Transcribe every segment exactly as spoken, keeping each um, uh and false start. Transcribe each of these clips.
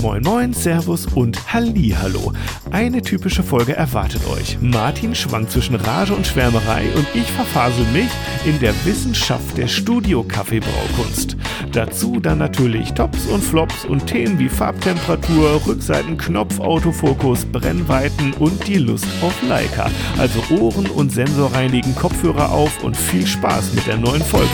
Moin Moin, Servus und Hallihallo. Eine typische Folge erwartet euch. Martin schwankt zwischen Rage und Schwärmerei und ich verfasel mich in der Wissenschaft der Studio-Kaffeebraukunst. Dazu dann natürlich Tops und Flops und Themen wie Farbtemperatur, Rückseitenknopf, Autofokus, Brennweiten und die Lust auf Leica. Also Ohren und Sensor reinigen, Kopfhörer auf und viel Spaß mit der neuen Folge.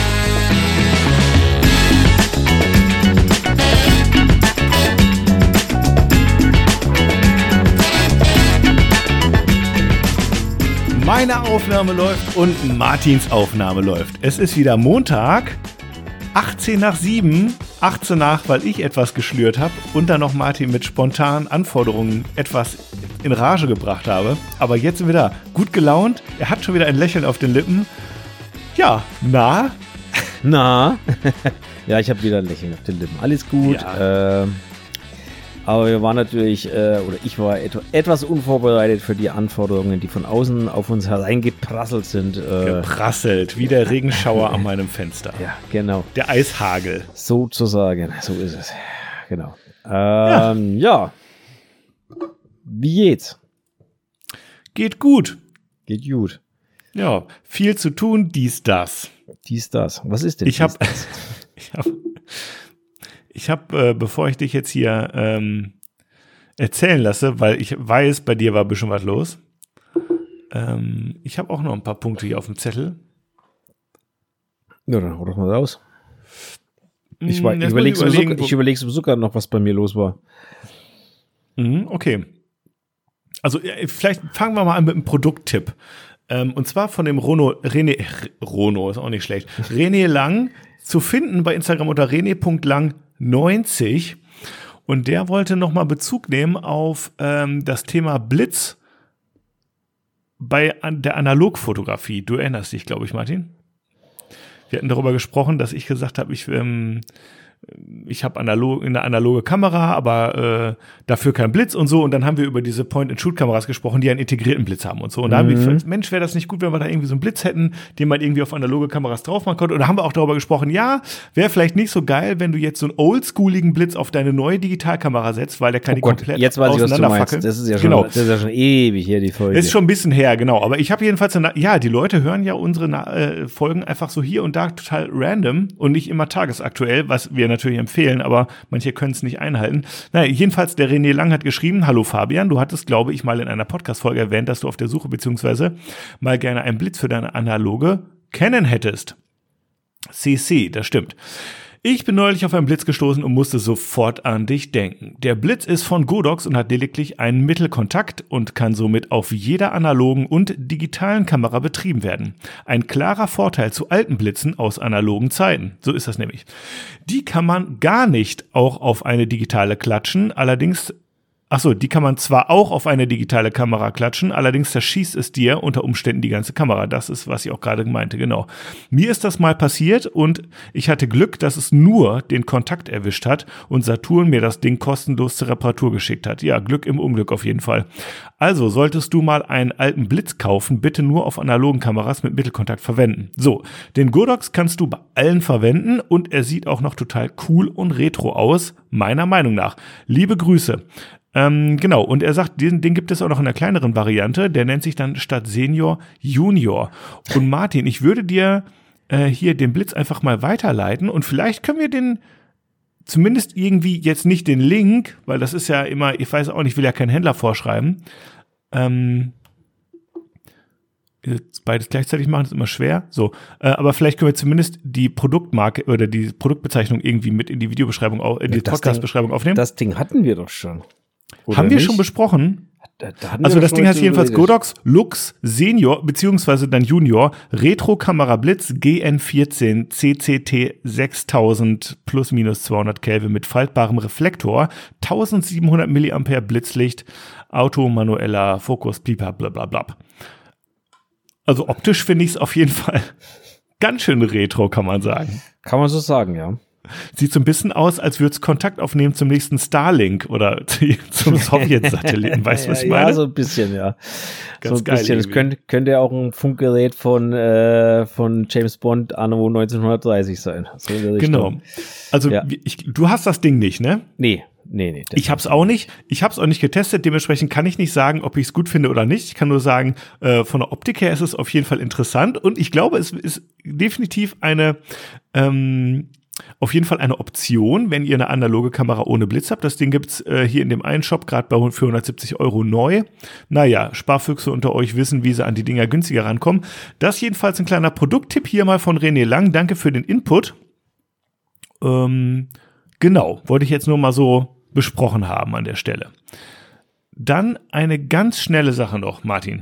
Meine Aufnahme läuft und Martins Aufnahme läuft. Es ist wieder Montag, achtzehn nach sieben, achtzehn nach, weil ich etwas geschlürt habe und dann noch Martin mit spontanen Anforderungen etwas in Rage gebracht habe. Aber jetzt sind wir da, gut gelaunt, er hat schon wieder ein Lächeln auf den Lippen. Ja, na? Na? Ja, ich habe wieder ein Lächeln auf den Lippen. Alles gut. Ja. Ähm, aber wir waren natürlich, äh, oder ich war et- etwas unvorbereitet für die Anforderungen, die von außen auf uns hereingeprasselt sind. Äh, Geprasselt, wie der Regenschauer an meinem Fenster. Ja, genau. Der Eishagel. Sozusagen, so ist es. Genau. Ähm, ja. ja. Wie geht's? Geht gut. Geht gut. Ja, viel zu tun, dies, das. Dies, das. Was ist denn ich dies, hab, ich habe, ich habe, äh, bevor ich dich jetzt hier ähm, erzählen lasse, weil ich weiß, bei dir war ein bisschen was los. Ähm, ich habe auch noch ein paar Punkte hier auf dem Zettel. Ja, dann hau doch mal raus. Ich, Mm, ich überlege sogar, ich überleg sogar noch, was bei mir los war. Mhm, okay. Also vielleicht fangen wir mal an mit einem Produkttipp. Ähm, und zwar von dem Rono, René, Rono ist auch nicht schlecht, René Lang, zu finden bei Instagram unter rené punkt lang neunzig. Und der wollte nochmal Bezug nehmen auf ähm, das Thema Blitz bei an der Analogfotografie. Du erinnerst dich, glaube ich, Martin? Wir hatten darüber gesprochen, dass ich gesagt habe, ich ähm, ich habe analog, eine analoge Kamera, aber äh, dafür kein Blitz und so. Und dann haben wir über diese Point-and-Shoot-Kameras gesprochen, die einen integrierten Blitz haben und so. Und da mhm. haben wir gesagt, Mensch, wäre das nicht gut, wenn wir da irgendwie so einen Blitz hätten, den man irgendwie auf analoge Kameras drauf machen konnte. Und da haben wir auch darüber gesprochen, ja, wäre vielleicht nicht so geil, wenn du jetzt so einen oldschooligen Blitz auf deine neue Digitalkamera setzt, weil der kann oh die Gott, komplett jetzt weiß ich, was du meinst. Das ist ja schon, genau. das ist ja schon ewig hier, die Folge. Das ist schon ein bisschen her, genau. Aber ich habe jedenfalls, eine, ja, die Leute hören ja unsere äh, Folgen einfach so hier und da total random und nicht immer tagesaktuell, was wir natürlich empfehlen, aber manche können es nicht einhalten. Naja, jedenfalls, der René Lang hat geschrieben, hallo Fabian, du hattest, glaube ich, mal in einer Podcast-Folge erwähnt, dass du auf der Suche beziehungsweise mal gerne einen Blitz für deine analoge Canon hättest. C C, das stimmt. Ich bin neulich auf einen Blitz gestoßen und musste sofort an dich denken. Der Blitz ist von Godox und hat lediglich einen Mittelkontakt und kann somit auf jeder analogen und digitalen Kamera betrieben werden. Ein klarer Vorteil zu alten Blitzen aus analogen Zeiten. So ist das nämlich. Die kann man gar nicht auch auf eine digitale klatschen, allerdings Achso, die kann man zwar auch auf eine digitale Kamera klatschen, allerdings zerschießt es dir unter Umständen die ganze Kamera. Das ist, was ich auch gerade meinte, genau. Mir ist das mal passiert und ich hatte Glück, dass es nur den Kontakt erwischt hat und Saturn mir das Ding kostenlos zur Reparatur geschickt hat. Ja, Glück im Unglück auf jeden Fall. Also, solltest du mal einen alten Blitz kaufen, bitte nur auf analogen Kameras mit Mittelkontakt verwenden. So, den Godox kannst du bei allen verwenden und er sieht auch noch total cool und retro aus, meiner Meinung nach. Liebe Grüße. Ähm, genau, und er sagt, den, den gibt es auch noch in einer kleineren Variante, der nennt sich dann statt Senior Junior. Und Martin, ich würde dir äh, hier den Blitz einfach mal weiterleiten und vielleicht können wir den zumindest irgendwie jetzt nicht den Link, weil das ist ja immer, ich weiß auch nicht, will ja kein Händler vorschreiben, ähm, beides gleichzeitig machen, ist immer schwer. So, äh, aber vielleicht können wir zumindest die Produktmarke oder die Produktbezeichnung irgendwie mit in die Videobeschreibung, äh, die Podcast-Beschreibung aufnehmen. Das Ding hatten wir doch schon. Oder haben wir nicht? Schon besprochen? Da, da also das Ding heißt jedenfalls Godox Lux Senior beziehungsweise dann Junior Retro-Kamera Blitz G N vierzehn C C T sechstausend plus minus zweihundert Kelvin mit faltbarem Reflektor, eintausendsiebenhundert Milliampere Blitzlicht, Auto, manueller Fokus, pipa, blablabla. Also optisch finde ich es auf jeden Fall ganz schön retro, kann man sagen. Kann man so sagen, ja. Sieht so ein bisschen aus, als würde es Kontakt aufnehmen zum nächsten Starlink oder zum Sowjet-Satelliten. Weißt du, was ich meine? Ja, so ein bisschen, ja. Ganz so ein geil. Bisschen. Das könnte, könnte ja auch ein Funkgerät von, äh, von James Bond anno neunzehnhundertdreißig sein. So in der genau. Also, ja. ich, du hast das Ding nicht, ne? Nee. Nee, nee. Ich habe es auch nicht. Ich habe es auch nicht getestet. Dementsprechend kann ich nicht sagen, ob ich es gut finde oder nicht. Ich kann nur sagen, äh, von der Optik her ist es auf jeden Fall interessant. Und ich glaube, es ist definitiv eine, ähm, auf jeden Fall eine Option, wenn ihr eine analoge Kamera ohne Blitz habt. Das Ding gibt's äh, hier in dem einen Shop gerade bei für hundertsiebzig Euro neu. Naja, Sparfüchse unter euch wissen, wie sie an die Dinger günstiger rankommen. Das jedenfalls ein kleiner Produkttipp hier mal von René Lang. Danke für den Input. Ähm, genau, wollte ich jetzt nur mal so besprochen haben an der Stelle. Dann eine ganz schnelle Sache noch, Martin.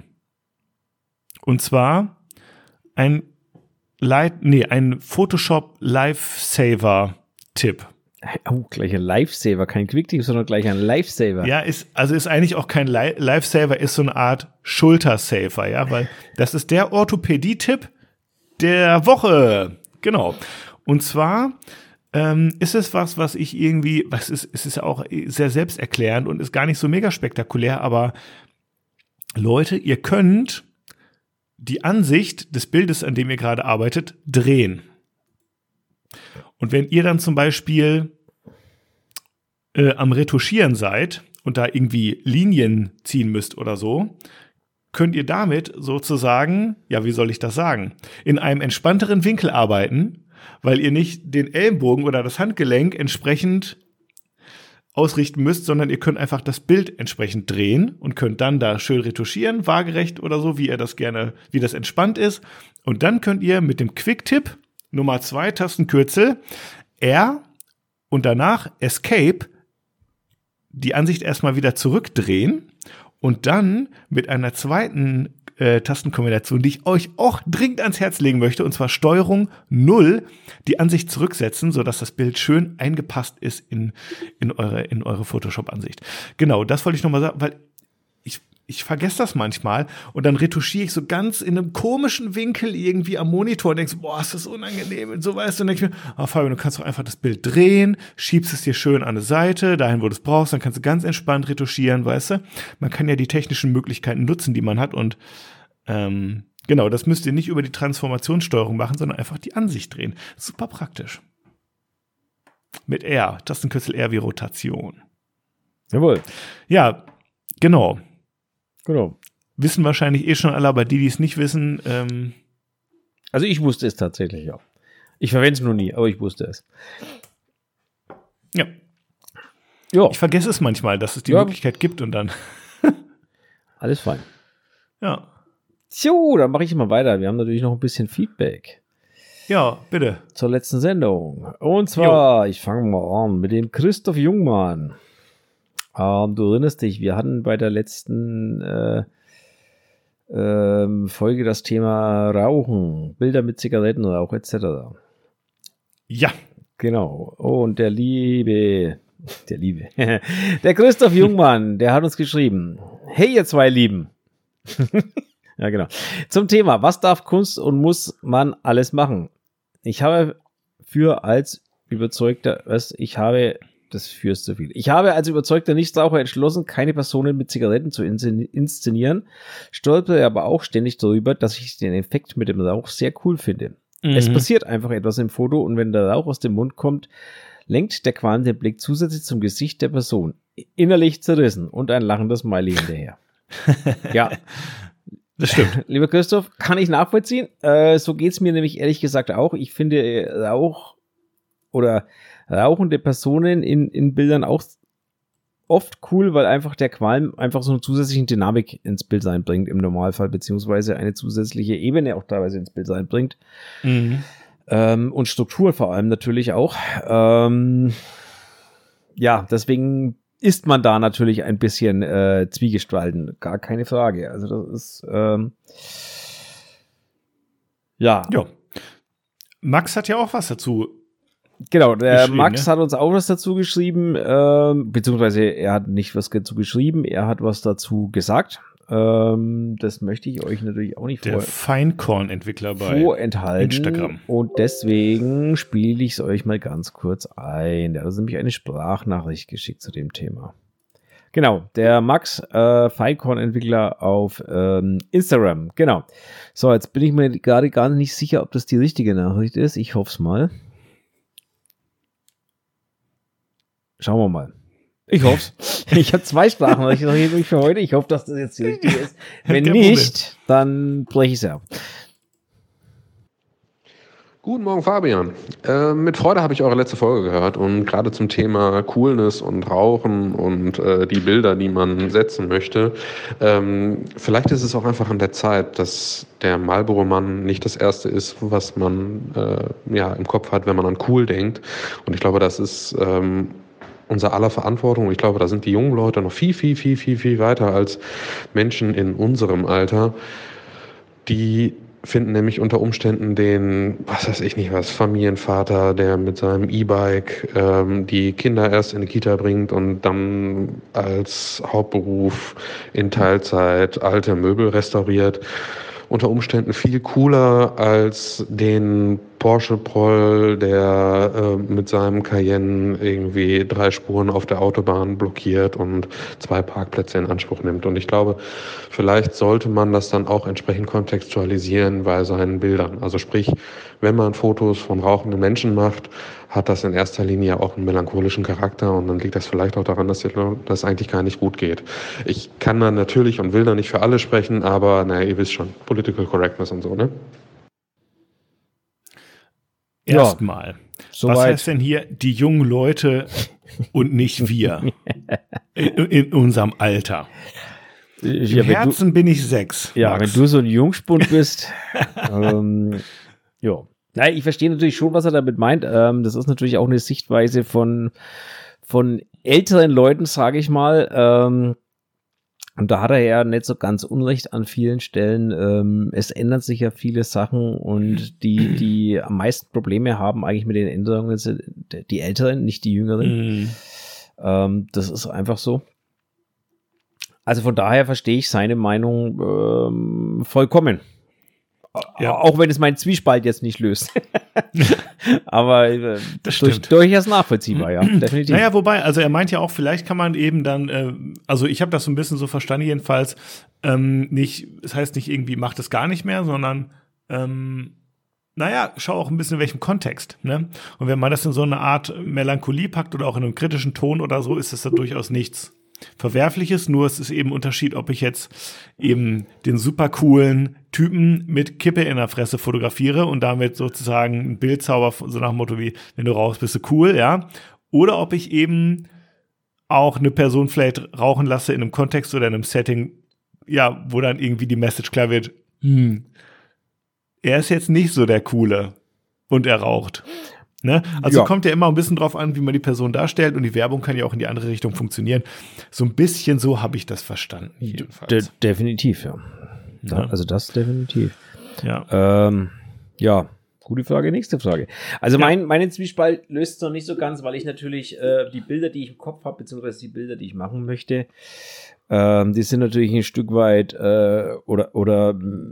Und zwar ein Light, nee, ein Photoshop Lifesaver-Tipp. Oh, gleich ein Lifesaver, kein Quicktip, sondern gleich ein Lifesaver. Ja, ist, also ist eigentlich auch kein Li- Lifesaver, ist so eine Art Schultersaver, ja, weil das ist der Orthopädie-Tipp der Woche. Genau. Und zwar ähm, ist es was, was ich irgendwie, was ist, es ist ja auch sehr selbsterklärend und ist gar nicht so mega spektakulär, aber Leute, ihr könnt die Ansicht des Bildes, an dem ihr gerade arbeitet, drehen. Und wenn ihr dann zum Beispiel äh, am Retuschieren seid und da irgendwie Linien ziehen müsst oder so, könnt ihr damit sozusagen, ja, wie soll ich das sagen, in einem entspannteren Winkel arbeiten, weil ihr nicht den Ellenbogen oder das Handgelenk entsprechend ausrichten müsst, sondern ihr könnt einfach das Bild entsprechend drehen und könnt dann da schön retuschieren, waagerecht oder so, wie ihr das gerne, wie das entspannt ist. Und dann könnt ihr mit dem Quick-Tipp Nummer zwei, Tastenkürzel R und danach Escape die Ansicht erstmal wieder zurückdrehen und dann mit einer zweiten äh, Tastenkombination, die ich euch auch dringend ans Herz legen möchte, und zwar Steuerung null, die Ansicht zurücksetzen, sodass das Bild schön eingepasst ist in, in eure, in eure Photoshop-Ansicht. Genau, das wollte ich nochmal sagen, weil ich, ich vergesse das manchmal und dann retuschiere ich so ganz in einem komischen Winkel irgendwie am Monitor und denkst, boah, ist das unangenehm und so, weißt du, und dann denke ich mir, ah, Fabian, du kannst doch einfach das Bild drehen, schiebst es dir schön an eine Seite, dahin, wo du es brauchst, dann kannst du ganz entspannt retuschieren, weißt du. Man kann ja die technischen Möglichkeiten nutzen, die man hat und ähm, genau, das müsst ihr nicht über die Transformationssteuerung machen, sondern einfach die Ansicht drehen. Super praktisch. Mit R, Tastenkürzel R wie Rotation. Jawohl. Ja, genau. Genau. Wissen wahrscheinlich eh schon alle, aber die, die es nicht wissen, ähm also ich wusste es tatsächlich auch. Ich verwende es nur nie, aber ich wusste es. Ja. Ja. Ich vergesse es manchmal, dass es die ja. Möglichkeit gibt und dann. Alles fein. Ja. So, dann mache ich mal weiter. Wir haben natürlich noch ein bisschen Feedback. Ja, bitte. Zur letzten Sendung. Und zwar, jo. ich fange mal an mit dem Christoph Jungmann. Ähm, du erinnerst dich, wir hatten bei der letzten äh, äh, Folge das Thema Rauchen, Bilder mit Zigarettenrauch et cetera. Ja. Genau. Und der liebe, der liebe, der Christoph Jungmann, der hat uns geschrieben, hey ihr zwei Lieben. Ja, genau. Zum Thema, was darf Kunst und muss man alles machen? Ich habe für als überzeugter, was, ich habe, das führst zu viel. Ich habe als überzeugter Nichtraucher entschlossen, keine Personen mit Zigaretten zu inszenieren, stolpere aber auch ständig darüber, dass ich den Effekt mit dem Rauch sehr cool finde. Mhm. Es passiert einfach etwas im Foto und wenn der Rauch aus dem Mund kommt, lenkt der Qualm den Blick zusätzlich zum Gesicht der Person. Innerlich zerrissen und ein lachendes Smiley hinterher. Ja. Das stimmt. Lieber Christoph, kann ich nachvollziehen. Äh, so geht's mir nämlich ehrlich gesagt auch. Ich finde Rauch oder rauchende Personen in, in Bildern auch oft cool, weil einfach der Qualm einfach so eine zusätzliche Dynamik ins Bild reinbringt im Normalfall, beziehungsweise eine zusätzliche Ebene auch teilweise ins Bild reinbringt. Mhm. Ähm, und Struktur vor allem natürlich auch. Ähm, ja, deswegen ist man da natürlich ein bisschen äh, zwiegespalten, gar keine Frage. Also das ist ähm, ja. Ja. Max hat ja auch was dazu. Genau, der Max ne? hat uns auch was dazu geschrieben, ähm, beziehungsweise er hat nicht was dazu geschrieben, er hat was dazu gesagt. Ähm, das möchte ich euch natürlich auch nicht der Feinkorn-Entwickler bei vorenthalten. Instagram. Und deswegen spiele ich es euch mal ganz kurz ein. Der hat uns nämlich eine Sprachnachricht geschickt zu dem Thema. Genau, der Max, äh, Feinkorn-Entwickler auf ähm, Instagram. Genau. So, jetzt bin ich mir gerade gar nicht sicher, ob das die richtige Nachricht ist. Ich hoffe es mal. Schauen wir mal. Ich hoffe Ich habe zwei Sprachen, ich sage wirklich für heute. Ich hoffe, dass das jetzt die richtige ist. Wenn nicht, dann breche ich es ab. Guten Morgen, Fabian. Äh, mit Freude habe ich eure letzte Folge gehört und gerade zum Thema Coolness und Rauchen und äh, die Bilder, die man setzen möchte. Ähm, vielleicht ist es auch einfach an der Zeit, dass der Marlboro-Mann nicht das Erste ist, was man äh, ja, im Kopf hat, wenn man an cool denkt. Und ich glaube, das ist ähm, unser aller Verantwortung. Und ich glaube, da sind die jungen Leute noch viel, viel, viel, viel, viel weiter als Menschen in unserem Alter, die finden nämlich unter Umständen den, was weiß ich nicht was, Familienvater, der mit seinem E-Bike ähm, die Kinder erst in die Kita bringt und dann als Hauptberuf in Teilzeit alte Möbel restauriert. Unter Umständen viel cooler als den Porsche Proll, der äh, mit seinem Cayenne irgendwie drei Spuren auf der Autobahn blockiert und zwei Parkplätze in Anspruch nimmt. Und ich glaube, vielleicht sollte man das dann auch entsprechend kontextualisieren bei seinen Bildern. Also sprich, wenn man Fotos von rauchenden Menschen macht, hat das in erster Linie auch einen melancholischen Charakter und dann liegt das vielleicht auch daran, dass das eigentlich gar nicht gut geht. Ich kann da natürlich und will da nicht für alle sprechen, aber naja, ihr wisst schon, Political Correctness und so, ne? Erstmal, so was weit. heißt denn hier die jungen Leute und nicht wir in, in unserem Alter? Ja, Im Herzen du, bin ich sechs. Ja, Max. wenn du so ein Jungspund bist, ähm, ja. Nein, ich verstehe natürlich schon, was er damit meint. Ähm, das ist natürlich auch eine Sichtweise von, von älteren Leuten, sage ich mal. Ähm, und da hat er ja nicht so ganz Unrecht an vielen Stellen. Ähm, es ändern sich ja viele Sachen und die, die am meisten Probleme haben eigentlich mit den Änderungen sind die Älteren, nicht die Jüngeren. Mm. Ähm, das ist einfach so. Also von daher verstehe ich seine Meinung ähm, vollkommen. Ja. Auch wenn es meinen Zwiespalt jetzt nicht löst. Aber äh, das durch, durchaus nachvollziehbar, ja, definitiv. Naja, wobei, also er meint ja auch, vielleicht kann man eben dann, äh, also ich habe das so ein bisschen so verstanden jedenfalls, ähm, nicht, das heißt nicht irgendwie, macht es gar nicht mehr, sondern ähm, naja, schau auch ein bisschen in welchem Kontext, ne? Und wenn man das in so eine Art Melancholie packt oder auch in einem kritischen Ton oder so, ist das da durchaus nichts Verwerfliches, nur es ist eben ein Unterschied, ob ich jetzt eben den super coolen Typen mit Kippe in der Fresse fotografiere und damit sozusagen ein Bild zauber, so nach dem Motto wie, wenn du rauchst, bist du cool, ja, oder ob ich eben auch eine Person vielleicht rauchen lasse in einem Kontext oder in einem Setting, ja, wo dann irgendwie die Message klar wird, hm, er ist jetzt nicht so der Coole und er raucht. Ne? Also ja. Kommt ja immer ein bisschen drauf an, wie man die Person darstellt und die Werbung kann ja auch in die andere Richtung funktionieren. So ein bisschen so habe ich das verstanden. Jedenfalls. De- definitiv, ja. Da, ja. Also das definitiv. Ja. Ähm, ja, gute Frage, nächste Frage. Also ja. mein, meinen Zwiespalt löst es noch nicht so ganz, weil ich natürlich äh, die Bilder, die ich im Kopf habe, beziehungsweise die Bilder, die ich machen möchte, ähm, die sind natürlich ein Stück weit äh, oder, oder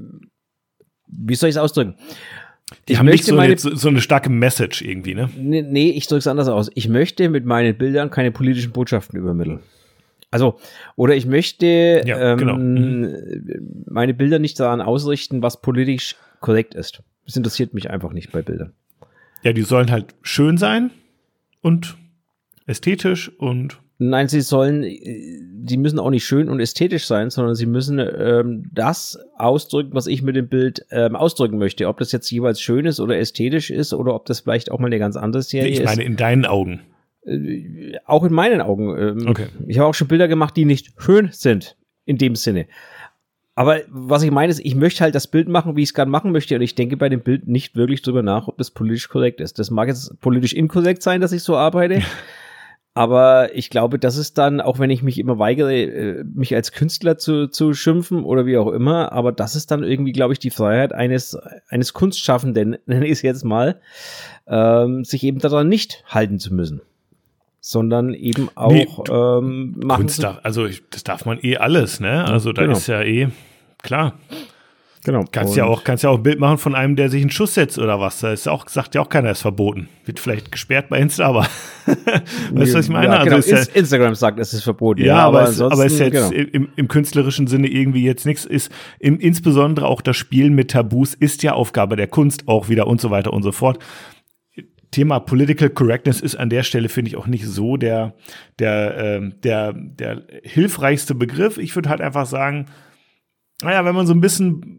wie soll ich es ausdrücken? Die ich haben nicht so, meine, eine, so, so eine starke Message irgendwie, ne? Nee, nee ich drücke es anders aus. Ich möchte mit meinen Bildern keine politischen Botschaften übermitteln. Also, oder ich möchte ja, ähm, genau. mhm. meine Bilder nicht daran ausrichten, was politisch korrekt ist. Das interessiert mich einfach nicht bei Bildern. Ja, die sollen halt schön sein und ästhetisch und Nein, sie sollen, die müssen auch nicht schön und ästhetisch sein, sondern sie müssen ähm, das ausdrücken, was ich mit dem Bild ähm, ausdrücken möchte. Ob das jetzt jeweils schön ist oder ästhetisch ist oder ob das vielleicht auch mal eine ganz andere Serie ist. Ich meine, ist. in deinen Augen. Äh, auch in meinen Augen. Ähm, okay. Ich habe auch schon Bilder gemacht, die nicht schön sind, in dem Sinne. Aber was ich meine ist, ich möchte halt das Bild machen, wie ich es gerade machen möchte. Und ich denke bei dem Bild nicht wirklich drüber nach, ob das politisch korrekt ist. Das mag jetzt politisch inkorrekt sein, dass ich so arbeite. Aber ich glaube, das ist dann, auch wenn ich mich immer weigere, mich als Künstler zu, zu schimpfen oder wie auch immer, aber das ist dann irgendwie, glaube ich, die Freiheit eines, eines Kunstschaffenden, nenne ich es jetzt mal, ähm, sich eben daran nicht halten zu müssen. Sondern eben auch nee, ähm, machen Kunst darf, also ich, das darf man eh alles, ne? Also da genau. ist ja eh, klar. Genau. Kannst ja auch, kannst ja auch ein Bild machen von einem, der sich einen Schuss setzt oder was. Da ist auch, sagt ja auch keiner, ist verboten. Wird vielleicht gesperrt bei Insta, aber weißt du, was ich meine? Ja, genau. Also ist ja, Instagram sagt, es ist verboten. Ja, ja aber, aber, es, aber es ist jetzt genau. im, im künstlerischen Sinne irgendwie jetzt nichts. Ist im, insbesondere auch das Spielen mit Tabus ist ja Aufgabe der Kunst auch wieder und so weiter und so fort. Thema Political Correctness ist an der Stelle, finde ich, auch nicht so der, der, äh, der, der hilfreichste Begriff. Ich würde halt einfach sagen, naja, wenn man so ein bisschen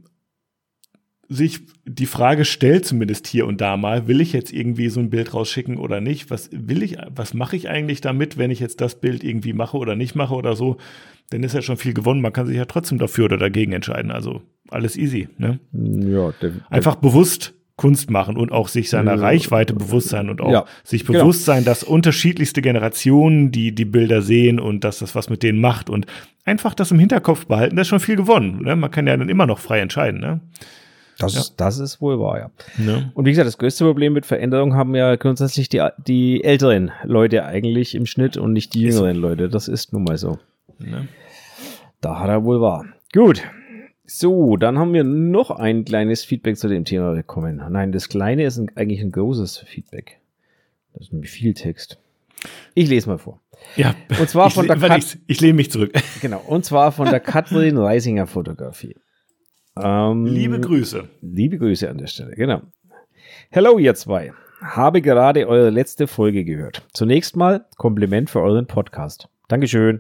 sich die Frage stellt, zumindest hier und da mal, will ich jetzt irgendwie so ein Bild rausschicken oder nicht? Was will ich, was mache ich eigentlich damit, wenn ich jetzt das Bild irgendwie mache oder nicht mache oder so? Dann ist ja schon viel gewonnen. Man kann sich ja trotzdem dafür oder dagegen entscheiden. Also alles easy, ne? Ja, der, der einfach bewusst Kunst machen und auch sich seiner ja, Reichweite bewusst sein und auch ja, sich bewusst genau. sein, dass unterschiedlichste Generationen die die Bilder sehen und dass das was mit denen macht und einfach das im Hinterkopf behalten, das ist schon viel gewonnen. Ne? Man kann ja dann immer noch frei entscheiden, ne? Das, ja. ist, das ist wohl wahr, ja. ja. Und wie gesagt, das größte Problem mit Veränderung haben ja grundsätzlich die, die älteren Leute eigentlich im Schnitt und nicht die jüngeren Leute. Das ist nun mal so. Ja. Da hat er wohl wahr. Gut. So, dann haben wir noch ein kleines Feedback zu dem Thema bekommen. Nein, das kleine ist ein, eigentlich ein großes Feedback. Das ist nämlich viel Text. Ich lese mal vor. Ja, und zwar von ich, der Kat- ich, ich lehne mich zurück. Genau, und zwar von der Katrin Reisinger Fotografie. Ähm, liebe Grüße. Liebe Grüße an der Stelle, genau. Hello, ihr zwei. Habe gerade eure letzte Folge gehört. Zunächst mal Kompliment für euren Podcast. Dankeschön.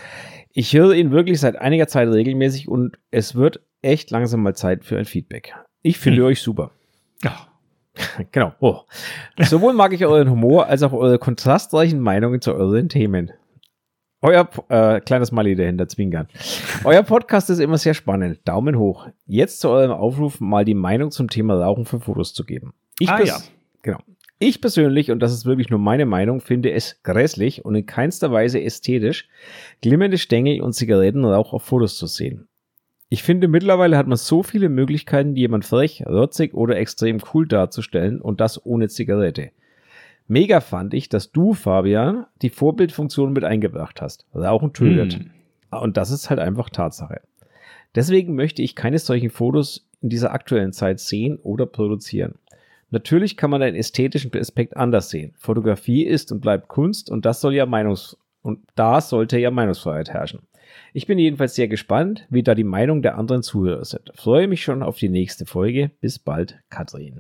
Ich höre ihn wirklich seit einiger Zeit regelmäßig und es wird echt langsam mal Zeit für ein Feedback. Ich finde hm. euch super. Ja. Genau. Oh. Sowohl mag ich euren Humor als auch eure kontrastreichen Meinungen zu euren Themen. Euer, äh, kleines Smiley dahinter, Zwinkern. Euer Podcast ist immer sehr spannend. Daumen hoch. Jetzt zu eurem Aufruf, mal die Meinung zum Thema Rauchen für Fotos zu geben. Ich ah, pers- ja. Genau. Ich persönlich, und das ist wirklich nur meine Meinung, finde es grässlich und in keinster Weise ästhetisch, glimmende Stängel und Zigarettenrauch auf Fotos zu sehen. Ich finde, mittlerweile hat man so viele Möglichkeiten, jemand frech, rotzig oder extrem cool darzustellen und das ohne Zigarette. Mega fand ich, dass du, Fabian, die Vorbildfunktion mit eingebracht hast. Rauchen tötet. Hm. Und das ist halt einfach Tatsache. Deswegen möchte ich keine solchen Fotos in dieser aktuellen Zeit sehen oder produzieren. Natürlich kann man den ästhetischen Aspekt anders sehen. Fotografie ist und bleibt Kunst und das soll ja Meinungs- und da sollte ja Meinungsfreiheit herrschen. Ich bin jedenfalls sehr gespannt, wie da die Meinung der anderen Zuhörer sind. Freue mich schon auf die nächste Folge. Bis bald, Katrin.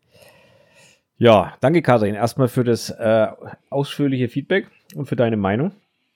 Ja, danke Katrin, erstmal für das äh, ausführliche Feedback und für deine Meinung.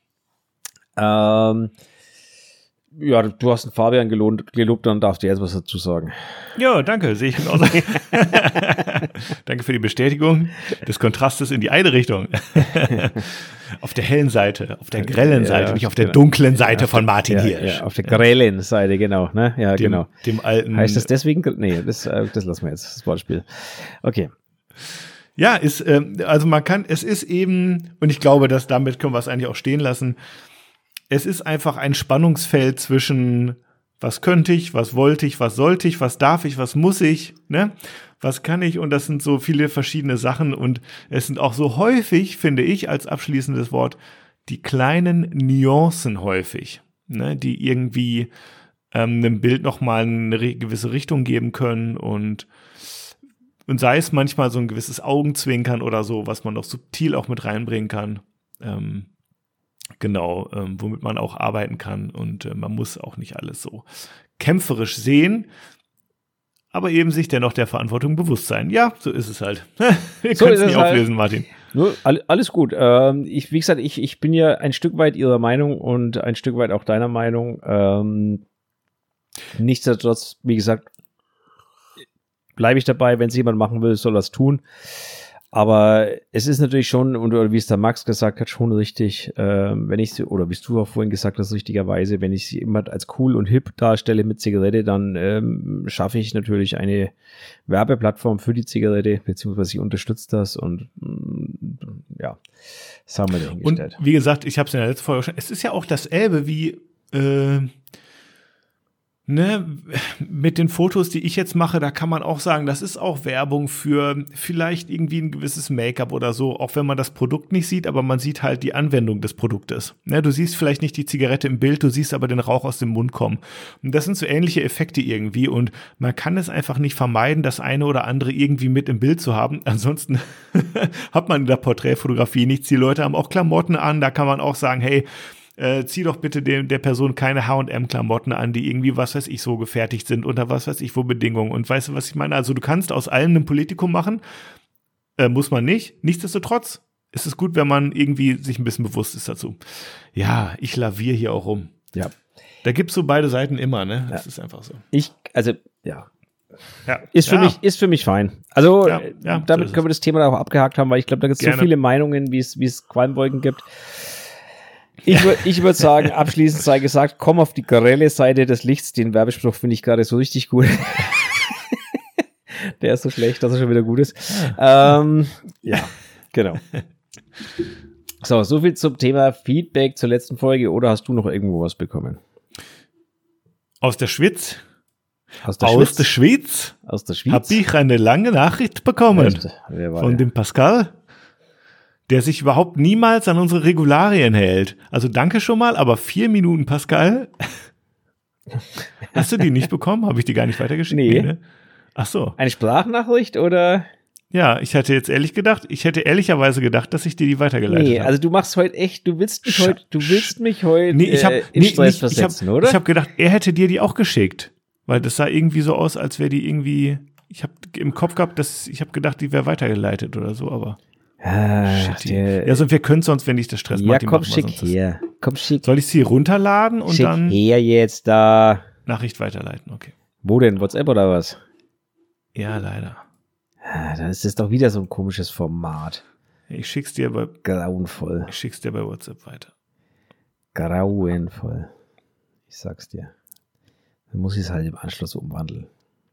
Ähm, ja, du hast den Fabian gelobt, gelobt, dann darfst du jetzt was dazu sagen. Ja, danke, sehe ich genauso. Danke für die Bestätigung des Kontrastes in die eine Richtung. Auf der hellen Seite, auf der grellen Seite, ja, nicht auf der genau. dunklen Seite ja, von Martin ja, Hirsch. Ja, auf der grellen Seite, genau. Ne? Ja, dem, genau. Dem alten. Heißt das deswegen? Nee, das, das lassen wir jetzt, das Wortspiel. Okay. Ja, ist, ähm, also man kann, es ist eben, und ich glaube, dass damit können wir es eigentlich auch stehen lassen, es ist einfach ein Spannungsfeld zwischen was könnte ich, was wollte ich, was sollte ich, was darf ich, was muss ich, ne? Was kann ich? Und das sind so viele verschiedene Sachen und es sind auch so häufig, finde ich, als abschließendes Wort, die kleinen Nuancen häufig, ne? Die irgendwie ähm, einem Bild nochmal eine gewisse Richtung geben können und Und sei es manchmal so ein gewisses Augenzwinkern oder so, was man noch subtil auch mit reinbringen kann. Ähm, genau, ähm, womit man auch arbeiten kann. Und äh, man muss auch nicht alles so kämpferisch sehen, aber eben sich dennoch der Verantwortung bewusst sein. Ja, so ist es halt. Wir so können es nicht halt. auflösen, Martin. Nur, alles gut. Ähm, ich, wie gesagt, ich, ich bin ja ein Stück weit Ihrer Meinung und ein Stück weit auch deiner Meinung. Ähm, nichtsdestotrotz, wie gesagt, bleibe ich dabei, wenn es jemand machen will, soll er es tun. Aber es ist natürlich schon, und oder wie es der Max gesagt hat, schon richtig, äh, wenn ich sie, oder wie du auch vorhin gesagt hast, richtigerweise, wenn ich sie immer als cool und hip darstelle mit Zigarette, dann ähm, schaffe ich natürlich eine Werbeplattform für die Zigarette, beziehungsweise sie unterstützt das und mm, ja, das haben wir dahingestellt. Und wie gesagt, ich habe es in der letzten Folge schon, es ist ja auch dasselbe wie äh, Ne, mit den Fotos, die ich jetzt mache, da kann man auch sagen, das ist auch Werbung für vielleicht irgendwie ein gewisses Make-up oder so, auch wenn man das Produkt nicht sieht, aber man sieht halt die Anwendung des Produktes. Ne, du siehst vielleicht nicht die Zigarette im Bild, du siehst aber den Rauch aus dem Mund kommen. Und das sind so ähnliche Effekte irgendwie und man kann es einfach nicht vermeiden, das eine oder andere irgendwie mit im Bild zu haben. Ansonsten hat man in der Porträtfotografie nichts. Die Leute haben auch Klamotten an, da kann man auch sagen, hey, Äh, zieh doch bitte dem, der Person keine H und M-Klamotten an, die irgendwie, was weiß ich, so gefertigt sind unter was weiß ich wo Bedingungen. Und weißt du, was ich meine? Also du kannst aus allem ein Politikum machen, Äh, muss man nicht. Nichtsdestotrotz ist es gut, wenn man irgendwie sich ein bisschen bewusst ist dazu. Ja, ich laviere hier auch rum. Ja. Da gibt es so beide Seiten immer, ne? Das ja. ist einfach so. Ich, also, ja. ja. Ist, für ja. mich, ist für mich fein. Also, ja. Ja, damit so können wir das Thema auch abgehakt haben, weil ich glaube, da gibt es so viele Meinungen, wie es, wie es Qualmwolken gibt. Ich, ich würde sagen, abschließend sei gesagt, komm auf die grelle Seite des Lichts. Den Werbespruch finde ich gerade so richtig gut. Der ist so schlecht, dass er schon wieder gut ist. Ähm, ja, genau. So, soviel zum Thema Feedback zur letzten Folge. Oder hast du noch irgendwo was bekommen? Aus der Schweiz? Aus der Aus Schweiz? der Schweiz? Aus der Schweiz? Habe ich eine lange Nachricht bekommen Wer war von der? dem Pascal, der sich überhaupt niemals an unsere Regularien hält. Also danke schon mal, aber vier Minuten, Pascal. Hast du die nicht bekommen? Habe ich die gar nicht weitergeschickt? Nee. Ne? Ach so. Eine Sprachnachricht oder? Ja, ich hatte jetzt ehrlich gedacht, ich hätte ehrlicherweise gedacht, dass ich dir die weitergeleitet Nee, habe. also du machst heute echt, du willst mich heute, du willst mich heute nee, ich hab, äh, in nee, Stress nicht, versetzen, ich hab, oder? Ich habe gedacht, er hätte dir die auch geschickt. Weil das sah irgendwie so aus, als wäre die irgendwie, ich habe im Kopf gehabt, dass ich habe gedacht, die wäre weitergeleitet oder so, aber ah, der, ja, so, wir können sonst, wenn dich das Stress ja, macht, die komm, machen wir schick sonst her. Komm, schick. Soll ich sie runterladen und schick dann her jetzt da. Nachricht weiterleiten? Okay. Wo denn? WhatsApp oder was? Ja, leider. Ah, dann ist das doch wieder so ein komisches Format. Ich schick's dir bei, Grauenvoll. ich schick's dir bei WhatsApp weiter. Grauenvoll. Ich sag's dir. Dann muss ich es halt im Anschluss umwandeln.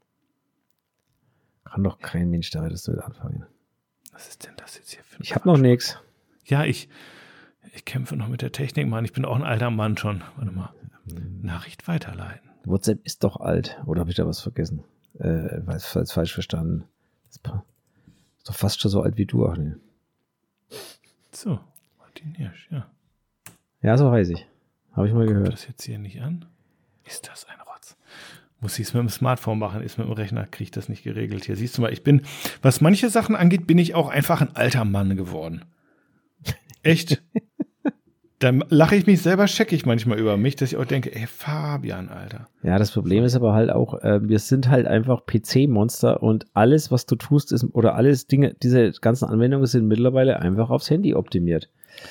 Kann doch kein Mensch damit das so anfangen. Was ist denn das jetzt hier für ein Ich hab noch nichts. Ja, ich, ich kämpfe noch mit der Technik, Mann. Ich bin auch ein alter Mann schon. Warte mal. Nachricht weiterleiten. WhatsApp ist doch alt. Oder habe ich da was vergessen? Äh, weil es falsch verstanden. Das ist doch fast schon so alt wie du auch, ne? So, Martin Hirsch, ja. Ja, so heiß ich. Habe ich mal Kommt gehört. das jetzt hier nicht an? Ist das ein Rotz? Muss ich es mit dem Smartphone machen, ist mit dem Rechner, kriege ich das nicht geregelt. Hier siehst du mal, ich bin, was manche Sachen angeht, bin ich auch einfach ein alter Mann geworden. Echt? Da lache ich mich selber, checke ich manchmal über mich, dass ich auch denke, ey, Fabian, Alter. Ja, das Problem ist aber halt auch, äh, wir sind halt einfach P C-Monster und alles, was du tust, ist, oder alles Dinge, diese ganzen Anwendungen sind mittlerweile einfach aufs Handy optimiert.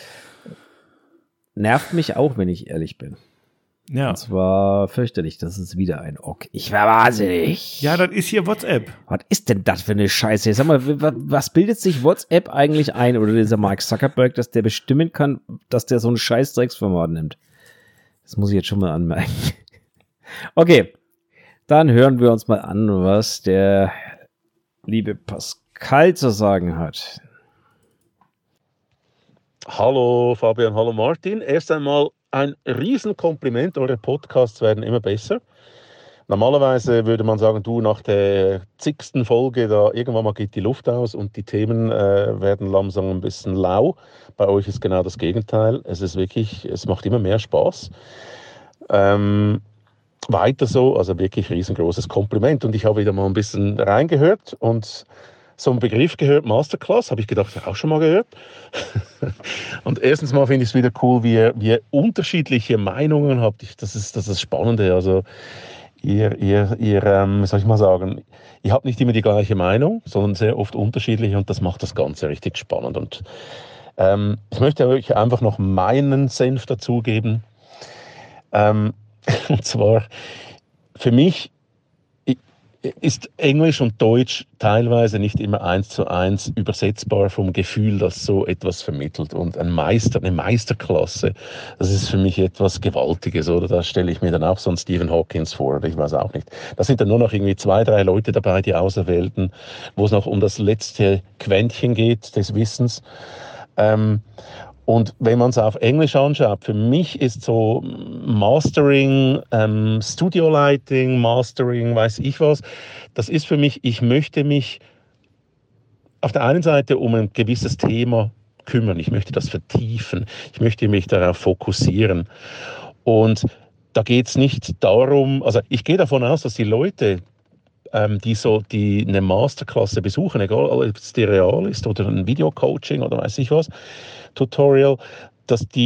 Nervt mich auch, wenn ich ehrlich bin. Ja. Und zwar fürchterlich, das ist wieder ein Ock. Ich war wahnsinnig. Ja, das ist hier WhatsApp. Was ist denn das für eine Scheiße? Sag mal, was bildet sich WhatsApp eigentlich ein? Oder dieser Mark Zuckerberg, dass der bestimmen kann, dass der so ein scheiß Drecksformat nimmt? Das muss ich jetzt schon mal anmerken. Okay, dann hören wir uns mal an, was der liebe Pascal zu sagen hat. Hallo Fabian, hallo Martin. Erst einmal ein Riesenkompliment, eure Podcasts werden immer besser. Normalerweise würde man sagen, du, nach der zigsten Folge, da irgendwann mal geht die Luft aus und die Themen äh, werden langsam ein bisschen lau. Bei euch ist genau das Gegenteil. Es ist wirklich, es macht immer mehr Spaß. Ähm, weiter so, also wirklich riesengroßes Kompliment. Und ich habe wieder mal ein bisschen reingehört und so einen Begriff gehört, Masterclass, habe ich gedacht, auch schon mal gehört. Und erstens mal finde ich es wieder cool, wie ihr, wie ihr unterschiedliche Meinungen habt. Das ist das, ist das Spannende. Also ihr, ihr, ihr ähm, soll ich mal sagen, ihr habt nicht immer die gleiche Meinung, sondern sehr oft unterschiedliche und das macht das Ganze richtig spannend. Und ähm, ich möchte euch einfach noch meinen Senf dazugeben. Ähm, und zwar, für mich ist Englisch und Deutsch teilweise nicht immer eins zu eins übersetzbar vom Gefühl, das so etwas vermittelt. Und ein Meister, eine Meisterklasse, das ist für mich etwas Gewaltiges, oder? Da stelle ich mir dann auch so einen Stephen Hawkins vor, oder ich weiß auch nicht. Da sind dann nur noch irgendwie zwei, drei Leute dabei, die Auserwählten, wo es noch um das letzte Quäntchen geht des Wissens. Ähm, Und wenn man es auf Englisch anschaut, für mich ist so Mastering, ähm, Studio Lighting, Mastering, weiß ich was, das ist für mich, ich möchte mich auf der einen Seite um ein gewisses Thema kümmern, ich möchte das vertiefen, ich möchte mich darauf fokussieren. Und da geht es nicht darum, also ich gehe davon aus, dass die Leute, ähm, die so die eine Masterklasse besuchen, egal ob es die real ist oder ein Videocoaching oder weiß ich was, Tutorial, dass die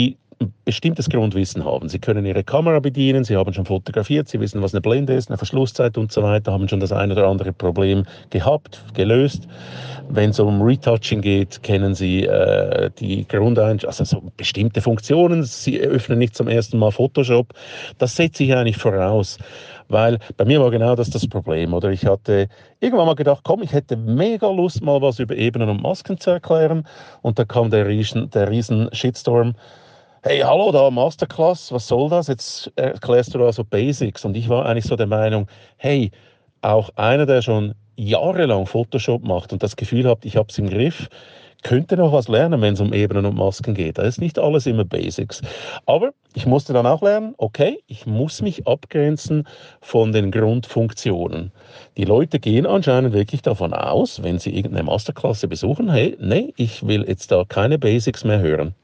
ein bestimmtes Grundwissen haben. Sie können Ihre Kamera bedienen, Sie haben schon fotografiert, Sie wissen, was eine Blende ist, eine Verschlusszeit und so weiter, haben schon das ein oder andere Problem gehabt, gelöst. Wenn es um Retouching geht, kennen Sie äh, die Grundeinstellungen, also so bestimmte Funktionen. Sie öffnen nicht zum ersten Mal Photoshop. Das setze ich eigentlich voraus. Weil bei mir war genau das das Problem. Oder ich hatte irgendwann mal gedacht, komm, ich hätte mega Lust, mal was über Ebenen und Masken zu erklären. Und da kam der riesen, der riesen Shitstorm. Hey, hallo, da Masterclass, was soll das? Jetzt erklärst du da so Basics. Und ich war eigentlich so der Meinung, hey, auch einer, der schon jahrelang Photoshop macht und das Gefühl hat, ich habe es im Griff, könnte noch was lernen, wenn es um Ebenen und Masken geht. Da ist nicht alles immer Basics. Aber ich musste dann auch lernen, okay, ich muss mich abgrenzen von den Grundfunktionen. Die Leute gehen anscheinend wirklich davon aus, wenn sie irgendeine Masterklasse besuchen, hey, nee, ich will jetzt da keine Basics mehr hören.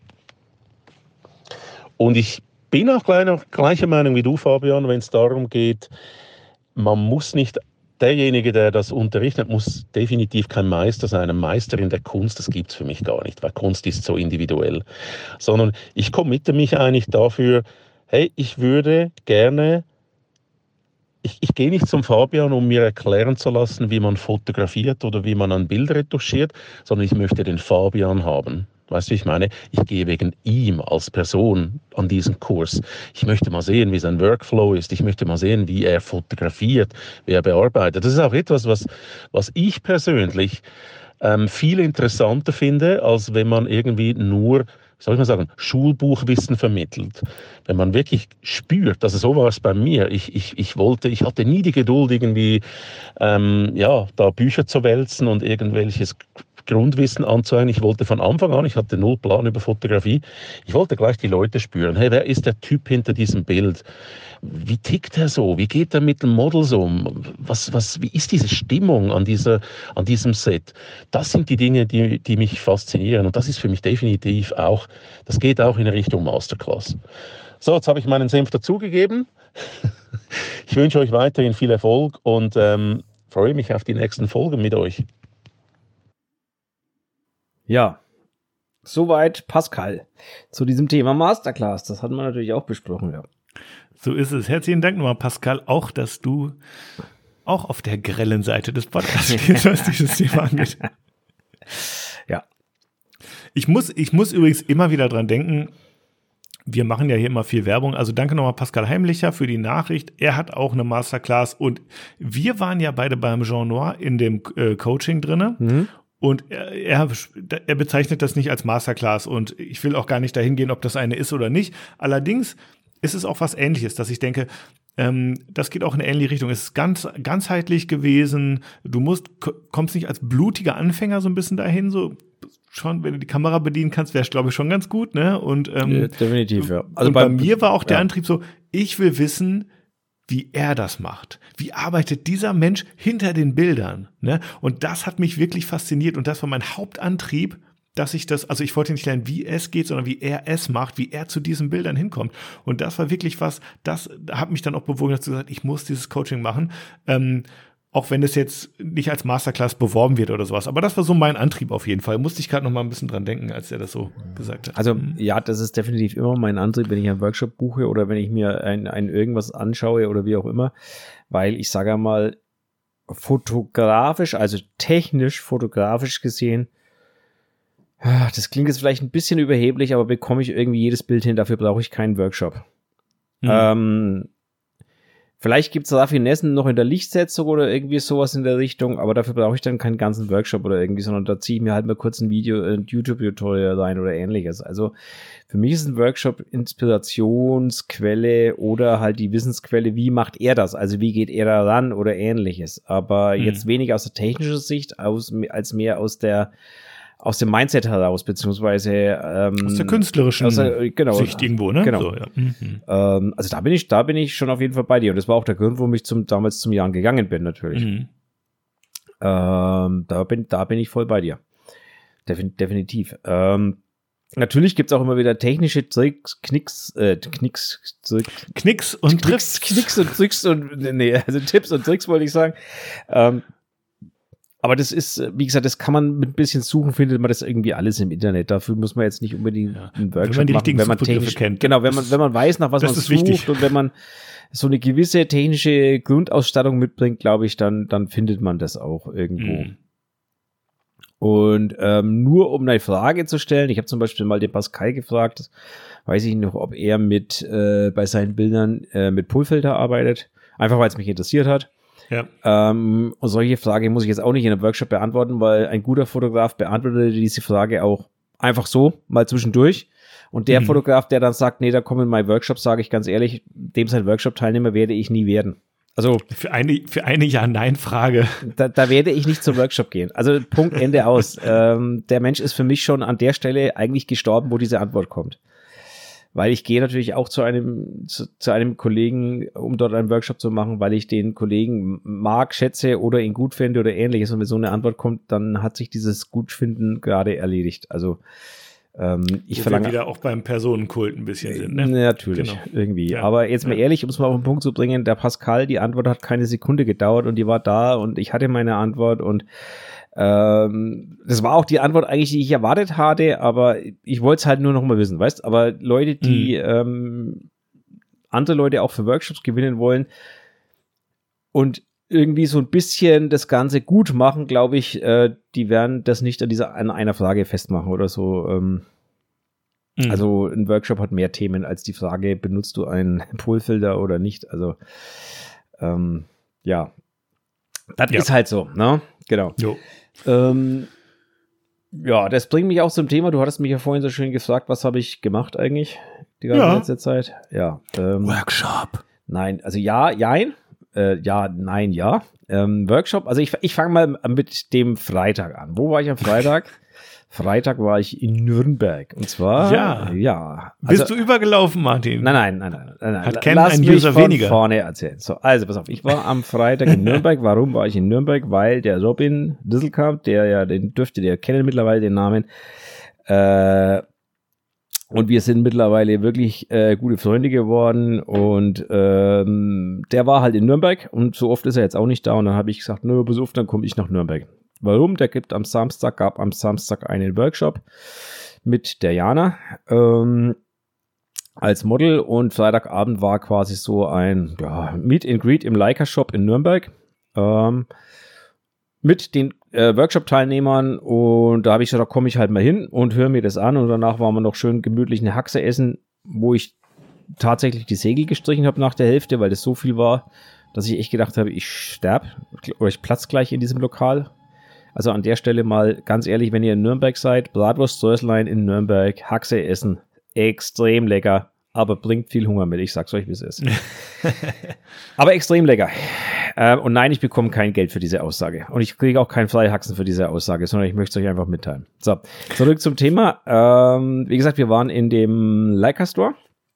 Und ich bin auch gleicher, gleicher Meinung wie du, Fabian, wenn es darum geht, man muss nicht derjenige, der das unterrichtet, muss definitiv kein Meister sein, ein Meister in der Kunst, das gibt es für mich gar nicht, weil Kunst ist so individuell. Sondern ich committe mich eigentlich dafür, hey, ich würde gerne, ich, ich gehe nicht zum Fabian, um mir erklären zu lassen, wie man fotografiert oder wie man ein Bild retuschiert, sondern ich möchte den Fabian haben. Weißt du, wie ich meine? Ich gehe wegen ihm als Person an diesen Kurs. Ich möchte mal sehen, wie sein Workflow ist. Ich möchte mal sehen, wie er fotografiert, wie er bearbeitet. Das ist auch etwas, was, was ich persönlich ähm, viel interessanter finde, als wenn man irgendwie nur, soll ich mal sagen, Schulbuchwissen vermittelt. Wenn man wirklich spürt, also so war es bei mir. Ich, ich, ich wollte, ich hatte nie die Geduld, irgendwie ähm, ja, da Bücher zu wälzen und irgendwelches Grundwissen anzueignen. Ich wollte von Anfang an, ich hatte null Plan über Fotografie, ich wollte gleich die Leute spüren. Hey, wer ist der Typ hinter diesem Bild? Wie tickt er so? Wie geht er mit den Models um? Was, was, wie ist diese Stimmung an, dieser, an diesem Set? Das sind die Dinge, die, die mich faszinieren. Und das ist für mich definitiv auch, das geht auch in Richtung Masterclass. So, jetzt habe ich meinen Senf dazugegeben. Ich wünsche euch weiterhin viel Erfolg und ähm, freue mich auf die nächsten Folgen mit euch. Ja, soweit Pascal zu diesem Thema Masterclass. Das hatten wir natürlich auch besprochen, ja. So ist es. Herzlichen Dank nochmal, Pascal, auch, dass du auch auf der grellen Seite des Podcasts stehst, was dieses Thema angeht. Ja. Ich muss, ich muss übrigens immer wieder dran denken, wir machen ja hier immer viel Werbung. Also danke nochmal Pascal Heimlicher für die Nachricht. Er hat auch eine Masterclass und wir waren ja beide beim Jean Noir in dem äh, Coaching drinne. Mhm. Und er, er, er bezeichnet das nicht als Masterclass und ich will auch gar nicht dahin gehen, ob das eine ist oder nicht. Allerdings ist es auch was Ähnliches, dass ich denke, ähm, das geht auch in eine ähnliche Richtung. Es ist ganz ganzheitlich gewesen. Du musst kommst nicht als blutiger Anfänger so ein bisschen dahin, so schon, wenn du die Kamera bedienen kannst, wäre es, glaube ich, schon ganz gut, ne? Und ähm, ja, definitiv, ja. Also und bei, bei mir war auch der ja. Antrieb so, ich will wissen, wie er das macht. Wie arbeitet dieser Mensch hinter den Bildern? Ne? Und das hat mich wirklich fasziniert und das war mein Hauptantrieb, dass ich das, also ich wollte nicht lernen, wie es geht, sondern wie er es macht, wie er zu diesen Bildern hinkommt. Und das war wirklich was, das hat mich dann auch bewogen, dazu gesagt, ich muss dieses Coaching machen. Ähm, Auch wenn es jetzt nicht als Masterclass beworben wird oder sowas. Aber das war so mein Antrieb auf jeden Fall. Musste ich gerade noch mal ein bisschen dran denken, als er das so gesagt hat. Also ja, das ist definitiv immer mein Antrieb, wenn ich einen Workshop buche oder wenn ich mir ein, ein irgendwas anschaue oder wie auch immer. Weil ich sage mal, fotografisch, also technisch, fotografisch gesehen, das klingt jetzt vielleicht ein bisschen überheblich, aber bekomme ich irgendwie jedes Bild hin, dafür brauche ich keinen Workshop. Mhm. Ähm, Vielleicht gibt es Raffinessen noch in der Lichtsetzung oder irgendwie sowas in der Richtung, aber dafür brauche ich dann keinen ganzen Workshop oder irgendwie, sondern da ziehe ich mir halt mal kurz ein Video, ein YouTube-Tutorial rein oder ähnliches. Also für mich ist ein Workshop Inspirationsquelle oder halt die Wissensquelle, wie macht er das? Also wie geht er da ran oder ähnliches. Aber hm. jetzt weniger aus der technischen Sicht, aus, als mehr aus der aus dem Mindset heraus, beziehungsweise ähm, aus der künstlerischen aus der, genau, Sicht irgendwo, ne? Genau. So, ja. mhm. ähm, also da bin ich, da bin ich schon auf jeden Fall bei dir. Und das war auch der Grund, warum ich zum, damals zum Jan gegangen bin, natürlich. Mhm. Ähm, da bin, da bin ich voll bei dir. Defin- definitiv. Ähm, natürlich gibt's auch immer wieder technische Tricks, Knicks, äh, Knicks, Tricks, Knicks und Tricks, Knicks und Tricks und, nee, also Tipps und Tricks wollte ich sagen. Ähm, aber das ist, wie gesagt, das kann man mit ein bisschen suchen, findet man das irgendwie alles im Internet. Dafür muss man jetzt nicht unbedingt ja. einen Workshop wenn man die machen, wenn man technisch kennt. Genau, wenn man, wenn man weiß, nach was man sucht wichtig. Und wenn man so eine gewisse technische Grundausstattung mitbringt, glaube ich, dann, dann findet man das auch irgendwo. Mhm. Und ähm, nur um eine Frage zu stellen, ich habe zum Beispiel mal den Pascal gefragt, weiß ich noch, ob er mit äh, bei seinen Bildern äh, mit Pullfilter arbeitet, einfach weil es mich interessiert hat. Ja. Ähm, und solche Fragen muss ich jetzt auch nicht in einem Workshop beantworten, weil ein guter Fotograf beantwortet diese Frage auch einfach so, mal zwischendurch. Und der mhm. Fotograf, der dann sagt, nee, da kommen in mein Workshop, sage ich ganz ehrlich, dem sein Workshop-Teilnehmer werde ich nie werden. Also für eine, für eine Ja-Nein-Frage. Da, da werde ich nicht zum Workshop gehen. Also Punkt, Ende aus. ähm, der Mensch ist für mich schon an der Stelle eigentlich gestorben, wo diese Antwort kommt. Weil ich gehe natürlich auch zu einem, zu, zu einem Kollegen, um dort einen Workshop zu machen, weil ich den Kollegen mag, schätze oder ihn gut finde oder ähnliches. Und wenn so eine Antwort kommt, dann hat sich dieses Gutfinden gerade erledigt. Also ähm, ich Wo verlange wir wieder auch beim Personenkult ein bisschen sind. Ne? Natürlich, genau. irgendwie. Ja. Aber jetzt mal ja. ehrlich, um es mal auf den Punkt zu bringen, der Pascal, die Antwort hat keine Sekunde gedauert und die war da und ich hatte meine Antwort und Ähm, das war auch die Antwort eigentlich, die ich erwartet hatte, aber ich wollte es halt nur noch mal wissen, weißt? Aber Leute, die mhm. ähm, andere Leute auch für Workshops gewinnen wollen und irgendwie so ein bisschen das Ganze gut machen, glaube ich, äh, die werden das nicht an dieser an einer Frage festmachen oder so. Ähm, mhm. Also ein Workshop hat mehr Themen als die Frage, benutzt du einen Polfilter oder nicht? Also ähm, ja, das ja. ist halt so, ne? Genau. Jo. Ähm, ja, das bringt mich auch zum Thema. Du hattest mich ja vorhin so schön gefragt, was habe ich gemacht eigentlich die ganze ja. letzte Zeit? Ja. Ähm, Workshop. Nein, also ja, jein. Äh, ja, nein, ja. Ähm, Workshop, also ich, ich fange mal mit dem Freitag an. Wo war ich am Freitag? Freitag war ich in Nürnberg. Und zwar, ja. ja also, Bist du übergelaufen, Martin? Nein, nein, nein, nein. nein, nein. Hat Ken einen User von weniger? Vorne erzählen. So, also pass auf, ich war am Freitag in Nürnberg. Warum war ich in Nürnberg? Weil der Robin Disselkamp, der ja, den dürfte der kennen mittlerweile den Namen, äh, und wir sind mittlerweile wirklich äh, gute Freunde geworden und ähm, der war halt in Nürnberg und so oft ist er jetzt auch nicht da und dann habe ich gesagt, nö, pass auf, dann komme ich nach Nürnberg. Warum? Der gibt am Samstag, gab am Samstag einen Workshop mit der Jana ähm, als Model und Freitagabend war quasi so ein ja, Meet and Greet im Leica Shop in Nürnberg ähm, mit den äh, Workshop-Teilnehmern und da habe ich gesagt, da komme ich halt mal hin und höre mir das an und danach waren wir noch schön gemütlich eine Haxe essen, wo ich tatsächlich die Segel gestrichen habe nach der Hälfte, weil das so viel war, dass ich echt gedacht habe, ich sterbe oder ich platze gleich in diesem Lokal. Also an der Stelle mal ganz ehrlich, wenn ihr in Nürnberg seid, Bratwurst Sörslein in Nürnberg, Haxe essen, extrem lecker, aber bringt viel Hunger mit, ich sag's euch, wie es ist. Aber extrem lecker. Ähm, und nein, ich bekomme kein Geld für diese Aussage. Und ich kriege auch kein Freihaxen für diese Aussage, sondern ich möchte es euch einfach mitteilen. So, zurück zum Thema. Ähm, wie gesagt, wir waren in dem Leica Store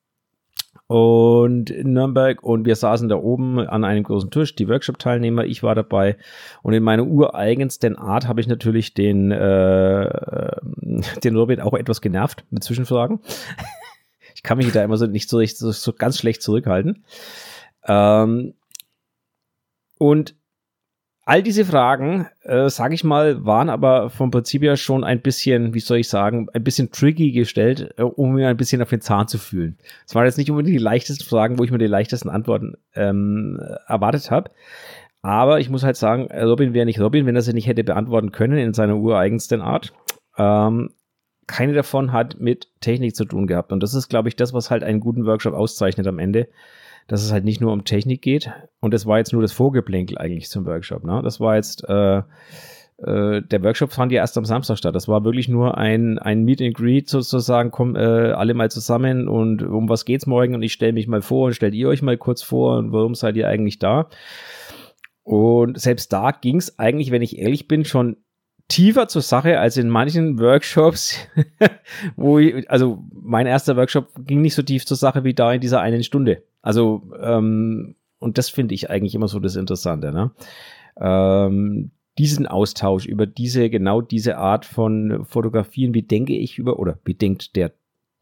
und in Nürnberg und wir saßen da oben an einem großen Tisch, die Workshop-Teilnehmer, ich war dabei und in meiner ureigensten Art habe ich natürlich den, äh, den Robin auch etwas genervt mit Zwischenfragen. Ich kann mich da immer so nicht so, so, so ganz schlecht zurückhalten. Ähm, und all diese Fragen, äh, sage ich mal, waren aber vom Prinzip her schon ein bisschen, wie soll ich sagen, ein bisschen tricky gestellt, äh, um mir ein bisschen auf den Zahn zu fühlen. Es waren jetzt nicht unbedingt die leichtesten Fragen, wo ich mir die leichtesten Antworten ähm, erwartet habe. Aber ich muss halt sagen, Robin wäre nicht Robin, wenn er sie nicht hätte beantworten können in seiner ureigensten Art. Ähm, keine davon hat mit Technik zu tun gehabt. Und das ist, glaube ich, das, was halt einen guten Workshop auszeichnet am Ende. Dass es halt nicht nur um Technik geht. Und das war jetzt nur das Vorgeplänkel eigentlich zum Workshop. Ne? Das war jetzt, äh, äh, der Workshop fand ja erst am Samstag statt. Das war wirklich nur ein, ein Meet and Greet sozusagen, kommen äh, alle mal zusammen und um was geht's morgen? Und ich stelle mich mal vor und stellt ihr euch mal kurz vor und warum seid ihr eigentlich da? Und selbst da ging es eigentlich, wenn ich ehrlich bin, schon tiefer zur Sache als in manchen Workshops, wo ich, also mein erster Workshop ging nicht so tief zur Sache wie da in dieser einen Stunde. Also, ähm, und das finde ich eigentlich immer so das Interessante, ne? Ähm, diesen Austausch über diese, genau diese Art von Fotografien, wie denke ich über, oder wie denkt der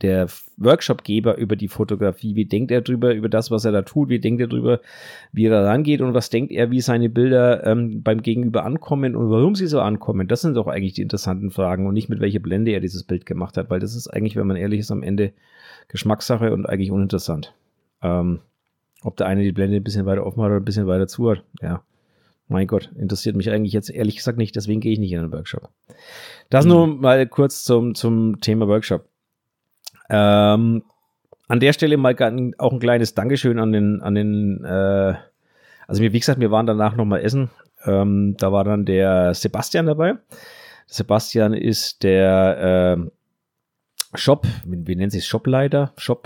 der Workshopgeber über die Fotografie? Wie denkt er drüber, über das, was er da tut? Wie denkt er drüber, wie er da rangeht? Und was denkt er, wie seine Bilder ähm, beim Gegenüber ankommen und warum sie so ankommen? Das sind doch eigentlich die interessanten Fragen und nicht mit welcher Blende er dieses Bild gemacht hat, weil das ist eigentlich, wenn man ehrlich ist, am Ende Geschmackssache und eigentlich uninteressant. Ähm, ob der eine die Blende ein bisschen weiter offen hat oder ein bisschen weiter zu hat, ja. Mein Gott, interessiert mich eigentlich jetzt ehrlich gesagt nicht, deswegen gehe ich nicht in einen Workshop. Das mhm. nur mal kurz zum, zum Thema Workshop. Ähm, an der Stelle mal auch ein kleines Dankeschön an den, an den, äh, also wie gesagt, wir waren danach nochmal essen. Ähm, da war dann der Sebastian dabei. Sebastian ist der äh, Shop, wie, wie nennt sich es, Shopleiter? Shop.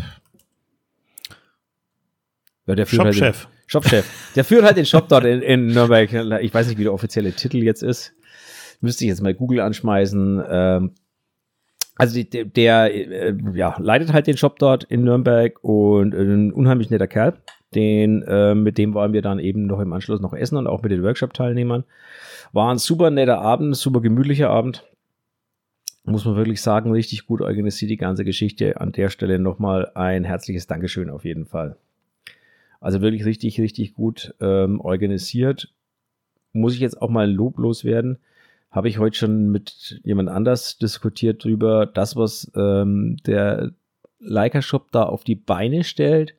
Ja, der führt Shopchef. Halt den, Shopchef. Der führt halt den Shop dort in, in Nürnberg. Ich weiß nicht, wie der offizielle Titel jetzt ist. Müsste ich jetzt mal Google anschmeißen. Ähm, Also die, der, der äh, ja, leitet halt den Shop dort in Nürnberg und äh, ein unheimlich netter Kerl. Den, äh, mit dem waren wir dann eben noch im Anschluss noch essen und auch mit den Workshop-Teilnehmern. War ein super netter Abend, super gemütlicher Abend. Muss man wirklich sagen, richtig gut organisiert die ganze Geschichte. An der Stelle nochmal ein herzliches Dankeschön auf jeden Fall. Also wirklich richtig, richtig gut ähm, organisiert. Muss ich jetzt auch mal loblos werden. Habe ich heute schon mit jemand anders diskutiert drüber, das, was ähm, der Leica-Shop da auf die Beine stellt,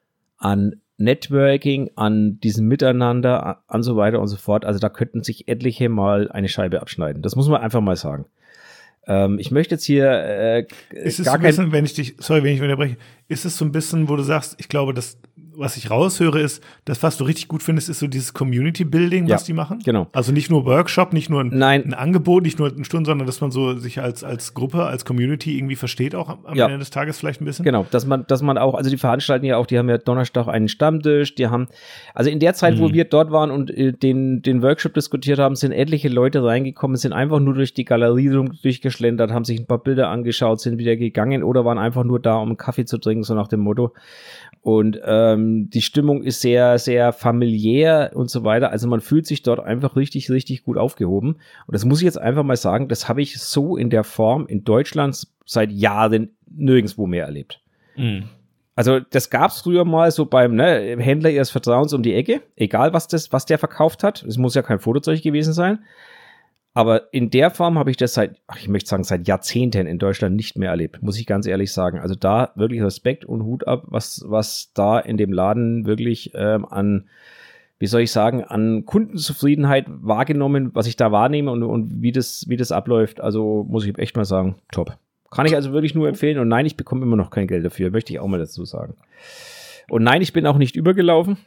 an Networking, an diesem Miteinander, an so weiter und so fort. Also da könnten sich etliche mal eine Scheibe abschneiden. Das muss man einfach mal sagen. Ähm, ich möchte jetzt hier äh, ist es gar so ein bisschen, wenn ich dich, sorry, wenn ich unterbreche, ist es so ein bisschen, wo du sagst, ich glaube, das, was ich raushöre, ist, das, was du richtig gut findest, ist so dieses Community-Building, was ja, die machen. Genau. Also nicht nur Workshop, nicht nur ein, Nein. ein Angebot, nicht nur eine Stunde, sondern dass man so sich als, als Gruppe, als Community irgendwie versteht, auch am ja. Ende des Tages vielleicht ein bisschen. Genau, dass man, dass man auch, also die veranstalten ja auch, die haben ja Donnerstag einen Stammtisch, die haben, also in der Zeit, mhm. wo wir dort waren und äh, den, den Workshop diskutiert haben, sind etliche Leute reingekommen, sind einfach nur durch die Galerie durchgeschlendert, haben sich ein paar Bilder angeschaut, sind wieder gegangen oder waren einfach nur da, um einen Kaffee zu trinken, so nach dem Motto. Und ähm, die Stimmung ist sehr, sehr familiär und so weiter. Also man fühlt sich dort einfach richtig, richtig gut aufgehoben. Und das muss ich jetzt einfach mal sagen, das habe ich so in der Form in Deutschland seit Jahren nirgendwo mehr erlebt. Mhm. Also das gab es früher mal so beim ne, Händler ihres Vertrauens um die Ecke, egal was, das, was der verkauft hat. Es muss ja kein Fotozeug gewesen sein. Aber in der Form habe ich das seit, ach, ich möchte sagen, seit Jahrzehnten in Deutschland nicht mehr erlebt, muss ich ganz ehrlich sagen. Also da wirklich Respekt und Hut ab, was, was da in dem Laden wirklich ähm, an, wie soll ich sagen, an Kundenzufriedenheit wahrgenommen, was ich da wahrnehme und, und wie das, wie das abläuft. Also muss ich echt mal sagen, top. Kann ich also wirklich nur empfehlen. Und nein, ich bekomme immer noch kein Geld dafür, möchte ich auch mal dazu sagen. Und nein, ich bin auch nicht übergelaufen.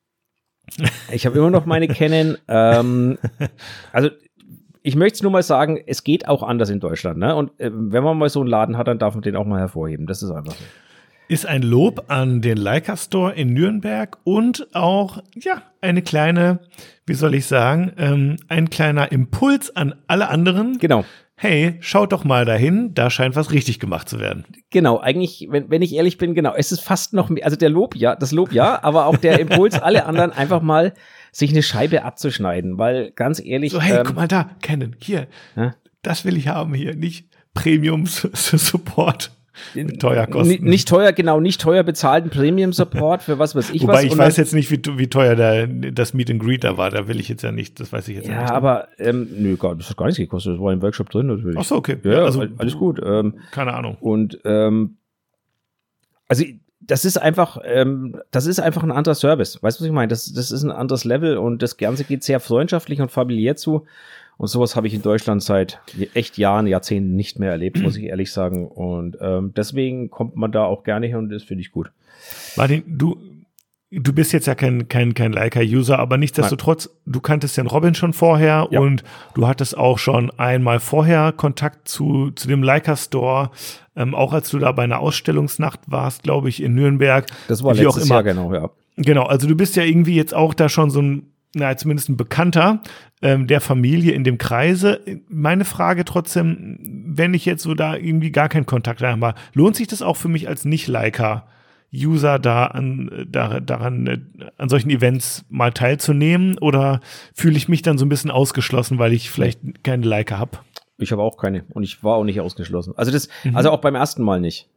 Ich habe immer noch meine Canon. Ähm, also ich möchte es nur mal sagen, es geht auch anders in Deutschland. Ne? Und äh, wenn man mal so einen Laden hat, dann darf man den auch mal hervorheben. Das ist einfach so. Ist ein Lob an den Leica Store in Nürnberg und auch, ja, eine kleine, wie soll ich sagen, ähm, ein kleiner Impuls an alle anderen. Genau. Hey, schaut doch mal dahin, da scheint was richtig gemacht zu werden. Genau, eigentlich, wenn, wenn ich ehrlich bin, genau, es ist fast noch mehr, also der Lob, ja, das Lob, ja, aber auch der Impuls, alle anderen einfach mal sich eine Scheibe abzuschneiden, weil ganz ehrlich. So, hey, ähm, guck mal da, Canon, hier, ja? Das will ich haben hier, nicht Premium-Support. Teuer kosten. N- nicht teuer, genau, nicht teuer bezahlten Premium-Support für was weiß ich Wobei was. ich weiß jetzt nicht, wie, wie teuer der, das Meet and Greet da war, da will ich jetzt ja nicht, das weiß ich jetzt ja, ja nicht. Ja, aber, ähm, nö, gar, das hat gar nichts gekostet, das war im Workshop drin natürlich. Ach so, okay. Ja, ja also, alles gut. Ähm, keine Ahnung. Und, ähm, also, das ist einfach, ähm, das ist einfach ein anderer Service. Weißt du, was ich meine? Das, das ist ein anderes Level und das Ganze geht sehr freundschaftlich und familiär zu. Und sowas habe ich in Deutschland seit echt Jahren, Jahrzehnten nicht mehr erlebt, muss ich ehrlich sagen. Und ähm, deswegen kommt man da auch gerne hin und das finde ich gut. Martin, du, du bist jetzt ja kein, kein, kein Leica-User, aber nichtsdestotrotz, Nein. du kanntest den Robin schon vorher ja. und du hattest auch schon einmal vorher Kontakt zu, zu dem Leica-Store, ähm, auch als du da bei einer Ausstellungsnacht warst, glaube ich, in Nürnberg. Das war wie letztes auch immer. Jahr, genau, ja. Genau, also du bist ja irgendwie jetzt auch da schon so ein na, zumindest ein Bekannter ähm, der Familie in dem Kreise. Meine Frage trotzdem, wenn ich jetzt so da irgendwie gar keinen Kontakt habe, lohnt sich das auch für mich als Nicht-Leica-User da an, da, daran, äh, an solchen Events mal teilzunehmen oder fühle ich mich dann so ein bisschen ausgeschlossen, weil ich vielleicht keine Leica habe? Ich habe auch keine und ich war auch nicht ausgeschlossen. Also das, mhm. also auch beim ersten Mal nicht.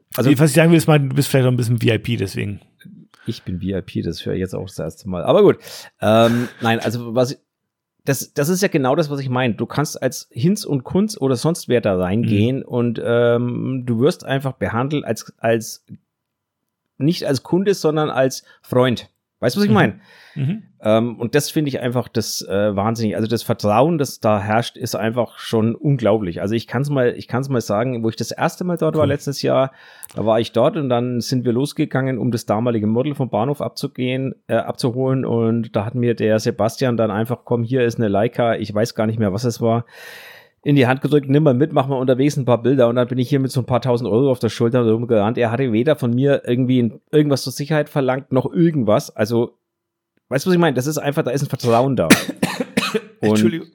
Also, was ich sagen will, ist mal, du bist vielleicht auch ein bisschen V I P, deswegen. Ich bin V I P, das höre ich jetzt auch das erste Mal. Aber gut. Ähm, nein, also was ich, das, das ist ja genau das, was ich meine. Du kannst als Hinz und Kunz oder sonst wer da reingehen mhm. und ähm, du wirst einfach behandelt als, als nicht als Kunde, sondern als Freund. Weißt du, was ich meine? Mhm. Ähm, und das finde ich einfach das äh, wahnsinnig. Also das Vertrauen, das da herrscht, ist einfach schon unglaublich. Also ich kann es mal, ich kann es mal sagen, wo ich das erste Mal dort cool. war letztes Jahr, da war ich dort und dann sind wir losgegangen, um das damalige Model vom Bahnhof abzugehen, äh, abzuholen. Und da hat mir der Sebastian dann einfach, komm, hier ist eine Leica, ich weiß gar nicht mehr, was es war, in die Hand gedrückt, nimm mal mit, mach mal unterwegs ein paar Bilder und dann bin ich hier mit so ein paar tausend Euro auf der Schulter rumgerannt. Er hatte weder von mir irgendwie irgendwas zur Sicherheit verlangt, noch irgendwas. Also, weißt du, was ich meine? Das ist einfach, da ist ein Vertrauen da. Und Entschuldigung.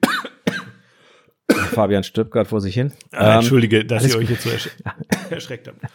Fabian stirbt gerade vor sich hin. Ah, Entschuldige, ähm, dass ihr euch jetzt so ersch- erschreckt habt.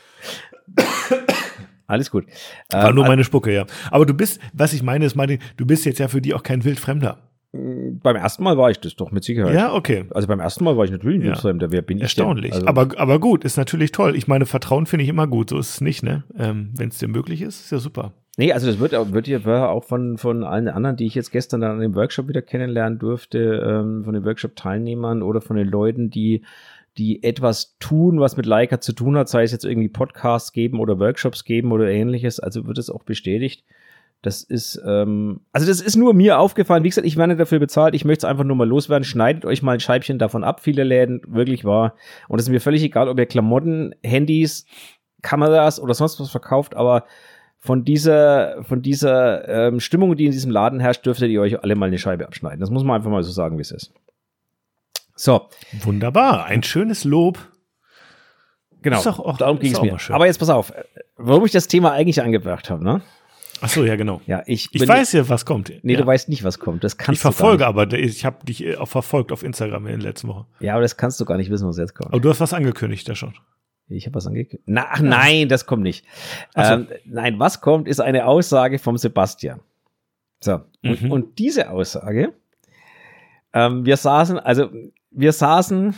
Alles gut. War ähm, nur meine Spucke, ja. Aber du bist, was ich meine, ist, meine, du bist jetzt ja für die auch kein Wildfremder. Beim ersten Mal war ich das doch mit Sicherheit. Ja, okay. Also beim ersten Mal war ich natürlich ein ja. Wildfremder. Wer bin ich Erstaunlich. denn? Also aber, aber gut, ist natürlich toll. Ich meine, Vertrauen finde ich immer gut. So ist es nicht, ne? Ähm, wenn es dir möglich ist, ist ja super. Nee, also das wird, wird ja auch von, von allen anderen, die ich jetzt gestern dann an dem Workshop wieder kennenlernen durfte, ähm, von den Workshop-Teilnehmern oder von den Leuten, die die etwas tun, was mit Leica zu tun hat, sei es jetzt irgendwie Podcasts geben oder Workshops geben oder ähnliches, also wird es auch bestätigt. Das ist, ähm, also das ist nur mir aufgefallen. Wie gesagt, ich werde dafür bezahlt. Ich möchte es einfach nur mal loswerden. Schneidet euch mal ein Scheibchen davon ab. Viele Läden, wirklich wahr. Und es ist mir völlig egal, ob ihr Klamotten, Handys, Kameras oder sonst was verkauft. Aber von dieser, von dieser ähm, Stimmung, die in diesem Laden herrscht, dürftet ihr euch alle mal eine Scheibe abschneiden. Das muss man einfach mal so sagen, wie es ist. So. Wunderbar. Ein schönes Lob. Genau. Ist doch auch, darum ging es mir. Aber jetzt pass auf. Warum ich das Thema eigentlich angebracht habe, ne? Ach so, ja, genau. Ja, ich ich weiß ja, was kommt. Nee, ja. du weißt nicht, was kommt. Das kannst ich verfolge aber, ich habe dich auch verfolgt auf Instagram in der letzten Woche. Ja, aber das kannst du gar nicht wissen, was jetzt kommt. Aber du hast was angekündigt, ja schon. Ich habe was angekündigt. Na, ach nein, das kommt nicht. So. Ähm, nein, was kommt, ist eine Aussage vom Sebastian. So, mhm. und, und diese Aussage, ähm, wir saßen, also wir saßen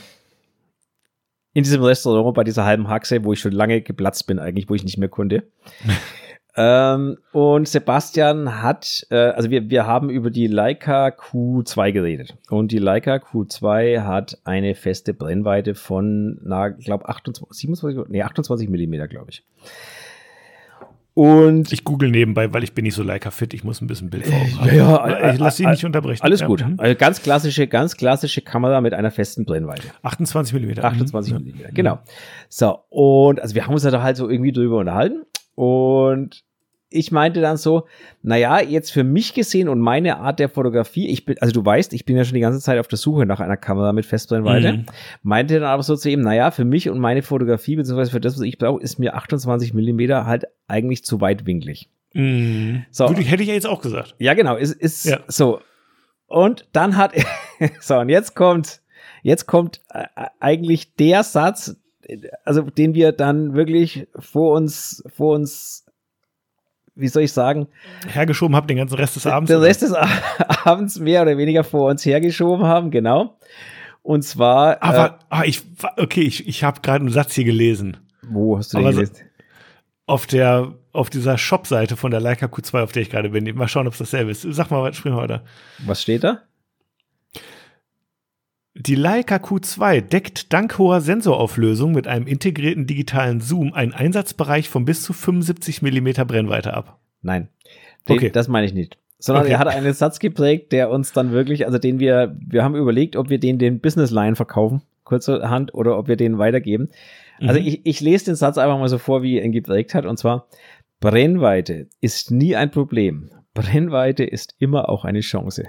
in diesem Restaurant bei dieser halben Haxe, wo ich schon lange geplatzt bin eigentlich, wo ich nicht mehr konnte. Ähm, und Sebastian hat, äh, also wir, wir haben über die Leica Q zwei geredet. Und die Leica Q zwei hat eine feste Brennweite von, na, glaube achtundzwanzig, siebenundzwanzig, nee, achtundzwanzig Millimeter, glaube ich. Und ich google nebenbei, weil ich bin nicht so Leica-fit, ich muss ein bisschen Bild vor Augen haben. Ja, ja, ich lass Sie nicht unterbrechen. Alles gut. Also ganz klassische, ganz klassische Kamera mit einer festen Brennweite. achtundzwanzig Millimeter. achtundzwanzig Millimeter, genau. So, und also wir haben uns da halt so irgendwie drüber unterhalten. Und ich meinte dann so, naja, jetzt für mich gesehen und meine Art der Fotografie, ich bin, also du weißt, ich bin ja schon die ganze Zeit auf der Suche nach einer Kamera mit Festbrennweite, mhm. meinte dann aber so zu ihm, naja, für mich und meine Fotografie, beziehungsweise für das, was ich brauche, ist mir achtundzwanzig Millimeter halt eigentlich zu weitwinklig. Mhm. So. Würde, hätte ich ja jetzt auch gesagt. Ja, genau, ist, ist ja. so. Und dann hat, so, und jetzt kommt, jetzt kommt äh, eigentlich der Satz, also den wir dann wirklich vor uns, vor uns, wie soll ich sagen? Hergeschoben haben den ganzen Rest des Abends. Den Rest des Abends mehr oder weniger vor uns hergeschoben haben, genau. Und zwar. Aber, äh, ah, ich, okay, ich, ich habe gerade einen Satz hier gelesen. Wo hast du den gelesen? So, auf der, auf dieser Shop-Seite von der Leica Q zwei, auf der ich gerade bin. Mal schauen, ob es dasselbe ist. Sag mal, sprich mal weiter. Was steht da? Die Leica Q zwei deckt dank hoher Sensorauflösung mit einem integrierten digitalen Zoom einen Einsatzbereich von bis zu fünfundsiebzig Millimeter Brennweite ab. Nein, den, okay. Das meine ich nicht. Sondern okay. Er hat einen Satz geprägt, der uns dann wirklich, also den wir, wir haben überlegt, ob wir den den Business Line verkaufen, kurzerhand, oder ob wir den weitergeben. Mhm. Also ich, ich lese den Satz einfach mal so vor, wie er ihn geprägt hat, und zwar: Brennweite ist nie ein Problem. Brennweite ist immer auch eine Chance.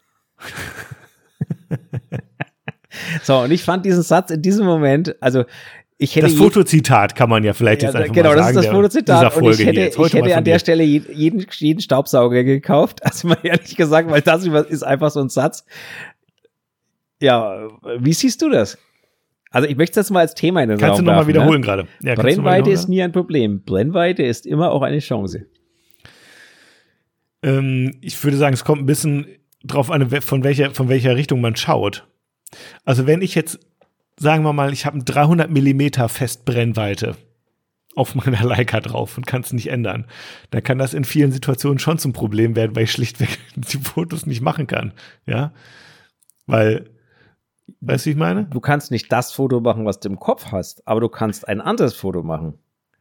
So, und ich fand diesen Satz in diesem Moment, also ich hätte... Das Fotozitat kann man ja vielleicht ja, jetzt einfach genau, mal sagen. Genau, das ist das Fotozitat, und ich hätte, ich hätte an der dir. Stelle jeden, jeden Staubsauger gekauft, also mal ehrlich gesagt, weil das ist einfach so ein Satz. Ja, wie siehst du das? Also ich möchte das mal als Thema in den Raum Kannst du nochmal wiederholen ne? gerade. Ja, Brennweite ist nie ein Problem. Brennweite ist immer auch eine Chance. Ähm, ich würde sagen, es kommt ein bisschen drauf an, von welcher, von welcher Richtung man schaut. Also wenn ich jetzt, sagen wir mal, ich habe eine dreihundert Millimeter Festbrennweite auf meiner Leica drauf und kann es nicht ändern. Da kann das in vielen Situationen schon zum Problem werden, weil ich schlichtweg die Fotos nicht machen kann. Ja, weil, weißt du, wie ich meine? Du kannst nicht das Foto machen, was du im Kopf hast, aber du kannst ein anderes Foto machen.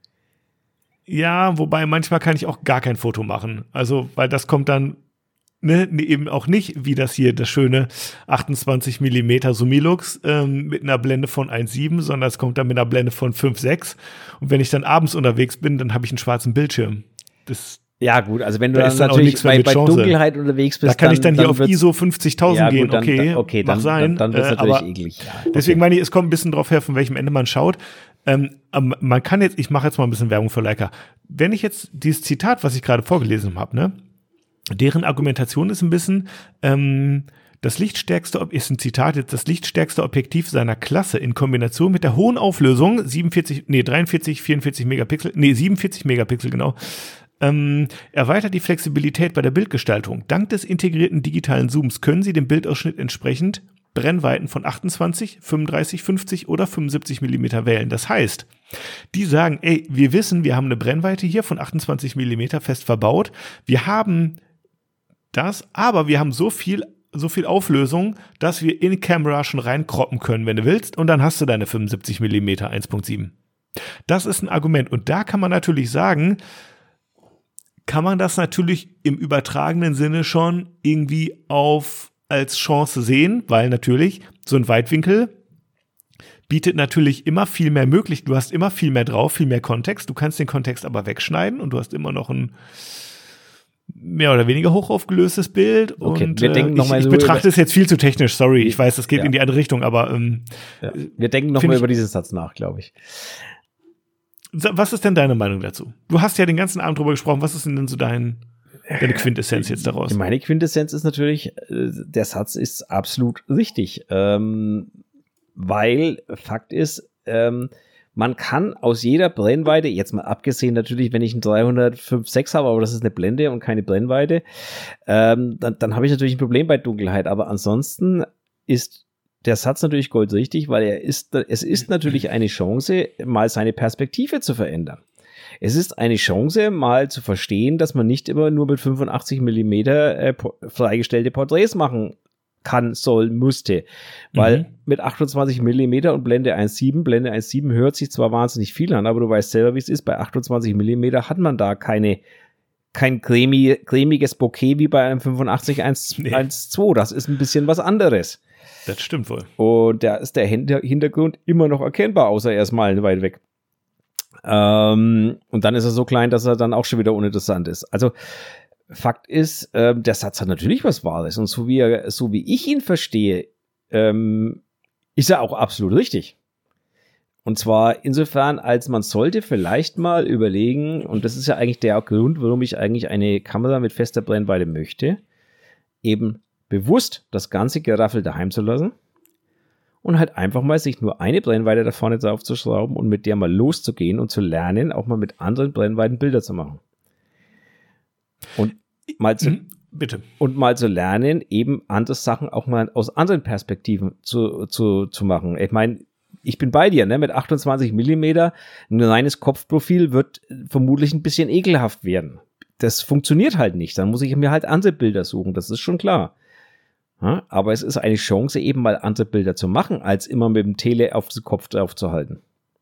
Ja, wobei manchmal kann ich auch gar kein Foto machen. Also, weil das kommt dann ne, eben auch nicht, wie das hier, das schöne achtundzwanzig Millimeter Summilux ähm, mit einer Blende von eins Komma sieben, sondern es kommt dann mit einer Blende von fünf Komma sechs. Und wenn ich dann abends unterwegs bin, dann habe ich einen schwarzen Bildschirm. Das Ja, gut, also wenn du da dann ist dann natürlich auch bei, bei Dunkelheit unterwegs bist, da kann dann, ich dann hier dann auf I S O fünfzigtausend ja, gehen, gut, dann, okay, dann, okay, mag dann, sein. Dann, dann wird es äh, natürlich aber eklig. Ja, okay. Deswegen meine ich, es kommt ein bisschen drauf her, von welchem Ende man schaut. Ähm, man kann jetzt, ich mache jetzt mal ein bisschen Werbung für Leica. Wenn ich jetzt dieses Zitat, was ich gerade vorgelesen habe, ne, deren Argumentation ist ein bisschen, ähm, das lichtstärkste, ist ein Zitat jetzt, das lichtstärkste Objektiv seiner Klasse in Kombination mit der hohen Auflösung, siebenundvierzig, nee, dreiundvierzig, vierundvierzig Megapixel, nee, siebenundvierzig Megapixel, genau, ähm, erweitert die Flexibilität bei der Bildgestaltung. Dank des integrierten digitalen Zooms können Sie dem Bildausschnitt entsprechend Brennweiten von achtundzwanzig, fünfunddreißig, fünfzig oder fünfundsiebzig Millimeter wählen. Das heißt, die sagen, ey, wir wissen, wir haben eine Brennweite hier von achtundzwanzig Millimeter fest verbaut. Wir haben das, aber wir haben so viel, so viel Auflösung, dass wir in Camera schon reinkroppen können, wenn du willst. Und dann hast du deine fünfundsiebzig Millimeter eins Komma sieben. Das ist ein Argument. Und da kann man natürlich sagen, kann man das natürlich im übertragenen Sinne schon irgendwie auf als Chance sehen, weil natürlich so ein Weitwinkel bietet natürlich immer viel mehr möglich. Du hast immer viel mehr drauf, viel mehr Kontext. Du kannst den Kontext aber wegschneiden und du hast immer noch ein mehr oder weniger hoch aufgelöstes Bild. Okay, und wir denken äh, noch ich, mal ich so betrachte es jetzt viel zu technisch, sorry. Ich weiß, das geht ja. in die andere Richtung, aber ähm, ja. wir denken noch mal über diesen Satz nach, glaube ich. Was ist denn deine Meinung dazu? Du hast ja den ganzen Abend drüber gesprochen. Was ist denn so dein Deine Quintessenz jetzt daraus? Meine Quintessenz ist natürlich, der Satz ist absolut richtig, ähm, weil Fakt ist, ähm, man kann aus jeder Brennweite, jetzt mal abgesehen natürlich, wenn ich einen dreihundertfünf Komma sechs habe, aber das ist eine Blende und keine Brennweite, ähm, dann, dann habe ich natürlich ein Problem bei Dunkelheit, aber ansonsten ist der Satz natürlich goldrichtig, weil er ist, es ist natürlich eine Chance, mal seine Perspektive zu verändern. Es ist eine Chance, mal zu verstehen, dass man nicht immer nur mit fünfundachtzig Millimeter äh, freigestellte Porträts machen kann, soll, musste. Weil mhm. mit achtundzwanzig Millimeter und Blende eins Komma sieben, Blende eins Komma sieben hört sich zwar wahnsinnig viel an, aber du weißt selber, wie es ist. Bei achtundzwanzig Millimeter hat man da keine, kein cremi, cremiges Bokeh wie bei einem fünfundachtzig eins Komma zwei. Das ist ein bisschen was anderes. Das stimmt wohl. Und da ist der Hintergrund immer noch erkennbar, außer er ist meilenweit weg. Ähm, und dann ist er so klein, dass er dann auch schon wieder uninteressant ist. Also Fakt ist, ähm, der Satz hat natürlich was Wahres. Und so wie, er, so wie ich ihn verstehe, ähm, ist er auch absolut richtig. Und zwar insofern, als man sollte vielleicht mal überlegen, und das ist ja eigentlich der Grund, warum ich eigentlich eine Kamera mit fester Brennweite möchte, eben bewusst das ganze Geraffel daheim zu lassen und halt einfach mal sich nur eine Brennweite da vorne drauf zu schrauben und mit der mal loszugehen und zu lernen, auch mal mit anderen Brennweiten Bilder zu machen. Und mal zu, Bitte. Und mal zu lernen, eben andere Sachen auch mal aus anderen Perspektiven zu, zu, zu machen. Ich meine, ich bin bei dir, ne? Mit achtundzwanzig Millimeter ein reines Kopfprofil wird vermutlich ein bisschen ekelhaft werden. Das funktioniert halt nicht. Dann muss ich mir halt andere Bilder suchen, das ist schon klar. Ja, aber es ist eine Chance, eben mal andere Bilder zu machen, als immer mit dem Tele auf den Kopf drauf zu halten.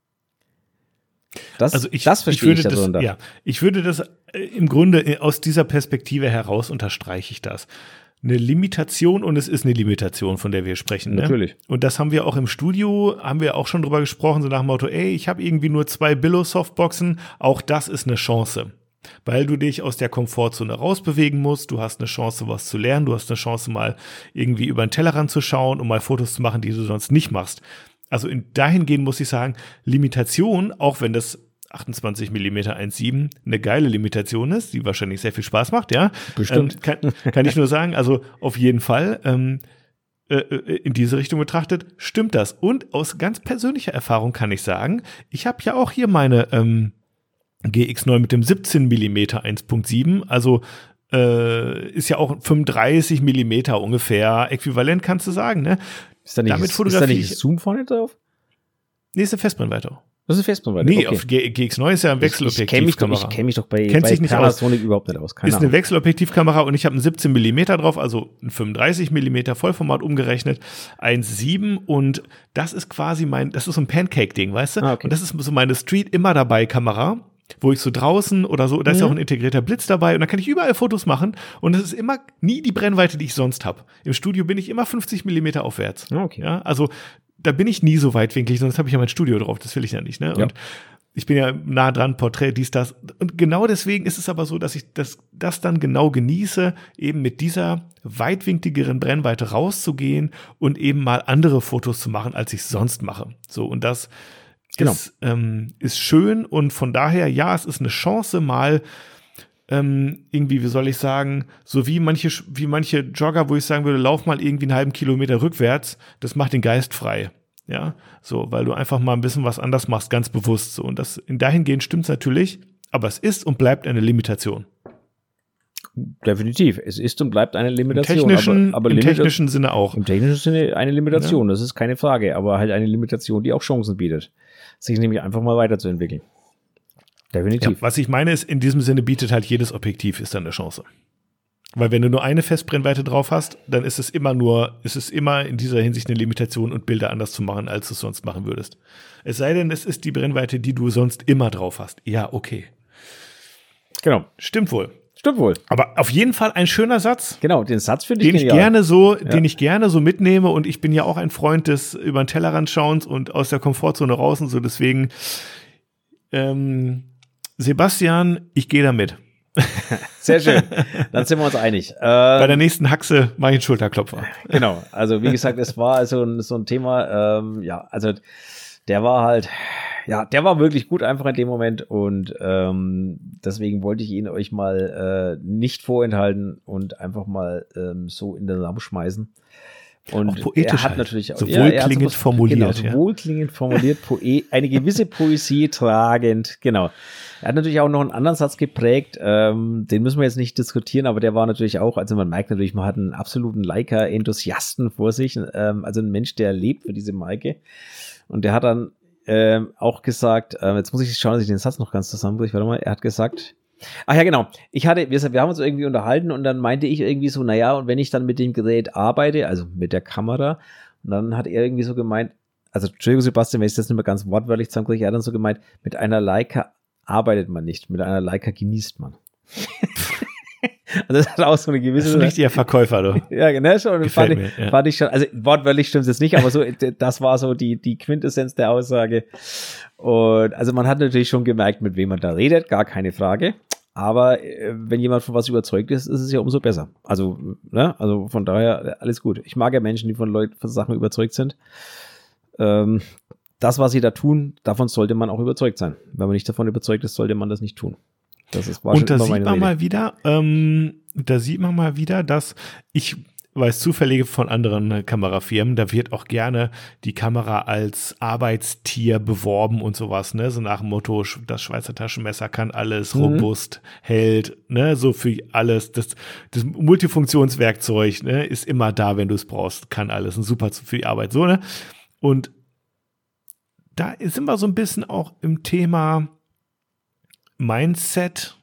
Das, also ich, das verstehe ich, ich würde das, ja, ich würde das äh, im Grunde äh, aus dieser Perspektive heraus unterstreiche ich das. Eine Limitation, und es ist eine Limitation, von der wir sprechen. Natürlich. Ne? Und das haben wir auch im Studio, haben wir auch schon drüber gesprochen, so nach dem Motto, ey, ich habe irgendwie nur zwei Billo-Softboxen, auch das ist eine Chance. Weil du dich aus der Komfortzone rausbewegen musst, du hast eine Chance, was zu lernen, du hast eine Chance, mal irgendwie über den Tellerrand zu schauen und mal Fotos zu machen, die du sonst nicht machst. Also in dahingehend muss ich sagen, Limitation, auch wenn das achtundzwanzig Millimeter eins Komma sieben eine geile Limitation ist, die wahrscheinlich sehr viel Spaß macht, ja. Bestimmt. Ähm, kann, kann ich nur sagen, also auf jeden Fall ähm, äh, in diese Richtung betrachtet, stimmt das. Und aus ganz persönlicher Erfahrung kann ich sagen, ich habe ja auch hier meine ähm, G X neun mit dem siebzehn Millimeter eins Komma sieben, also äh, ist ja auch fünfunddreißig Millimeter ungefähr äquivalent, kannst du sagen, ne? Ist da nicht, Damit ist da nicht fotografiere ich. Zoom vorne drauf? Nee, ist eine Festbrennweite. Das ist eine Festbrennweite? Nee, okay. auf G X neun ist ja ein Wechselobjektivkamera. Ich, ich kenne mich doch bei, Kennt bei sich nicht Panasonic aus. überhaupt nicht aus. Keine ist Ahnung. eine Wechselobjektivkamera und ich habe einen siebzehn Millimeter drauf, also ein fünfunddreißig Millimeter Vollformat umgerechnet, eins Komma sieben und das ist quasi mein, das ist so ein Pancake-Ding, weißt du? Ah, okay. Und das ist so meine Street-immer-dabei-Kamera, wo ich so draußen oder so, da ist ja auch ein integrierter Blitz dabei und da kann ich überall Fotos machen und das ist immer nie die Brennweite, die ich sonst habe. Im Studio bin ich immer fünfzig Millimeter aufwärts. Okay. Ja, also da bin ich nie so weitwinklig, sonst habe ich ja mein Studio drauf, das will ich ja nicht, ne? Ja. Und ich bin ja nah dran, Porträt, dies, das. Und genau deswegen ist es aber so, dass ich das, das dann genau genieße, eben mit dieser weitwinkligeren Brennweite rauszugehen und eben mal andere Fotos zu machen, als ich sonst mache. So, und das Genau. ist, ähm, ist schön und von daher, ja, es ist eine Chance, mal ähm, irgendwie, wie soll ich sagen, so wie manche, wie manche Jogger, wo ich sagen würde, lauf mal irgendwie einen halben Kilometer rückwärts, das macht den Geist frei. Ja, so, weil du einfach mal ein bisschen was anders machst, ganz bewusst so. Und das in dahingehend stimmt's natürlich, aber es ist und bleibt eine Limitation. Definitiv. Es ist und bleibt eine Im Limitation. technischen, aber, aber im Limita- technischen Sinne auch. Im technischen Sinne eine Limitation, ja. Das ist keine Frage, aber halt eine Limitation, die auch Chancen bietet, sich nämlich einfach mal weiterzuentwickeln. Definitiv. Ja, was ich meine ist, in diesem Sinne bietet halt jedes Objektiv ist dann eine Chance. Weil wenn du nur eine Festbrennweite drauf hast, dann ist es immer nur, ist es immer in dieser Hinsicht eine Limitation und Bilder anders zu machen, als du es sonst machen würdest. Es sei denn, es ist die Brennweite, die du sonst immer drauf hast. Ja, okay. Genau. Stimmt wohl. Stimmt wohl. Aber auf jeden Fall ein schöner Satz. Genau, den Satz finde ich den ich genial. gerne so, Ja. den ich gerne so mitnehme und ich bin ja auch ein Freund des über den Tellerrand schauens und aus der Komfortzone raus und so, deswegen ähm, Sebastian, ich gehe da mit. Sehr schön. Dann sind wir uns einig. Bei Ähm, der nächsten Haxe mache ich einen Schulterklopfer. genau. Also wie gesagt, es war also ein, so ein Thema, ähm, ja, also der war halt, ja, der war wirklich gut einfach in dem Moment und ähm, deswegen wollte ich ihn euch mal äh, nicht vorenthalten und einfach mal ähm, so in den Raum schmeißen. Und Auch poetisch er hat halt. natürlich auch, So ja, er hat wohlklingend sowas- formuliert, Genau, so ja. wohlklingend formuliert, poe eine gewisse Poesie tragend, genau. Er hat natürlich auch noch einen anderen Satz geprägt, ähm, den müssen wir jetzt nicht diskutieren, aber der war natürlich auch, also man merkt natürlich, man hat einen absoluten Leica-Enthusiasten vor sich, ähm, also ein Mensch, der lebt für diese Marke. Und der hat dann ähm, auch gesagt, ähm, jetzt muss ich schauen, dass ich den Satz noch ganz zusammenbringe, warte mal, er hat gesagt, ach ja, genau. Ich hatte, wir, wir haben uns irgendwie unterhalten und dann meinte ich irgendwie so, naja, und wenn ich dann mit dem Gerät arbeite, also mit der Kamera, und dann hat er irgendwie so gemeint, also Entschuldigung, Sebastian, wenn ich das nicht mehr ganz wortwörtlich zusammenkriege, er hat dann so gemeint, mit einer Leica arbeitet man nicht, mit einer Leica genießt man. Also das hat auch so eine gewisse... Das ist ein richtiger Verkäufer, du. Ja, genau, schon. Gefällt Fand, mir, ich, ja. fand ich schon, also wortwörtlich stimmt es jetzt nicht, aber so, das war so die, die Quintessenz der Aussage. Und also man hat natürlich schon gemerkt, mit wem man da redet, gar keine Frage. Aber äh, wenn jemand von was überzeugt ist, ist es ja umso besser. Also, ne, also von daher alles gut. Ich mag ja Menschen, die von Leuten, von Sachen überzeugt sind. Ähm, das, was sie da tun, davon sollte man auch überzeugt sein. Wenn man nicht davon überzeugt ist, sollte man das nicht tun. Das ist war Und da schon immer sieht meine man Rede. mal wieder, ähm, da sieht man mal wieder, dass ich weiß zufällig von anderen äh, Kamerafirmen, da wird auch gerne die Kamera als Arbeitstier beworben und sowas, ne, so nach dem Motto, sch- das Schweizer Taschenmesser kann alles, Mhm. robust, hält, ne, so für alles, das, das Multifunktionswerkzeug, ne, ist immer da, wenn du es brauchst, kann alles, und super für die Arbeit, so, ne, und da sind wir so ein bisschen auch im Thema Mindset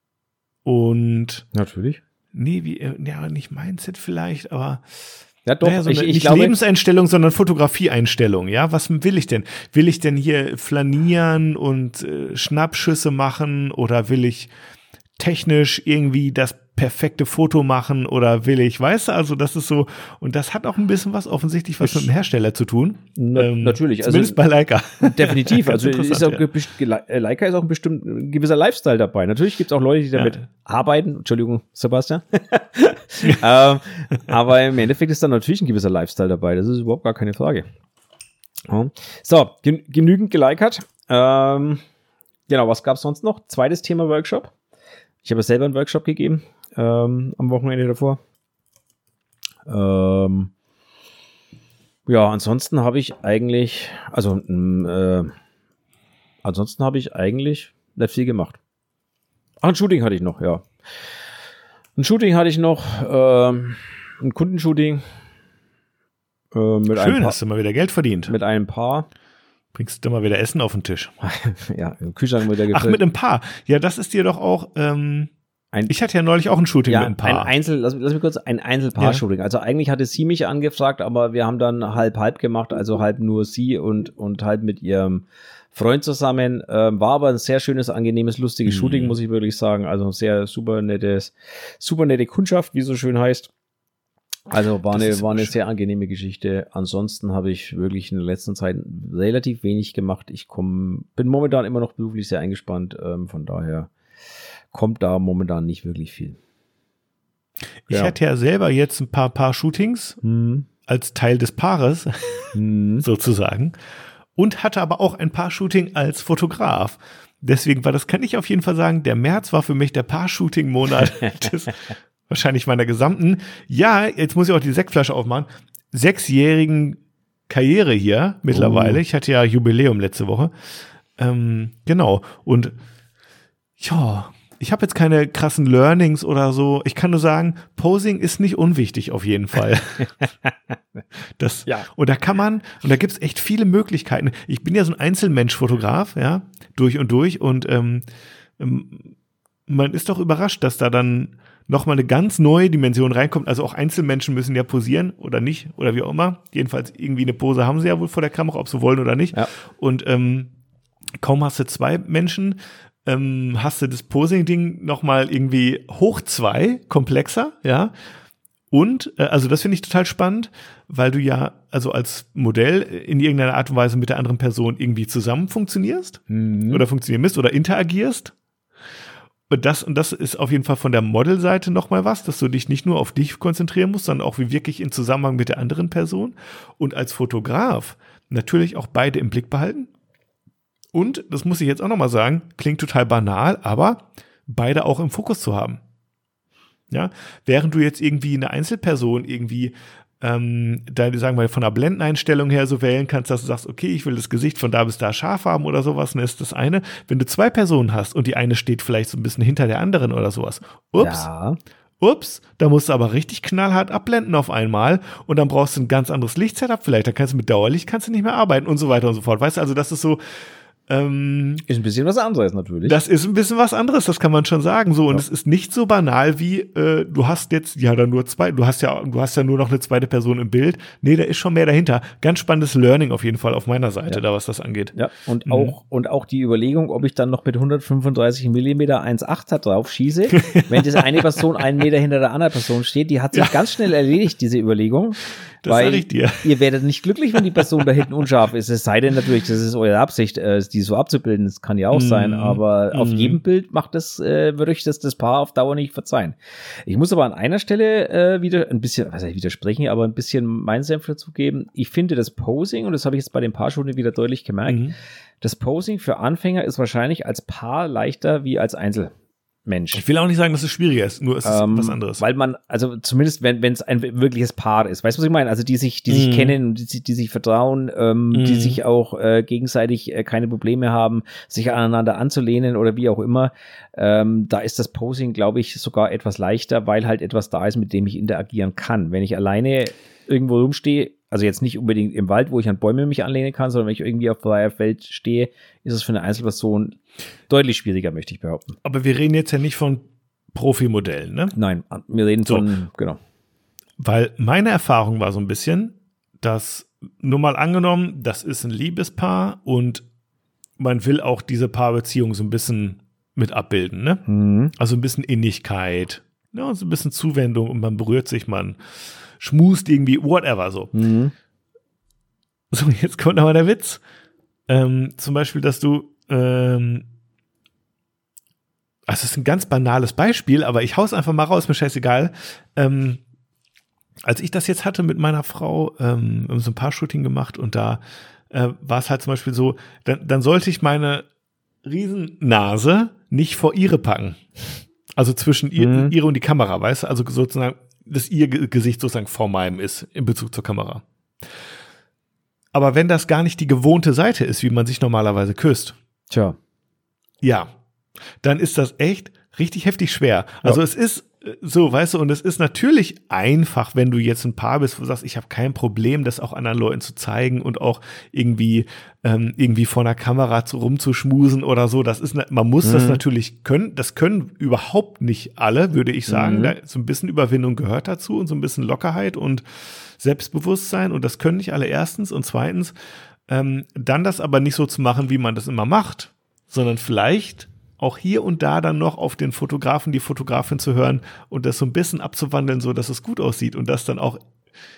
und Natürlich. nee, wie, äh, ja, nicht Mindset vielleicht, aber Ja, doch, naja, so ich, eine, ich nicht glaube, Lebenseinstellung, sondern Fotografieeinstellung, ja, was will ich denn? Will ich denn hier flanieren und äh, Schnappschüsse machen oder will ich technisch irgendwie das perfekte Foto machen oder will ich, weißt du, also das ist so, und das hat auch ein bisschen was offensichtlich was mit dem Hersteller zu tun. Na, natürlich, also- Zumindest bei Leica. definitiv. Also Ganz ist auch, interessant, best- Ge- Leica ist auch ein bestimmt ein gewisser Lifestyle dabei. Natürlich gibt es auch Leute, die damit Ja. arbeiten. Entschuldigung, Sebastian. ähm, aber im Endeffekt ist dann natürlich ein gewisser Lifestyle dabei. Das ist überhaupt gar keine Frage. Ja. So, gen genügend gelikert. Ähm, genau, was gab es sonst noch? Zweites Thema Workshop. Ich habe selber einen Workshop gegeben ähm, am Wochenende davor. Ähm, ja, ansonsten habe ich eigentlich, also m, äh, ansonsten habe ich eigentlich nicht viel gemacht. Ach, ein Shooting hatte ich noch, ja. Ein Shooting hatte ich noch, ähm, ein Kundenshooting äh, mit, einem Schön, Paar, hast du mal wieder Geld verdient. mit einem Paar. Bringst du mal wieder Essen auf den Tisch? Ja, im Kühlschrank wird er gefüllt. Ach, mit einem Paar. Ja, das ist dir doch auch, ähm, ein, ich hatte ja neulich auch ein Shooting ja, mit einem Paar. Ein Einzel, lass, lass mich kurz, ein Einzelpaar-Shooting. Ja. Also eigentlich hatte sie mich angefragt, aber wir haben dann halb-halb gemacht, also halb nur sie und, und halb mit ihrem Freund zusammen. Ähm, war aber ein sehr schönes, angenehmes, lustiges mhm. Shooting, muss ich wirklich sagen. Also sehr super nettes, super nette Kundschaft, wie es so schön heißt. Also war eine, war eine sehr angenehme Geschichte. Ansonsten habe ich wirklich in der letzten Zeit relativ wenig gemacht. Ich komm, bin momentan immer noch beruflich sehr eingespannt. Ähm, von daher kommt da momentan nicht wirklich viel. Ich ja. hatte ja selber jetzt ein paar Paar-Shootings mhm. als Teil des Paares mhm. sozusagen und hatte aber auch ein Paar-Shooting als Fotograf. Deswegen war das, kann ich auf jeden Fall sagen, der März war für mich der Paar-Shooting-Monat des wahrscheinlich meiner gesamten, ja, jetzt muss ich auch die Sektflasche aufmachen, sechsjährigen Karriere hier mittlerweile. Oh. Ich hatte ja Jubiläum letzte Woche. Ähm, genau. Und ja, ich habe jetzt keine krassen Learnings oder so. Ich kann nur sagen, Posing ist nicht unwichtig auf jeden Fall. Das, ja. Und da kann man, und da gibt's echt viele Möglichkeiten. Ich bin ja so ein Einzelmensch-Fotograf, ja, durch und durch. Und ähm, man ist doch überrascht, dass da dann nochmal eine ganz neue Dimension reinkommt. Also auch Einzelmenschen müssen ja posieren oder nicht oder wie auch immer. Jedenfalls irgendwie eine Pose haben sie ja wohl vor der Kamera, ob sie wollen oder nicht. Ja. Und ähm, kaum hast du zwei Menschen, ähm, hast du das Posing-Ding nochmal irgendwie hoch zwei, komplexer, ja. Und, äh, also das finde ich total spannend, weil du ja also als Modell in irgendeiner Art und Weise mit der anderen Person irgendwie zusammen funktionierst mhm. oder funktionieren müsst oder interagierst. Und das, und das ist auf jeden Fall von der Modelseite nochmal was, dass du dich nicht nur auf dich konzentrieren musst, sondern auch wie wirklich in Zusammenhang mit der anderen Person. Und als Fotograf natürlich auch beide im Blick behalten. Und, das muss ich jetzt auch nochmal sagen, klingt total banal, aber beide auch im Fokus zu haben. Ja, während du jetzt irgendwie eine Einzelperson irgendwie ähm, deine, sagen wir, von der Blendeneinstellung her so wählen kannst, dass du sagst, okay, ich will das Gesicht von da bis da scharf haben oder sowas, dann ist das eine. Wenn du zwei Personen hast und die eine steht vielleicht so ein bisschen hinter der anderen oder sowas, ups, ja. ups, da musst du aber richtig knallhart abblenden auf einmal und dann brauchst du ein ganz anderes Lichtsetup vielleicht, da kannst du mit Dauerlicht kannst du nicht mehr arbeiten und so weiter und so fort. Weißt du, also das ist so, Ähm, ist ein bisschen was anderes natürlich. Das ist ein bisschen was anderes, das kann man schon sagen. So, und ja. es ist nicht so banal wie, äh, du hast jetzt ja dann nur zwei, du hast ja, du hast ja nur noch eine zweite Person im Bild. Nee, da ist schon mehr dahinter. Ganz spannendes Learning auf jeden Fall auf meiner Seite, ja. da was das angeht. Ja, und mhm. auch, und auch die Überlegung, ob ich dann noch mit hundertfünfunddreißig Millimeter eins Komma acht drauf schieße, wenn diese eine Person einen Meter hinter der anderen Person steht, die hat sich ja. ganz schnell erledigt, diese Überlegung. Das weil sag ich dir. Ihr werdet nicht glücklich, wenn die Person da hinten unscharf ist. Es sei denn natürlich, das ist eure Absicht, äh, die so abzubilden. Das kann ja auch mm. sein. Aber mm. auf jedem Bild macht das, äh, würde ich das, das Paar auf Dauer nicht verzeihen. Ich muss aber an einer Stelle äh, wieder ein bisschen, was heißt widersprechen, aber ein bisschen meinen Senf dazu geben. Ich finde das Posing, und das habe ich jetzt bei den Paar-Shooting wieder deutlich gemerkt, mm. das Posing für Anfänger ist wahrscheinlich als Paar leichter wie als Einzel. Mensch. Ich will auch nicht sagen, dass es schwieriger ist, nur es ist ähm, was anderes. Weil man, also zumindest wenn es ein wirkliches Paar ist, weißt du, was ich meine? Also die sich, die sich mm. kennen, die, die sich vertrauen, ähm, mm. die sich auch äh, gegenseitig äh, keine Probleme haben, sich aneinander anzulehnen oder wie auch immer. Ähm, da ist das Posing, glaube ich, sogar etwas leichter, weil halt etwas da ist, mit dem ich interagieren kann. Wenn ich alleine irgendwo rumstehe, also jetzt nicht unbedingt im Wald, wo ich an Bäume mich anlehnen kann, sondern wenn ich irgendwie auf freier Feld stehe, ist es für eine Einzelperson deutlich schwieriger, möchte ich behaupten. Aber wir reden jetzt ja nicht von Profimodellen, ne? Nein, wir reden so. von, genau. Weil meine Erfahrung war so ein bisschen, dass, nur mal angenommen, das ist ein Liebespaar und man will auch diese Paarbeziehung so ein bisschen mit abbilden, ne? Mhm. Also ein bisschen Innigkeit, ja, so ein bisschen Zuwendung und man berührt sich, man schmust irgendwie, whatever, so. Mhm. So, jetzt kommt aber der Witz. Ähm, zum Beispiel, dass du, ähm, also es ist ein ganz banales Beispiel, aber ich hau's einfach mal raus, mir scheißegal. Ähm, als ich das jetzt hatte mit meiner Frau, ähm, wir haben so ein Paar-Shooting gemacht und da äh, war es halt zum Beispiel so, dann, dann sollte ich meine Riesennase nicht vor ihre packen. Also zwischen ihr, mhm. ihre und die Kamera, weißt du? Also sozusagen, dass ihr Gesicht sozusagen vor meinem ist in Bezug zur Kamera. Aber wenn das gar nicht die gewohnte Seite ist, wie man sich normalerweise küsst, tja, ja, dann ist das echt richtig heftig schwer. Also ja. es ist So, weißt du, und es ist natürlich einfach, wenn du jetzt ein Paar bist, wo du sagst, ich habe kein Problem, das auch anderen Leuten zu zeigen und auch irgendwie ähm, irgendwie vor einer Kamera zu, rumzuschmusen oder so. Das ist, man muss mhm. das natürlich können. Das können überhaupt nicht alle, würde ich sagen. Mhm. Da, so ein bisschen Überwindung gehört dazu und so ein bisschen Lockerheit und Selbstbewusstsein. Und das können nicht alle erstens. Und zweitens, ähm, dann das aber nicht so zu machen, wie man das immer macht, sondern vielleicht auch hier und da dann noch auf den Fotografen, die Fotografin zu hören und das so ein bisschen abzuwandeln, so dass es gut aussieht und das dann auch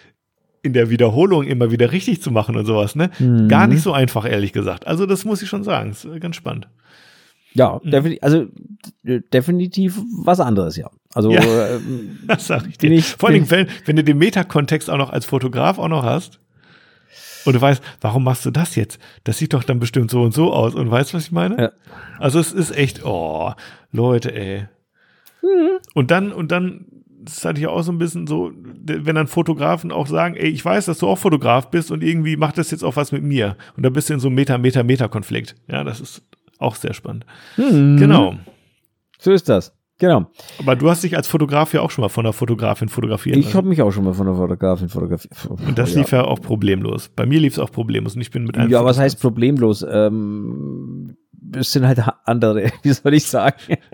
in der Wiederholung immer wieder richtig zu machen und sowas, ne? Mhm. Gar nicht so einfach, ehrlich gesagt. Also das muss ich schon sagen, ist ganz spannend. Ja, mhm. definitiv, also definitiv was anderes, ja. Also ja, äh, das sag ich dir. Ich, Vor allem, wenn, wenn du den Metakontext auch noch als Fotograf auch noch hast, und du weißt, warum machst du das jetzt? Das sieht doch dann bestimmt so und so aus. Und weißt du, was ich meine? Ja. Also es ist echt, oh, Leute, ey. Mhm. Und dann, und dann, das hatte ich auch so ein bisschen so, wenn dann Fotografen auch sagen, ey, ich weiß, dass du auch Fotograf bist und irgendwie macht das jetzt auch was mit mir. Und da bist du in so einem Meta-Meta-Meta-Konflikt. Ja, das ist auch sehr spannend. Mhm. Genau. So ist das. Genau. Aber du hast dich als Fotograf ja auch schon mal von einer Fotografin fotografiert. Ich habe mich auch schon mal von einer Fotografin fotografiert. Und das oh, lief ja. ja auch problemlos. Bei mir lief es auch problemlos und ich bin mit einem Ja, Fotograf. Was heißt problemlos? Ähm, es sind halt andere, wie soll ich sagen?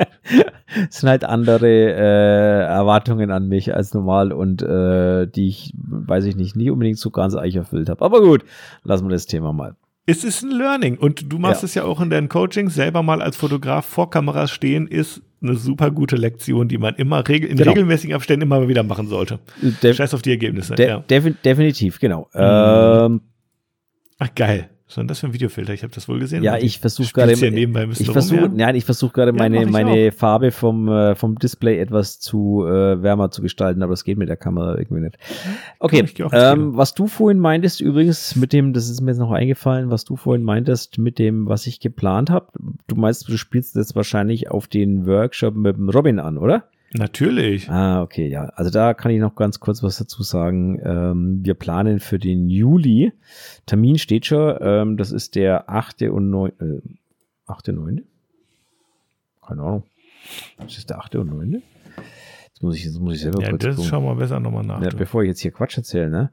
Es sind halt andere äh, Erwartungen an mich als normal und äh, die ich, weiß ich nicht, nie unbedingt so ganz eich erfüllt habe. Aber gut, lassen wir das Thema mal. Es ist ein Learning und du machst ja. es ja auch in deinen Coachings, selber mal als Fotograf vor Kameras stehen, ist eine super gute Lektion, die man immer regel- in genau. regelmäßigen Abständen immer wieder machen sollte. De- Scheiß auf die Ergebnisse. De- ja. defi- definitiv, genau. Mhm. Ähm, Ach geil. Was ist denn das für ein Videofilter? Ich habe das wohl gesehen. Ja, ich versuche gerade ich versuche nein, ich versuche gerade ja, meine meine auch. Farbe vom äh, vom Display etwas zu äh, wärmer zu gestalten, aber das geht mit der Kamera irgendwie nicht. Okay, ähm, was du vorhin meintest übrigens mit dem, das ist mir jetzt noch eingefallen, was du vorhin meintest mit dem, was ich geplant habe. Du meinst, du spielst jetzt wahrscheinlich auf den Workshop mit dem Robin an, oder? Natürlich. Ah, okay, ja. Also da kann ich noch ganz kurz was dazu sagen. Ähm, wir planen für den Juli. Termin steht schon. Ähm, das ist der achte und neunte Äh, achte, neunte Keine Ahnung. Das ist der achte und neunte Jetzt muss ich, jetzt muss ich selber ja, kurz das gucken. schauen wir besser nochmal nach. Ja, bevor ich jetzt hier Quatsch erzähle, ne?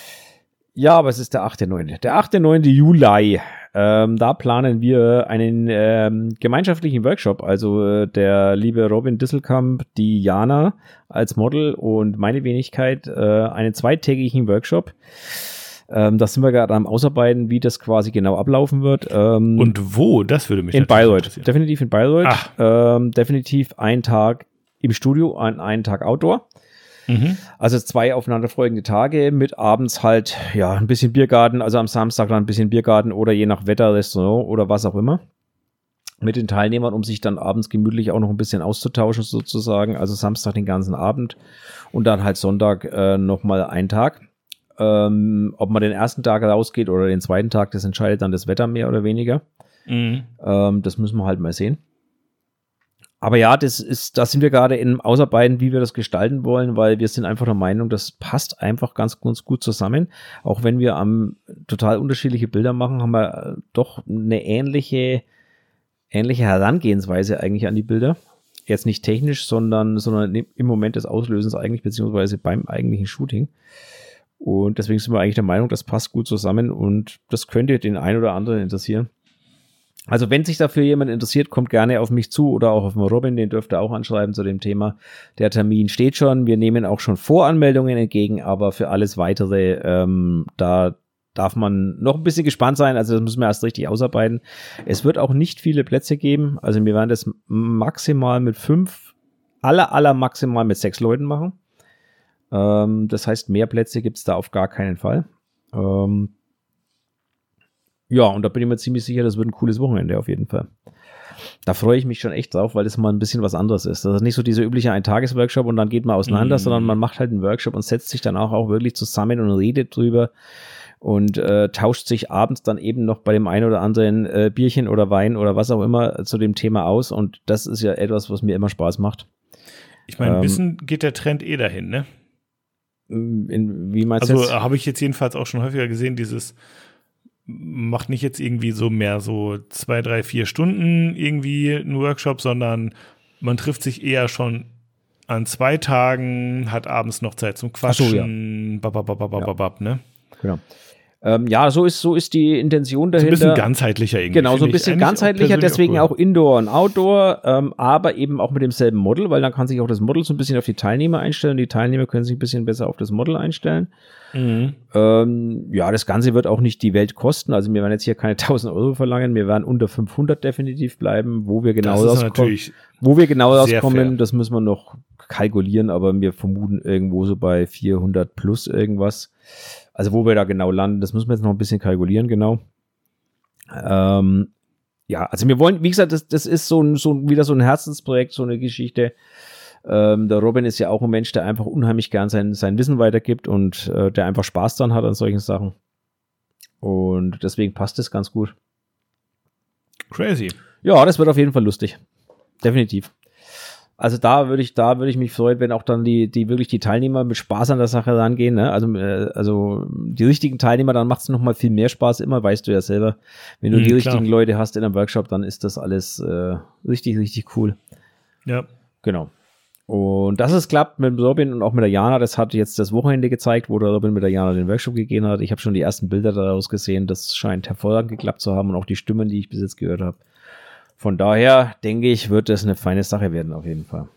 Ja, aber es ist der achte neunte Der achte neunte Juli. Ähm, da planen wir einen ähm, gemeinschaftlichen Workshop. Also äh, der liebe Robin Disselkamp, die Jana als Model und meine Wenigkeit äh, einen zweitägigen Workshop. Ähm, da sind wir gerade am Ausarbeiten, wie das quasi genau ablaufen wird. Ähm, und wo? Das würde mich in Bayreuth. Definitiv in Bayreuth. Ähm, definitiv ein Tag im Studio, ein, einen Tag Outdoor. Mhm. Also zwei aufeinanderfolgende Tage mit abends halt, ja, ein bisschen Biergarten, also am Samstag dann ein bisschen Biergarten oder je nach Wetter Restaurant oder was auch immer mit den Teilnehmern, um sich dann abends gemütlich auch noch ein bisschen auszutauschen sozusagen. Also Samstag den ganzen Abend und dann halt Sonntag äh, nochmal einen Tag. Ähm, ob man den ersten Tag rausgeht oder den zweiten Tag, das entscheidet dann das Wetter mehr oder weniger. Mhm. Ähm, das müssen wir halt mal sehen. Aber ja, das ist, da sind wir gerade im Ausarbeiten, wie wir das gestalten wollen, weil wir sind einfach der Meinung, das passt einfach ganz, ganz gut zusammen. Auch wenn wir am total unterschiedliche Bilder machen, haben wir doch eine ähnliche, ähnliche Herangehensweise eigentlich an die Bilder. Jetzt nicht technisch, sondern, sondern im Moment des Auslösens eigentlich, beziehungsweise beim eigentlichen Shooting. Und deswegen sind wir eigentlich der Meinung, das passt gut zusammen und das könnte den einen oder anderen interessieren. Also wenn sich dafür jemand interessiert, kommt gerne auf mich zu oder auch auf den Robin, den dürft ihr auch anschreiben zu dem Thema. Der Termin steht schon, wir nehmen auch schon Voranmeldungen entgegen, aber für alles Weitere, ähm, da darf man noch ein bisschen gespannt sein, also das müssen wir erst richtig ausarbeiten. Es wird auch nicht viele Plätze geben, also wir werden das maximal mit fünf, aller, aller maximal mit sechs Leuten machen. Ähm, das heißt, mehr Plätze gibt es da auf gar keinen Fall. Ähm, Ja, und da bin ich mir ziemlich sicher, das wird ein cooles Wochenende auf jeden Fall. Da freue ich mich schon echt drauf, weil das mal ein bisschen was anderes ist. Das ist nicht so dieser übliche Ein-Tages-Workshop und dann geht man auseinander, mm. sondern man macht halt einen Workshop und setzt sich dann auch, auch wirklich zusammen und redet drüber und äh, tauscht sich abends dann eben noch bei dem einen oder anderen äh, Bierchen oder Wein oder was auch immer zu dem Thema aus. Und das ist ja etwas, was mir immer Spaß macht. Ich meine, ein ähm, bisschen geht der Trend eh dahin, ne? In, wie meinst du Also habe ich jetzt jedenfalls auch schon häufiger gesehen, dieses macht nicht jetzt irgendwie so mehr so zwei, drei, vier Stunden irgendwie einen Workshop, sondern man trifft sich eher schon an zwei Tagen, hat abends noch Zeit zum Quatschen. Ach so, ja. Babababababab, ja. ne? Genau. Ähm, ja, so ist, so ist die Intention dahinter. So ein bisschen ganzheitlicher irgendwie. Genau, so ein bisschen ganzheitlicher, deswegen auch, cool. auch Indoor und Outdoor, ähm, aber eben auch mit demselben Model, weil dann kann sich auch das Model so ein bisschen auf die Teilnehmer einstellen. Die Teilnehmer können sich ein bisschen besser auf das Model einstellen. Mhm. Ähm, ja, das Ganze wird auch nicht die Welt kosten. Also wir werden jetzt hier keine tausend Euro verlangen. Wir werden unter fünfhundert definitiv bleiben. Wo wir genau rauskommen, wo wir genau rauskommen, das müssen wir noch kalkulieren, aber wir vermuten irgendwo so bei vierhundert plus irgendwas. Also wo wir da genau landen, das müssen wir jetzt noch ein bisschen kalkulieren, genau. Ähm, ja, also wir wollen, wie gesagt, das, das ist so, ein, so wieder so ein Herzensprojekt, so eine Geschichte. Ähm, der Robin ist ja auch ein Mensch, der einfach unheimlich gern sein, sein Wissen weitergibt und äh, der einfach Spaß dran hat an solchen Sachen. Und deswegen passt das ganz gut. Crazy. Ja, das wird auf jeden Fall lustig. Definitiv. Also da würde ich, da würde ich mich freuen, wenn auch dann die, die wirklich die Teilnehmer mit Spaß an der Sache rangehen, ne? Also, äh, also die richtigen Teilnehmer, dann macht es nochmal viel mehr Spaß, immer, weißt du ja selber. Wenn du mhm, die klar. richtigen Leute hast in einem Workshop, dann ist das alles äh, richtig, richtig cool. Ja. Genau. Und dass es klappt mit Robin und auch mit der Jana, das hat jetzt das Wochenende gezeigt, wo der Robin mit der Jana den Workshop gegeben hat. Ich habe schon die ersten Bilder daraus gesehen, das scheint hervorragend geklappt zu haben und auch die Stimmen, die ich bis jetzt gehört habe. Von daher, denke ich, wird das eine feine Sache werden, auf jeden Fall.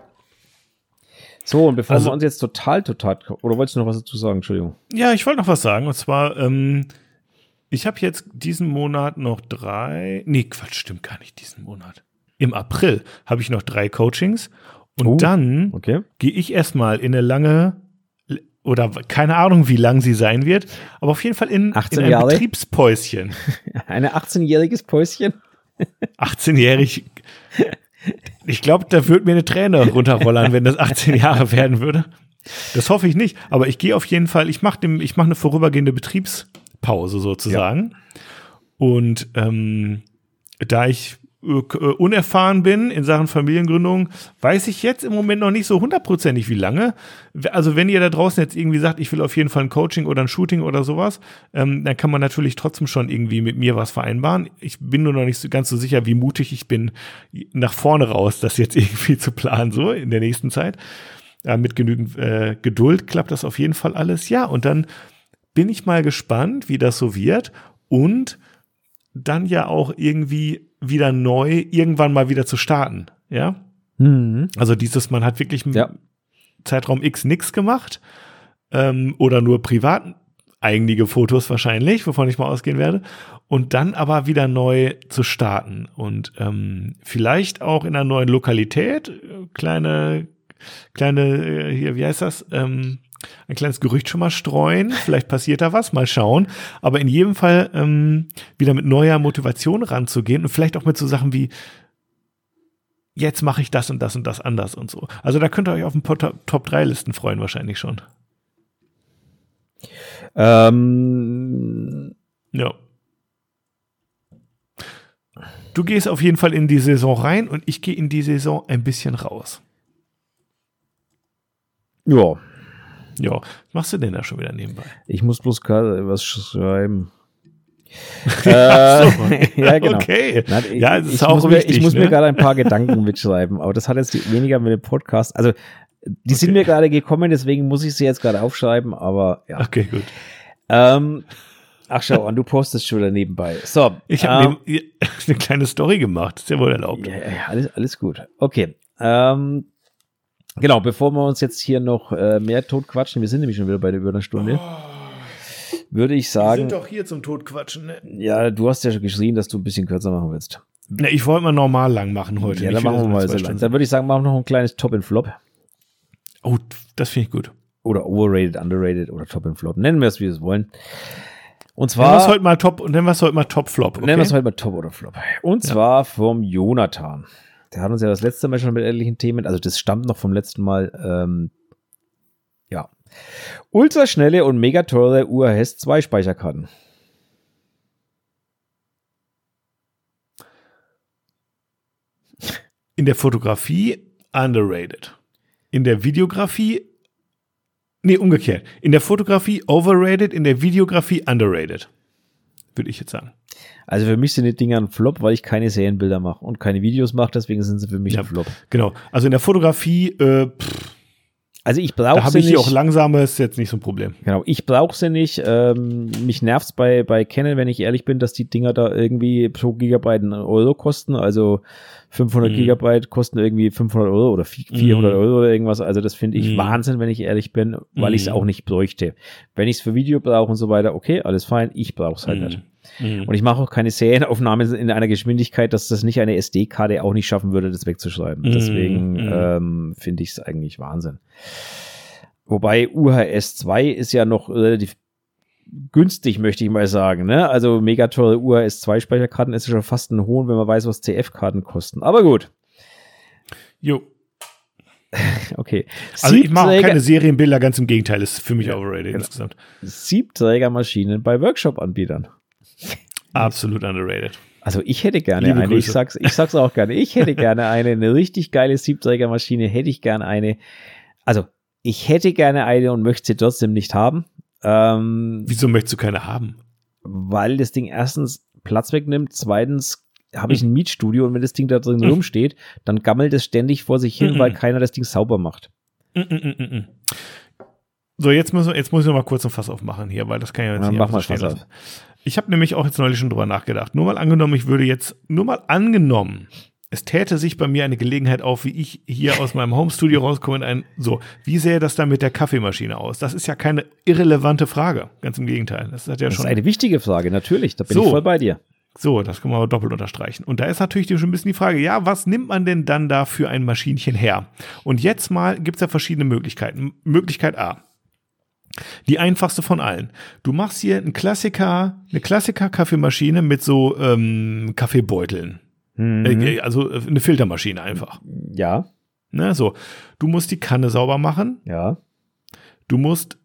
So, und bevor also, wir uns jetzt total, total, oder wolltest du noch was dazu sagen? Entschuldigung. Ja, ich wollte noch was sagen, und zwar, ähm, ich habe jetzt diesen Monat noch drei, nee, Quatsch, stimmt gar nicht, diesen Monat. Im April habe ich noch drei Coachings und oh, dann okay. gehe ich erstmal in eine lange, oder keine Ahnung, wie lang sie sein wird, aber auf jeden Fall in, in ein Jahre? Betriebspäuschen. Ein achtzehnjähriges Päuschen? achtzehnjährig. Ich glaube, da würde mir eine Träne runterrollern, wenn das achtzehn Jahre werden würde. Das hoffe ich nicht. Aber ich gehe auf jeden Fall, ich mache ich mach eine vorübergehende Betriebspause sozusagen. Ja. Und ähm, da ich unerfahren bin in Sachen Familiengründung, weiß ich jetzt im Moment noch nicht so hundertprozentig, wie lange. Also wenn ihr da draußen jetzt irgendwie sagt, ich will auf jeden Fall ein Coaching oder ein Shooting oder sowas, ähm, dann kann man natürlich trotzdem schon irgendwie mit mir was vereinbaren. Ich bin nur noch nicht so ganz so sicher, wie mutig ich bin, nach vorne raus das jetzt irgendwie zu planen, so in der nächsten Zeit. Ja, mit genügend äh, Geduld klappt das auf jeden Fall alles. Ja, und dann bin ich mal gespannt, wie das so wird und dann ja auch irgendwie wieder neu irgendwann mal wieder zu starten, ja? Mhm. Also dieses, man hat wirklich ja. Zeitraum X nix gemacht ähm, oder nur privat einige Fotos wahrscheinlich, wovon ich mal ausgehen werde und dann aber wieder neu zu starten und ähm, vielleicht auch in einer neuen Lokalität, kleine, kleine, hier, wie heißt das, ähm, ein kleines Gerücht schon mal streuen, vielleicht passiert da was, mal schauen, aber in jedem Fall ähm, wieder mit neuer Motivation ranzugehen und vielleicht auch mit so Sachen wie jetzt mache ich das und das und das anders und so. Also da könnt ihr euch auf den Top drei Listen freuen wahrscheinlich schon. Ähm. Ja. Du gehst auf jeden Fall in die Saison rein und ich gehe in die Saison ein bisschen raus. Ja. Ja, was machst du denn da schon wieder nebenbei? Ich muss bloß gerade was schreiben. ja, äh, so. ja, genau. Okay. Na, ich, ja, das ist ich auch muss wichtig. Mir, ich muss ne? mir gerade ein paar Gedanken mitschreiben, aber das hat jetzt weniger mit dem Podcast. Also, die okay. sind mir gerade gekommen, deswegen muss ich sie jetzt gerade aufschreiben, aber ja. Okay, gut. Ähm, ach, schau an, du postest schon wieder nebenbei. So. Ich habe ähm, eine kleine Story gemacht, ist ja wohl erlaubt. Ja, ja, alles, alles gut. Okay. Ähm, Genau, bevor wir uns jetzt hier noch äh, mehr totquatschen, wir sind nämlich schon wieder bei der über einer Stunde, oh, würde ich sagen. Wir sind doch hier zum Totquatschen, ne? Ja, du hast ja schon geschrien, dass du ein bisschen kürzer machen willst. Na, ich wollte mal normal lang machen heute. Ja, dann machen wir mal so lang. Dann würde ich sagen, machen wir noch ein kleines Top and Flop. Oh, das finde ich gut. Oder Overrated, Underrated oder Top and Flop. Nennen wir es, wie wir es wollen. Und zwar. Nennen wir es heute mal Top, nennen wir es heute mal Top Flop. Okay? Nennen wir es heute mal Top oder Flop. Und ja. zwar vom Jonathan. Der hat uns ja das letzte Mal schon mit ähnlichen Themen, also das stammt noch vom letzten Mal, ähm, ja. Ultraschnelle und mega teure U H S zwei Speicherkarten. In der Fotografie underrated. In der Videografie, nee, umgekehrt. In der Fotografie overrated, in der Videografie underrated. Würde ich jetzt sagen. Also für mich sind die Dinger ein Flop, weil ich keine Serienbilder mache und keine Videos mache, deswegen sind sie für mich ja, ein Flop. Genau. Also in der Fotografie, äh, pff, also ich brauche sie nicht. Da habe ich hier auch langsame, ist jetzt nicht so ein Problem. Genau, ich brauche sie nicht. Ähm, mich nervt's bei, bei Canon, wenn ich ehrlich bin, dass die Dinger da irgendwie pro Gigabyte einen Euro kosten. Also fünfhundert mhm. Gigabyte kosten irgendwie fünfhundert Euro oder vierhundert mhm. Euro oder irgendwas. Also das finde ich mhm. Wahnsinn, wenn ich ehrlich bin, weil mhm. ich es auch nicht bräuchte. Wenn ich es für Video brauche und so weiter, okay, alles fein. Ich brauche es halt mhm. nicht. Mhm. Und ich mache auch keine Serienaufnahme in einer Geschwindigkeit, dass das nicht eine S D-Karte auch nicht schaffen würde, das wegzuschreiben. Mhm. Deswegen mhm. ähm, finde ich es eigentlich Wahnsinn. Wobei U H S zwei ist ja noch relativ günstig, möchte ich mal sagen. Ne? Also mega teure U H S zwei Speicherkarten ist ja schon fast ein Hohn, wenn man weiß, was C F-Karten kosten. Aber gut. Jo. Okay. Also ich mache auch keine Serienbilder, ganz im Gegenteil, ist für mich ja, overrated genau. insgesamt. Siebträgermaschinen bei Workshop-Anbietern. Absolut underrated. Also ich hätte gerne Liebe eine, Grüße. ich sag's, ich sag's auch gerne, ich hätte gerne eine, eine richtig geile Siebträgermaschine, hätte ich gerne eine. Also ich hätte gerne eine und möchte sie trotzdem nicht haben. Ähm, Wieso möchtest du keine haben? Weil das Ding erstens Platz wegnimmt, zweitens habe ich ein Mietstudio und wenn das Ding da drin rumsteht, dann gammelt es ständig vor sich hin, weil keiner das Ding sauber macht. So, jetzt muss, jetzt muss ich noch mal kurz ein Fass aufmachen hier, weil das kann ja jetzt ja, nicht mach mal so stehen Fass lassen. Ich habe nämlich auch jetzt neulich schon drüber nachgedacht. Nur mal angenommen, ich würde jetzt, nur mal angenommen, es täte sich bei mir eine Gelegenheit auf, wie ich hier aus meinem Homestudio rauskomme in ein, so, wie sähe das dann mit der Kaffeemaschine aus? Das ist ja keine irrelevante Frage, ganz im Gegenteil. Das, hat ja das schon ist eine wichtige Frage, natürlich, da bin so, ich voll bei dir. So, das können wir aber doppelt unterstreichen. Und da ist natürlich schon ein bisschen die Frage, ja, was nimmt man denn dann da für ein Maschinchen her? Und jetzt mal gibt es ja verschiedene Möglichkeiten. Möglichkeit A. Die einfachste von allen. Du machst hier einen Klassiker, eine Klassiker-Kaffeemaschine mit so ähm, Kaffeebeuteln. Mhm. Äh, also eine Filtermaschine einfach. Ja. Ne, so. Du musst die Kanne sauber machen. Ja. Du musst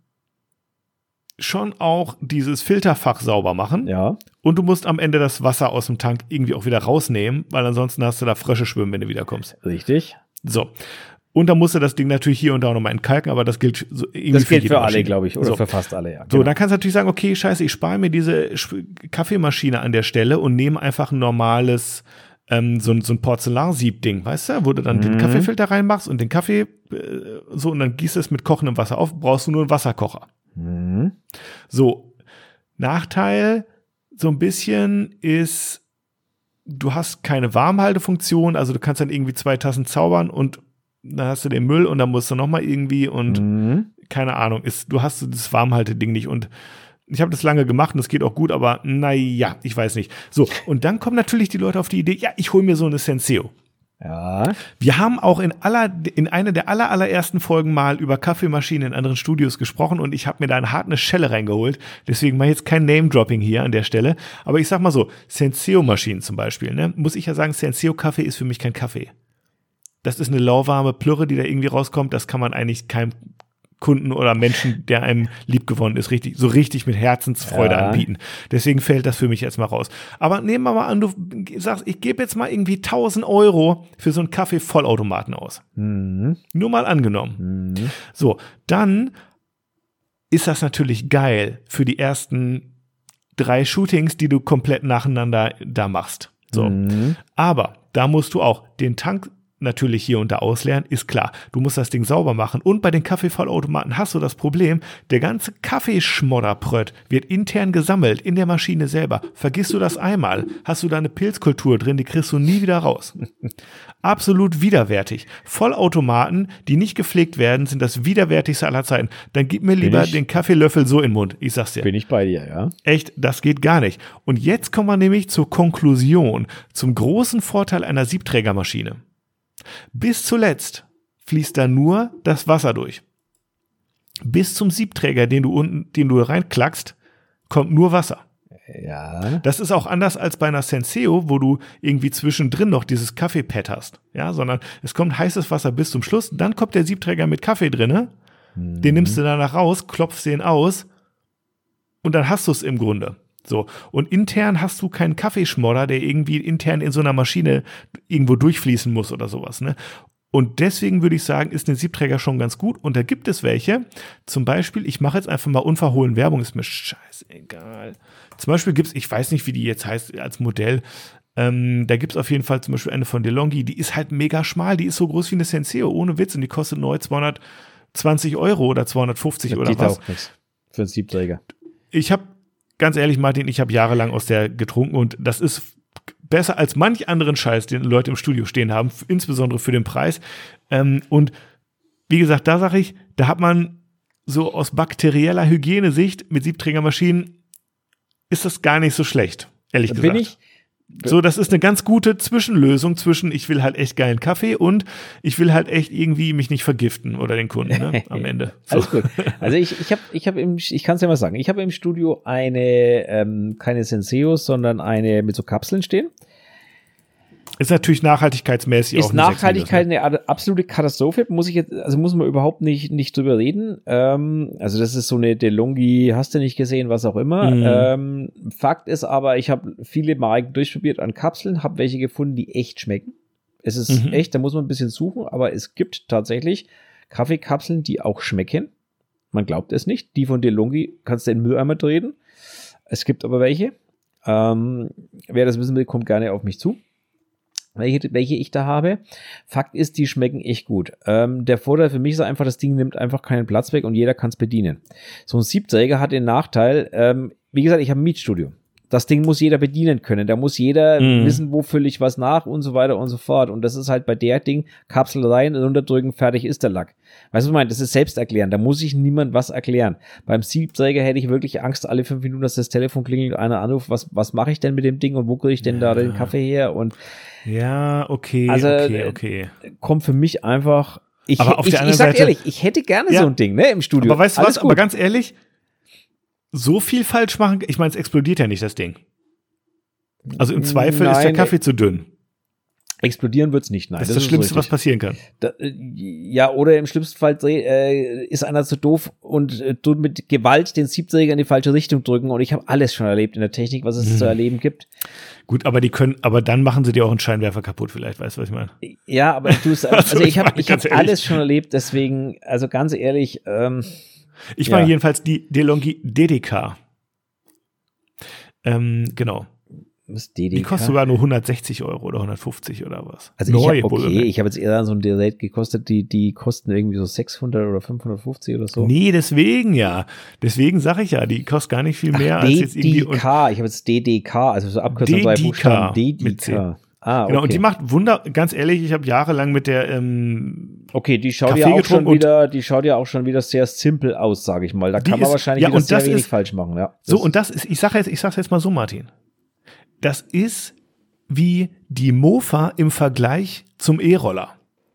schon auch dieses Filterfach sauber machen. Ja. Und du musst am Ende das Wasser aus dem Tank irgendwie auch wieder rausnehmen, weil ansonsten hast du da Frösche schwimmen, wenn du wiederkommst. Richtig. So. Und dann musst du das Ding natürlich hier und da nochmal entkalken, aber das gilt so irgendwie das gilt für, für alle, Maschine. Glaube ich, oder so. für fast alle, ja. So, genau. dann kannst du natürlich sagen, okay, scheiße, ich spare mir diese Kaffeemaschine an der Stelle und nehme einfach ein normales, ähm, so, so ein Porzellansieb-Ding, weißt du, wo du dann mhm. den Kaffeefilter reinmachst und den Kaffee äh, so und dann gießt es mit kochendem Wasser auf, brauchst du nur einen Wasserkocher. Mhm. So, Nachteil so ein bisschen ist, du hast keine Warmhaltefunktion, also du kannst dann irgendwie zwei Tassen zaubern und dann hast du den Müll und dann musst du nochmal irgendwie und mhm. keine Ahnung, ist, du hast das Warmhalteding nicht und ich habe das lange gemacht und das geht auch gut, aber naja, ich weiß nicht. So, und dann kommen natürlich die Leute auf die Idee, ja, ich hole mir so eine Senseo. Ja. Wir haben auch in aller, in einer der aller, allerersten Folgen mal über Kaffeemaschinen in anderen Studios gesprochen und ich habe mir da eine harte Schelle reingeholt. Deswegen mache ich jetzt kein Name-Dropping hier an der Stelle. Aber ich sag mal so, Senseo-Maschinen zum Beispiel, ne, muss ich ja sagen, Senseo-Kaffee ist für mich kein Kaffee. Das ist eine lauwarme Plürre, die da irgendwie rauskommt. Das kann man eigentlich keinem Kunden oder Menschen, der einem liebgewonnen ist, richtig, so richtig mit Herzensfreude ja. anbieten. Deswegen fällt das für mich jetzt mal raus. Aber nehmen wir mal an, du sagst, ich gebe jetzt mal irgendwie tausend Euro für so einen Kaffee-Vollautomaten aus. Mhm. Nur mal angenommen. Mhm. So, dann ist das natürlich geil für die ersten drei Shootings, die du komplett nacheinander da machst. So. Mhm. Aber da musst du auch den Tank natürlich hier und da ausleeren, ist klar. Du musst das Ding sauber machen. Und bei den Kaffeevollautomaten hast du das Problem, der ganze Kaffeeschmodderprött wird intern gesammelt in der Maschine selber. Vergisst du das einmal, hast du da eine Pilzkultur drin, die kriegst du nie wieder raus. Absolut widerwärtig. Vollautomaten, die nicht gepflegt werden, sind das widerwärtigste aller Zeiten. Dann gib mir lieber den Kaffeelöffel so in den Mund. Ich sag's dir. Bin ich bei dir, ja. Echt, das geht gar nicht. Und jetzt kommen wir nämlich zur Konklusion, zum großen Vorteil einer Siebträgermaschine. Bis zuletzt fließt da nur das Wasser durch. Bis zum Siebträger, den du unten, den du reinklackst, kommt nur Wasser. Ja. Das ist auch anders als bei einer Senseo, wo du irgendwie zwischendrin noch dieses Kaffeepad hast. Ja, sondern es kommt heißes Wasser bis zum Schluss, dann kommt der Siebträger mit Kaffee drinne, mhm. den nimmst du danach raus, klopfst den aus und dann hast du es im Grunde. So, und intern hast du keinen Kaffeeschmodder, der irgendwie intern in so einer Maschine irgendwo durchfließen muss oder sowas, ne? Und deswegen würde ich sagen, ist ein Siebträger schon ganz gut. Und da gibt es welche. Zum Beispiel, ich mache jetzt einfach mal unverhohlen Werbung, ist mir scheißegal. Zum Beispiel gibt es, ich weiß nicht, wie die jetzt heißt als Modell, ähm, da gibt es auf jeden Fall zum Beispiel eine von DeLonghi, die ist halt mega schmal, die ist so groß wie eine Senseo, ohne Witz. Und die kostet neu zweihundertzwanzig Euro oder zweihundertfünfzig oder was. Auch nichts für einen Siebträger. Ich habe, ganz ehrlich, Martin, ich habe jahrelang aus der getrunken und das ist besser als manch anderen Scheiß, den Leute im Studio stehen haben, insbesondere für den Preis. Ähm, und wie gesagt, da sage ich, da hat man so aus bakterieller Hygienesicht mit Siebträgermaschinen ist das gar nicht so schlecht, ehrlich gesagt. Bin ich? So, das ist eine ganz gute Zwischenlösung zwischen, ich will halt echt geilen Kaffee und ich will halt echt irgendwie mich nicht vergiften oder den Kunden, ne, am Ende. So. Alles gut. Also ich, ich habe, ich habe im, ich kann es ja mal sagen, ich habe im Studio eine, ähm, keine Senseos, sondern eine mit so Kapseln stehen. Ist natürlich nachhaltigkeitsmäßig ist auch eine Nachhaltigkeit eine absolute Katastrophe, muss ich jetzt, also muss man überhaupt nicht, nicht drüber reden. Ähm, also das ist so eine DeLonghi, hast du nicht gesehen, was auch immer. Mhm. Ähm, Fakt ist aber, ich habe viele Marken durchprobiert an Kapseln, habe welche gefunden, die echt schmecken. Es ist mhm. echt, da muss man ein bisschen suchen, aber es gibt tatsächlich Kaffeekapseln, die auch schmecken. Man glaubt es nicht. Die von DeLonghi kannst du in den Mülleimer treten. Es gibt aber welche. Ähm, wer das wissen will, kommt gerne auf mich zu. Welche, welche ich da habe. Fakt ist, die schmecken echt gut. Ähm, der Vorteil für mich ist einfach, das Ding nimmt einfach keinen Platz weg und jeder kann es bedienen. So ein Siebträger hat den Nachteil, ähm, wie gesagt, ich habe ein Mietstudio. Das Ding muss jeder bedienen können. Da muss jeder mm. wissen, wo fülle ich was nach und so weiter und so fort. Und das ist halt bei der Ding, Kapsel rein, runterdrücken, fertig ist der Lack. Weißt du, was ich meine? Das ist selbsterklärend. Da muss ich niemand was erklären. Beim Siebträger hätte ich wirklich Angst, alle fünf Minuten, dass das Telefon klingelt und einer anruft, was, was mache ich denn mit dem Ding und wo kriege ich denn ja. da den Kaffee her? Und ja, okay, also, okay, okay. Kommt für mich einfach, ich, aber auf ich, der anderen ich sag Seite, ehrlich, ich hätte gerne ja. so ein Ding, ne, im Studio. Aber weißt du Alles was, gut. aber ganz ehrlich, so viel falsch machen, ich meine, es explodiert ja nicht, das Ding. Also im Zweifel Nein, ist der Kaffee zu dünn. Explodieren wird's nicht, nein. Das ist das, das Schlimmste, was passieren kann. Da, ja, oder im schlimmsten Fall äh, ist einer zu doof und äh, tut mit Gewalt den Siebträger in die falsche Richtung drücken. Und ich habe alles schon erlebt in der Technik, was es hm. zu erleben gibt. Gut, aber die können, aber dann machen sie dir auch einen Scheinwerfer kaputt, vielleicht, weißt du, was ich meine? Ja, aber du also, also ich habe ich hab alles schon erlebt, deswegen, also ganz ehrlich. Ähm, ich ja. meine jedenfalls die DeLonghi D D K. Ähm, genau. Die kostet sogar nur hundertsechzig Euro oder hundertfünfzig oder was. Also Neu, ich hab, okay, ich habe jetzt eher so ein Gerät gekostet, die, die kosten irgendwie so sechshundert oder fünfhundertfünfzig oder so. Nee, deswegen ja. Deswegen sage ich ja, die kostet gar nicht viel mehr Ach, als jetzt irgendwie. D D K, ich habe jetzt D D K, also so Abkürzung drei Buchstaben. D D K. Ah, okay. Genau, und die macht Wunder, ganz ehrlich, ich habe jahrelang mit der ähm, Okay, die schaut ja auch schon wieder, die schaut ja auch schon wieder sehr simpel aus, sage ich mal. Da kann man ist, wahrscheinlich ja, wieder sehr wenig ist, falsch machen, ja. So, und das ist, ich sage jetzt, ich sag's jetzt mal so, Martin. Das ist wie die Mofa im Vergleich zum E-Roller.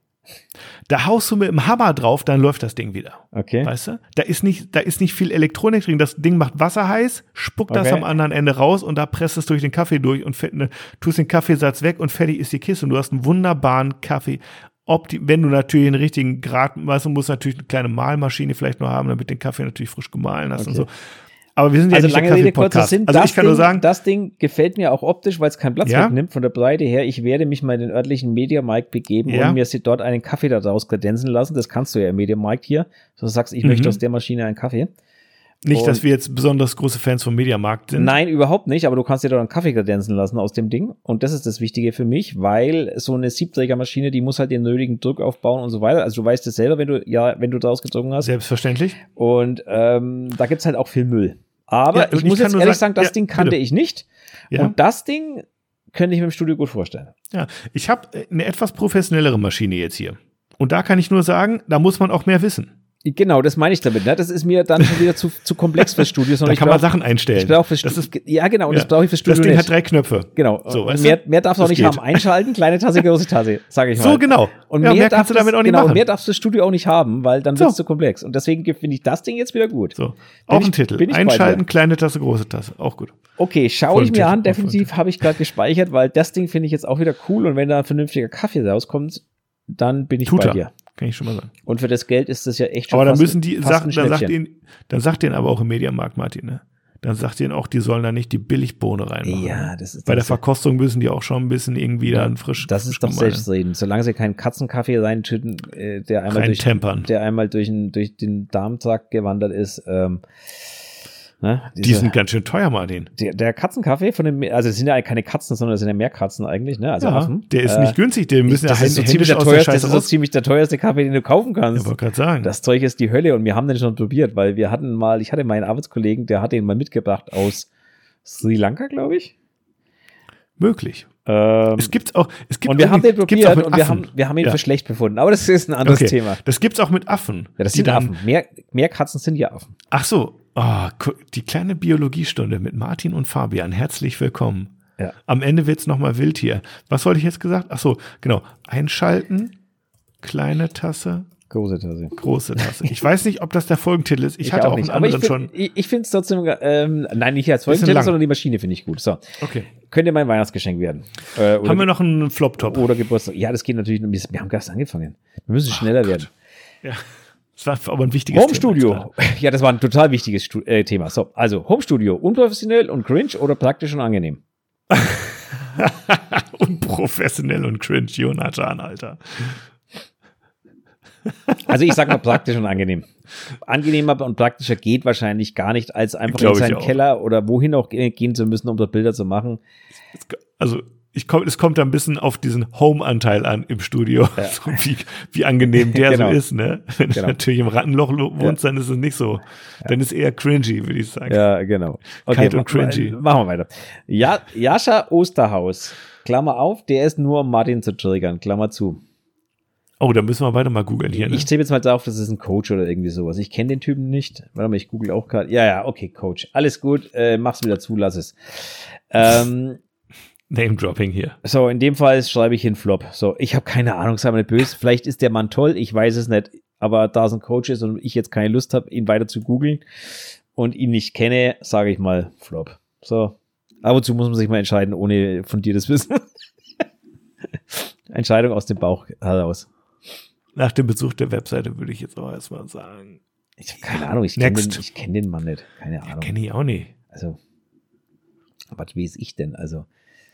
Da haust du mit dem Hammer drauf, dann läuft das Ding wieder. Okay. Weißt du? Da ist nicht, da ist nicht viel Elektronik drin. Das Ding macht Wasser heiß, spuckt das okay. am anderen Ende raus und da presst es durch den Kaffee durch und ne, tust den Kaffeesatz weg und fertig ist die Kiste und du hast einen wunderbaren Kaffee. Opti- wenn du natürlich den richtigen Grad, weißt du, musst natürlich eine kleine Mahlmaschine vielleicht noch haben, damit den Kaffee natürlich frisch gemahlen hast okay. und so. Aber wir sind ja also nicht lange der Rede, kurzer Sinn. Also das ich kann Ding, nur sagen, das Ding gefällt mir auch optisch, weil es keinen Platz ja? wegnimmt von der Breite her. Ich werde mich mal in den örtlichen Mediamarkt begeben ja? und mir dort einen Kaffee daraus kredenzen lassen. Das kannst du ja im Mediamarkt hier. Du sagst, ich mhm. möchte aus der Maschine einen Kaffee. Nicht, und dass wir jetzt besonders große Fans vom Mediamarkt sind. Nein, überhaupt nicht, aber du kannst dir dort einen Kaffee kredenzen lassen aus dem Ding. Und das ist das Wichtige für mich, weil so eine Siebträgermaschine, die muss halt den nötigen Druck aufbauen und so weiter. Also du weißt es selber, wenn du, ja, wenn du daraus gezogen hast. Selbstverständlich. Und ähm, da gibt's halt auch viel Müll. Aber ja, ich muss ich jetzt ehrlich sagen, sagen das ja, Ding kannte bitte. ich nicht. Ja. Und das Ding könnte ich mir im Studio gut vorstellen. Ja, ich habe eine etwas professionellere Maschine jetzt hier. Und da kann ich nur sagen, da muss man auch mehr wissen. Genau, das meine ich damit. Ne? Das ist mir dann schon wieder zu, zu komplex fürs Studio. Da kann man Sachen einstellen. Ich brauche fürs Studio. Ja, genau. Und ja, das brauche ich fürs Studio Das Ding nicht. hat drei Knöpfe. Genau. So, und mehr, mehr darfst du auch nicht geht. haben. Einschalten, kleine Tasse, große Tasse, sage ich mal. So, genau. Und ja, mehr, mehr darfst kannst du damit auch nicht genau, machen. Mehr darfst du das Studio auch nicht haben, weil dann so. wird es zu komplex. Und deswegen finde ich das Ding jetzt wieder gut. So. Auch ich, ein Titel. Einschalten, kleine Tasse, große Tasse. Auch gut. Okay, schaue ich mir Titel. an. Definitiv habe ich gerade gespeichert, weil das Ding finde ich jetzt auch wieder cool. Und wenn da ein vernünftiger Kaffee rauskommt, dann bin ich Tut bei er. dir. Kann ich schon mal sagen. Und für das Geld ist das ja echt schon aber fast, dann müssen die, fast sag, ein dann sagt Schnäppchen. den, dann sagt den aber auch im Mediamarkt, Martin, ne? dann sagt ihnen auch, die sollen da nicht die Billigbohne reinmachen. Ja, das ist Bei das der Verkostung müssen die auch schon ein bisschen irgendwie ja, dann frisch. Das frisch ist doch gemacht. Selbstreden. Solange sie keinen Katzenkaffee reinschütten, äh, der einmal Rein durch, tempern. der einmal durch, den, durch den Darmtrakt gewandert ist. Ähm, ne, diese, die sind ganz schön teuer, Martin. Der, der Katzenkaffee von dem, also es sind ja keine Katzen, sondern es sind ja Meerkatzen eigentlich, ne? Also Ja, Affen. der ist Äh, nicht günstig, den müssen ja das ist so ziemlich händisch der aus der teuerste, das Scheiße ist so raus. ziemlich der teuerste Kaffee, den du kaufen kannst. Ich wollte gerade sagen. Das Zeug ist die Hölle und wir haben den schon probiert, weil wir hatten mal, ich hatte meinen Arbeitskollegen, der hat den mal mitgebracht aus Sri Lanka, glaube ich. Möglich. Ähm, Es gibt's auch. Es gibt und wir auch haben mit, den gibt's auch probiert mit und wir Affen. haben, wir haben ihn Ja. für schlecht befunden. Aber das ist ein anderes Okay. Thema. Das gibt's auch mit Affen. Ja, das die sind dann, Affen. Mehr, Meerkatzen sind ja Affen. Ach so. Oh, gu- die kleine Biologiestunde mit Martin und Fabian. Herzlich willkommen. Ja. Am Ende wird's noch mal wild hier. Was wollte ich jetzt gesagt? Ach so, genau. Einschalten, kleine Tasse, Große Tasse. große Tasse. Ich weiß nicht, ob das der Folgentitel ist. Ich, hatte auch, nicht. einen anderen Aber ich schon. find, Ich, ich finde es trotzdem, ähm, nein, nicht als Bisschen Folgentitel, lang. sondern die Maschine finde ich gut. So. Okay. Könnte mein Weihnachtsgeschenk werden. Äh, oder Haben wir noch einen Flop-Top? Oder Geburtstag. Ja, das geht natürlich. Wir wir haben erst angefangen. Wir müssen schneller Gott. werden. Ja. Das war aber ein wichtiges Home Thema Studio. Ja, das war ein total wichtiges Stu äh, Thema. So, also Home Studio. Unprofessionell und cringe oder praktisch und angenehm? Unprofessionell und cringe, Jonathan, Alter. Also ich sag mal praktisch und angenehm. Angenehmer und praktischer geht wahrscheinlich gar nicht, als einfach Glaub in ich seinen auch. Keller oder wohin auch gehen zu müssen, um dort Bilder zu machen. Also ich komm, es kommt da ein bisschen auf diesen Home-Anteil an im Studio, so wie, wie angenehm der Genau. so ist, ne? Wenn Genau. du natürlich im Rattenloch lo- wohnst, dann ist es nicht so. Dann ist eher cringy, würde ich sagen. Ja, genau. Kalt und ma- cringy. ma- Machen wir weiter. Ja, Jascha Osterhaus, Klammer auf, der ist nur um Martin zu triggern, Klammer zu. Oh, da müssen wir weiter mal googeln hier, ne? Ich tippe jetzt mal darauf, das ist ein Coach oder irgendwie sowas. Ich kenne den Typen nicht. Warte mal, ich google auch gerade. Ja, ja, okay, Coach. Alles gut, äh, mach's wieder zu, lass es. Ähm, Name-Dropping hier. so, in dem Fall schreibe ich hin Flop. So, ich habe keine Ahnung, sei mal nicht böse. Vielleicht ist der Mann toll, ich weiß es nicht. Aber da es ein Coach ist und ich jetzt keine Lust habe, ihn weiter zu googeln und ihn nicht kenne, sage ich mal Flop. So, ab und zu muss man sich mal entscheiden, ohne fundiertes Wissen. Entscheidung aus dem Bauch heraus. Nach dem Besuch der Webseite würde ich jetzt auch erstmal sagen. Ich habe keine Ahnung, ich kenne den, Next. ich kenn den Mann nicht. Keine Ahnung. Kenne ich auch nicht. Also, was weiß ich denn? Also,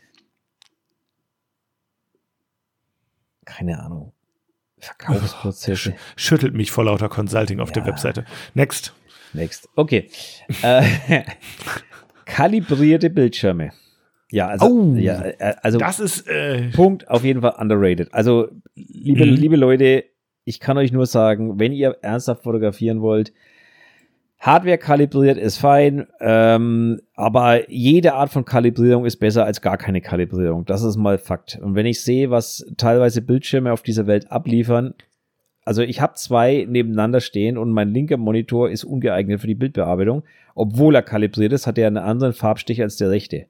keine Ahnung. Verkaufsprozesse. Schüttelt mich vor lauter Consulting auf der Ja. Webseite. Next. Next. Okay. Äh, kalibrierte Bildschirme. Ja, also, Oh, ja, äh, also Das ist, äh, Punkt auf jeden Fall underrated. Also, liebe, Mhm. liebe Leute, ich kann euch nur sagen, wenn ihr ernsthaft fotografieren wollt, Hardware kalibriert ist fein, ähm, aber jede Art von Kalibrierung ist besser als gar keine Kalibrierung. Das ist mal Fakt. Und wenn ich sehe, was teilweise Bildschirme auf dieser Welt abliefern, also ich habe zwei nebeneinander stehen und mein linker Monitor ist ungeeignet für die Bildbearbeitung, obwohl er kalibriert ist, hat er einen anderen Farbstich als der rechte.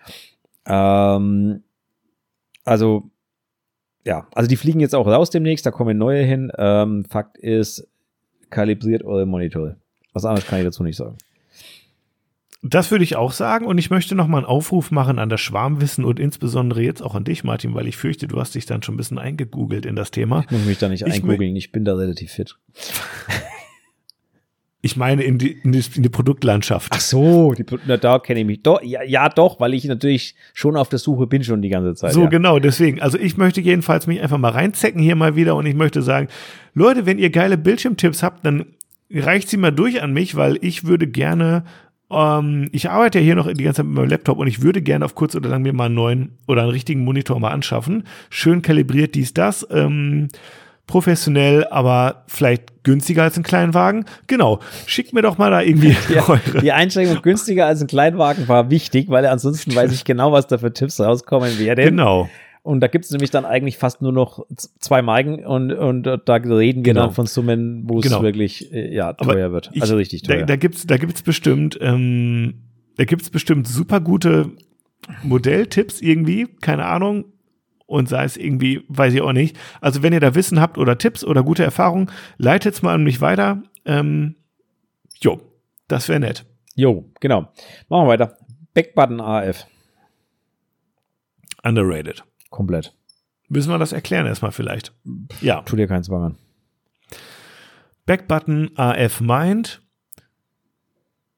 Ähm, also ja, also die fliegen jetzt auch raus demnächst, da kommen neue hin. Ähm, Fakt ist, kalibriert eure Monitore. Was anderes kann ich dazu nicht sagen. Das würde ich auch sagen und ich möchte noch mal einen Aufruf machen an das Schwarmwissen und insbesondere jetzt auch an dich, Martin, weil ich fürchte, du hast dich dann schon ein bisschen eingegoogelt in das Thema. Ich muss mich da nicht Ich eingoogeln, ich bin da relativ fit. Ich meine in die, in die, in die Produktlandschaft. Ach so, die, na, da kenne ich mich. Doch, ja, ja, doch, weil ich natürlich schon auf der Suche bin schon die ganze Zeit. So, ja. genau, deswegen. Also ich möchte jedenfalls mich einfach mal reinzecken hier mal wieder und ich möchte sagen, Leute, wenn ihr geile Bildschirmtipps habt, dann reicht sie mal durch an mich, weil ich würde gerne, ähm, ich arbeite ja hier noch die ganze Zeit mit meinem Laptop und ich würde gerne auf kurz oder lang mir mal einen neuen oder einen richtigen Monitor mal anschaffen. Schön kalibriert, dies, das, ähm, professionell, aber vielleicht günstiger als ein Kleinwagen. Genau, schickt mir doch mal da irgendwie Ja, eure. die Einschränkung günstiger als ein Kleinwagen war wichtig, weil ansonsten weiß ich genau, was da für Tipps rauskommen werden. Genau. Und da gibt es nämlich dann eigentlich fast nur noch z- zwei Marken und, und da reden wir Genau. dann von Summen, wo es Genau. wirklich äh, ja, Aber teuer wird. ich- Also richtig teuer. Da, da gibt's, da gibt's bestimmt, ähm, da gibt's bestimmt super gute Modelltipps irgendwie, keine Ahnung. Und sei es irgendwie, weiß ich auch nicht. Also wenn ihr da Wissen habt oder Tipps oder gute Erfahrungen, leitet's mal an mich weiter. Ähm, jo, das wäre nett. Jo, genau. Machen wir weiter. Backbutton A F. Underrated. Komplett. Müssen wir das erklären erstmal vielleicht. Ja, Tu dir keinen Zwang an. Backbutton A F meint,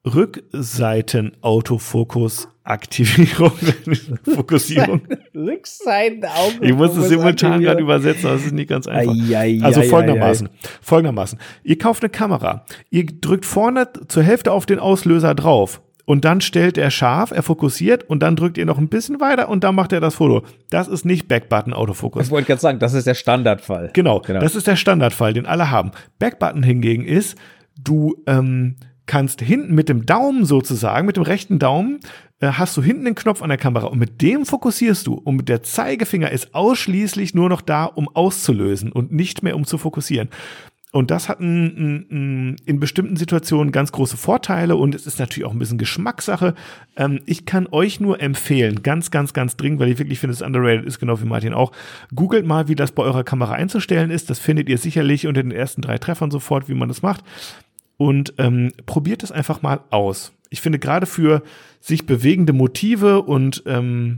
Rückseiten-Autofokus-Aktivierung, Fokussierung. Rückseiten-Autofokus. Ich muss es simultan gerade übersetzen, aber es ist nicht ganz einfach. Ai, ai, also ai, folgendermaßen, ai, folgendermaßen. Ihr kauft eine Kamera, ihr drückt vorne zur Hälfte auf den Auslöser drauf und dann stellt er scharf, er fokussiert und dann drückt ihr noch ein bisschen weiter und dann macht er das Foto. Das ist nicht Backbutton-Autofokus. Ich wollte gerade sagen, das ist der Standardfall. Genau, genau, das ist der Standardfall, den alle haben. Backbutton hingegen ist, du ähm, kannst hinten mit dem Daumen sozusagen, mit dem rechten Daumen, äh, hast du hinten den Knopf an der Kamera und mit dem fokussierst du und der Zeigefinger ist ausschließlich nur noch da, um auszulösen und nicht mehr um zu fokussieren. Und das hat ein, ein, ein, in bestimmten Situationen ganz große Vorteile und es ist natürlich auch ein bisschen Geschmackssache. Ähm, ich kann euch nur empfehlen, ganz, ganz, ganz dringend, weil ich wirklich finde, es underrated ist, genau wie Martin auch. Googelt mal, wie das bei eurer Kamera einzustellen ist. Das findet ihr sicherlich unter den ersten drei Treffern sofort, wie man das macht. Und ähm, probiert es einfach mal aus. Ich finde gerade für sich bewegende Motive und ähm,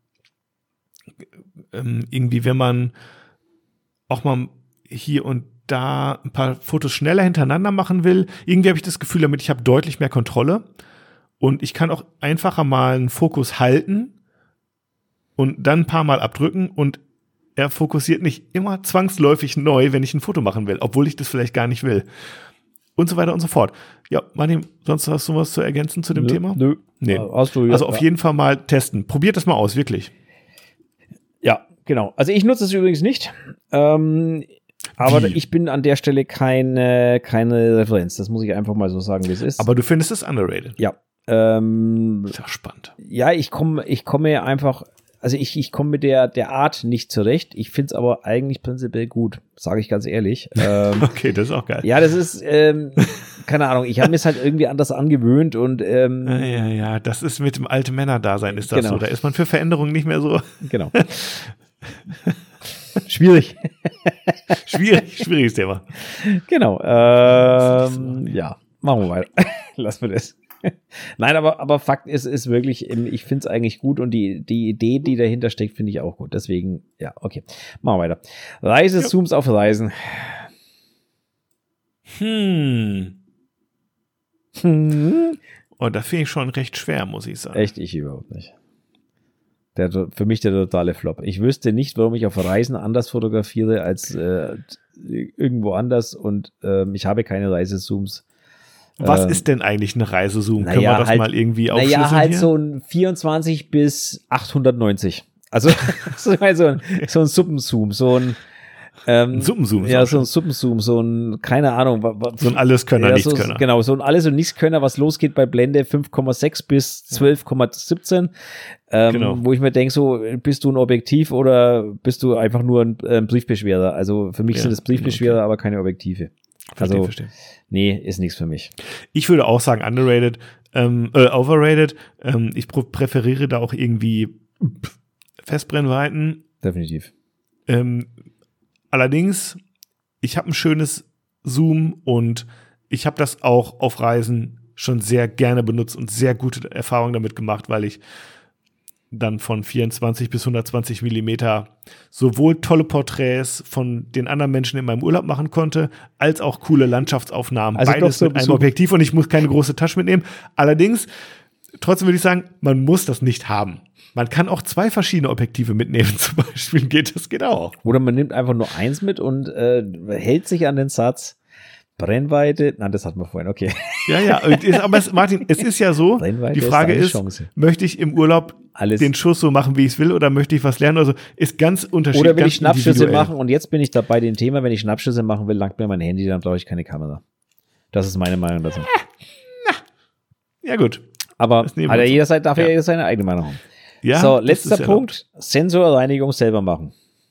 ähm, irgendwie, wenn man auch mal hier und da ein paar Fotos schneller hintereinander machen will, irgendwie habe ich das Gefühl damit, ich habe deutlich mehr Kontrolle und ich kann auch einfacher mal einen Fokus halten und dann ein paar Mal abdrücken und er fokussiert nicht immer zwangsläufig neu, wenn ich ein Foto machen will, obwohl ich das vielleicht gar nicht will. Und so weiter und so fort. Ja, Martin, sonst hast du was zu ergänzen zu dem nö, Thema? Nö. Nee. Hast du, ja, also auf ja. jeden Fall mal testen. Probiert das mal aus, wirklich. Ja, genau. Also ich nutze es übrigens nicht. Ähm, aber Wie? ich bin an der Stelle keine, keine Referenz. Das muss ich einfach mal so sagen, wie es ist. Aber du findest es underrated. Ja. Ähm, ist ja spannend. Ja, ich komme ich komme einfach, also ich, ich komme mit der, der Art nicht zurecht. Ich finde es aber eigentlich prinzipiell gut, sage ich ganz ehrlich. Ähm, okay, das ist auch geil. Ja, das ist, ähm, keine Ahnung, ich habe mir es halt irgendwie anders angewöhnt und ähm, ja, ja, ja, das ist mit dem alten Männerdasein ist das genau. so. Da ist man für Veränderungen nicht mehr so. Genau. Schwierig. Schwierig, schwieriges Thema. Genau. Ähm, ja, machen wir weiter. Lassen wir das. Nein, aber, aber Fakt ist, ist wirklich, ich finde es eigentlich gut und die, die Idee, die dahinter steckt, finde ich auch gut. Deswegen, ja, okay. Machen wir weiter. Reisezooms ja. auf Reisen. Hm. Hm. Oh, das finde ich schon recht schwer, muss ich sagen. Echt, ich überhaupt nicht. Der, für mich der totale Flop. Ich wüsste nicht, warum ich auf Reisen anders fotografiere als äh, irgendwo anders und äh, ich habe keine Reisezooms. Was ähm, ist denn eigentlich eine Reisezoom? Naja, Können wir das halt, mal irgendwie aufschlüsseln? Naja, halt hier? so ein vierundzwanzig bis achthundertneunzig. Also so ein, so ein Suppenzoom, so ein Ähm, ein Suppenzoom. Ja, so ein Suppenzoom, so ein, keine Ahnung. So ein Alleskönner, ja, Nichtskönner. So, genau, so ein Alles- und Nichtskönner, was losgeht bei Blende fünf Komma sechs bis zwölf Komma siebzehn. Ähm, genau. Wo ich mir denke, so, bist du ein Objektiv oder bist du einfach nur ein, ein Briefbeschwerer? Also für mich ja, sind es Briefbeschwerer, okay. aber keine Objektive. Verstehe, also, verstehe. Nee, ist nichts für mich. Ich würde auch sagen, underrated, ähm, äh, overrated. Ähm, ich präferiere da auch irgendwie Festbrennweiten. Definitiv. Ähm, allerdings, ich habe ein schönes Zoom und ich habe das auch auf Reisen schon sehr gerne benutzt und sehr gute Erfahrungen damit gemacht, weil ich dann von vierundzwanzig bis hundertzwanzig Millimeter sowohl tolle Porträts von den anderen Menschen in meinem Urlaub machen konnte, als auch coole Landschaftsaufnahmen. Also Beides so, mit einem so Objektiv und ich muss keine große Tasche mitnehmen. Allerdings, trotzdem würde ich sagen, man muss das nicht haben. Man kann auch zwei verschiedene Objektive mitnehmen, zum Beispiel geht das genau auch. Oder man nimmt einfach nur eins mit und äh, hält sich an den Satz, Brennweite, nein, das hatten wir vorhin, okay. Ja, ja, aber es, Martin, es ist ja so, die Frage ist, ist möchte ich im Urlaub Alles. den Schuss so machen, wie ich es will, oder möchte ich was lernen? Also ist ganz unterschiedlich. Oder will ich Schnappschüsse machen und jetzt bin ich dabei dem Thema, wenn ich Schnappschüsse machen will, langt mir mein Handy, dann brauche ich keine Kamera. Das ist meine Meinung dazu. Ja, gut. Aber also jeder darf ja jeder seine eigene Meinung haben. Ja, so, letzter Punkt, erlaubt. Sensorreinigung selber machen.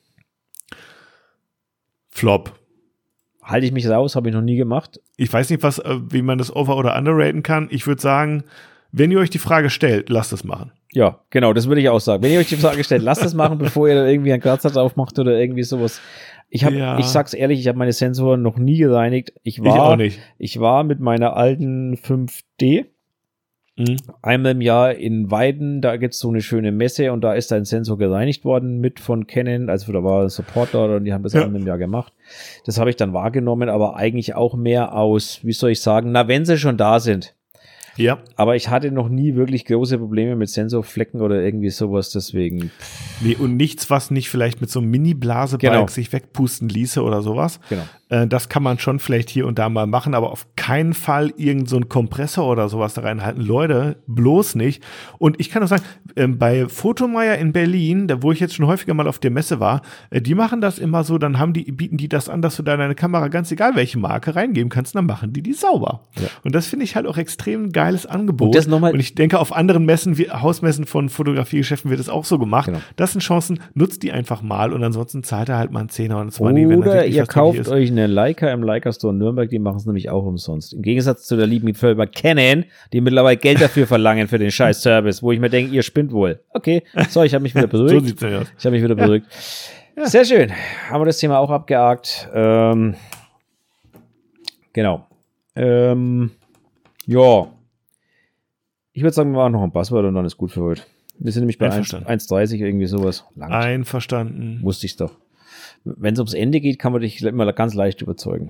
Flop. Halte ich mich raus, habe ich noch nie gemacht. Ich weiß nicht, was, wie man das over- oder underraten kann. Ich würde sagen, wenn ihr euch die Frage stellt, lasst es machen. Ja, genau, das würde ich auch sagen. Wenn ihr euch die Frage stellt, lasst es machen, bevor ihr da irgendwie einen Kratzer drauf macht oder irgendwie sowas. Ich habe, ja. ich sag's ehrlich, ich habe meine Sensoren noch nie gereinigt. Ich war, ich auch nicht. Ich war mit meiner alten fünf D mhm. einmal im Jahr in Weiden, da gibt's so eine schöne Messe und da ist ein Sensor gereinigt worden mit von Canon, also da war ein Support da und die haben das ja. einmal im Jahr gemacht. Das habe ich dann wahrgenommen, aber eigentlich auch mehr aus, wie soll ich sagen, na, wenn sie schon da sind. Ja. Aber ich hatte noch nie wirklich große Probleme mit Sensorflecken oder irgendwie sowas, deswegen. Nee, und nichts, was nicht vielleicht mit so einem Mini-Blasebalg Genau. sich wegpusten ließe oder sowas. Genau. Äh, das kann man schon vielleicht hier und da mal machen, aber auf keinen Fall irgend so einen Kompressor oder sowas da reinhalten. Leute, bloß nicht. Und ich kann auch sagen, äh, bei Photomeyer in Berlin, da wo ich jetzt schon häufiger mal auf der Messe war, äh, die machen das immer so, dann haben die, bieten die das an, dass du da deine Kamera, ganz egal welche Marke, reingeben kannst, dann machen die die sauber. Ja. Und das finde ich halt auch extrem geiles Angebot. Und das noch mal- und ich denke, auf anderen Messen, wie Hausmessen von Fotografiegeschäften wird es auch so gemacht. Genau. Das sind Chancen, nutzt die einfach mal und ansonsten zahlt er halt mal einen Zehner oder einen Zwanni, wenn er Oder wirklich ihr was nötig kauft ist. euch eine Leica im Leica Store in Nürnberg, die machen es nämlich auch umsonst. Im Gegensatz zu der lieben Firma Canon, die mittlerweile Geld dafür verlangen für den scheiß Service, wo ich mir denke, ihr spinnt wohl. Okay, so, ich habe mich wieder beruhigt. So sieht's nämlich aus. Ich habe mich wieder beruhigt. Ja. Sehr schön. Haben wir das Thema auch abgehakt. Ähm, genau. Ähm, ja. Ich würde sagen, wir machen noch ein Passwort und dann ist gut für heute. Wir sind nämlich bei Einverstanden. eins dreißig irgendwie sowas. Lang. Einverstanden. Wusste ich's doch. Wenn es ums Ende geht, kann man dich immer ganz leicht überzeugen.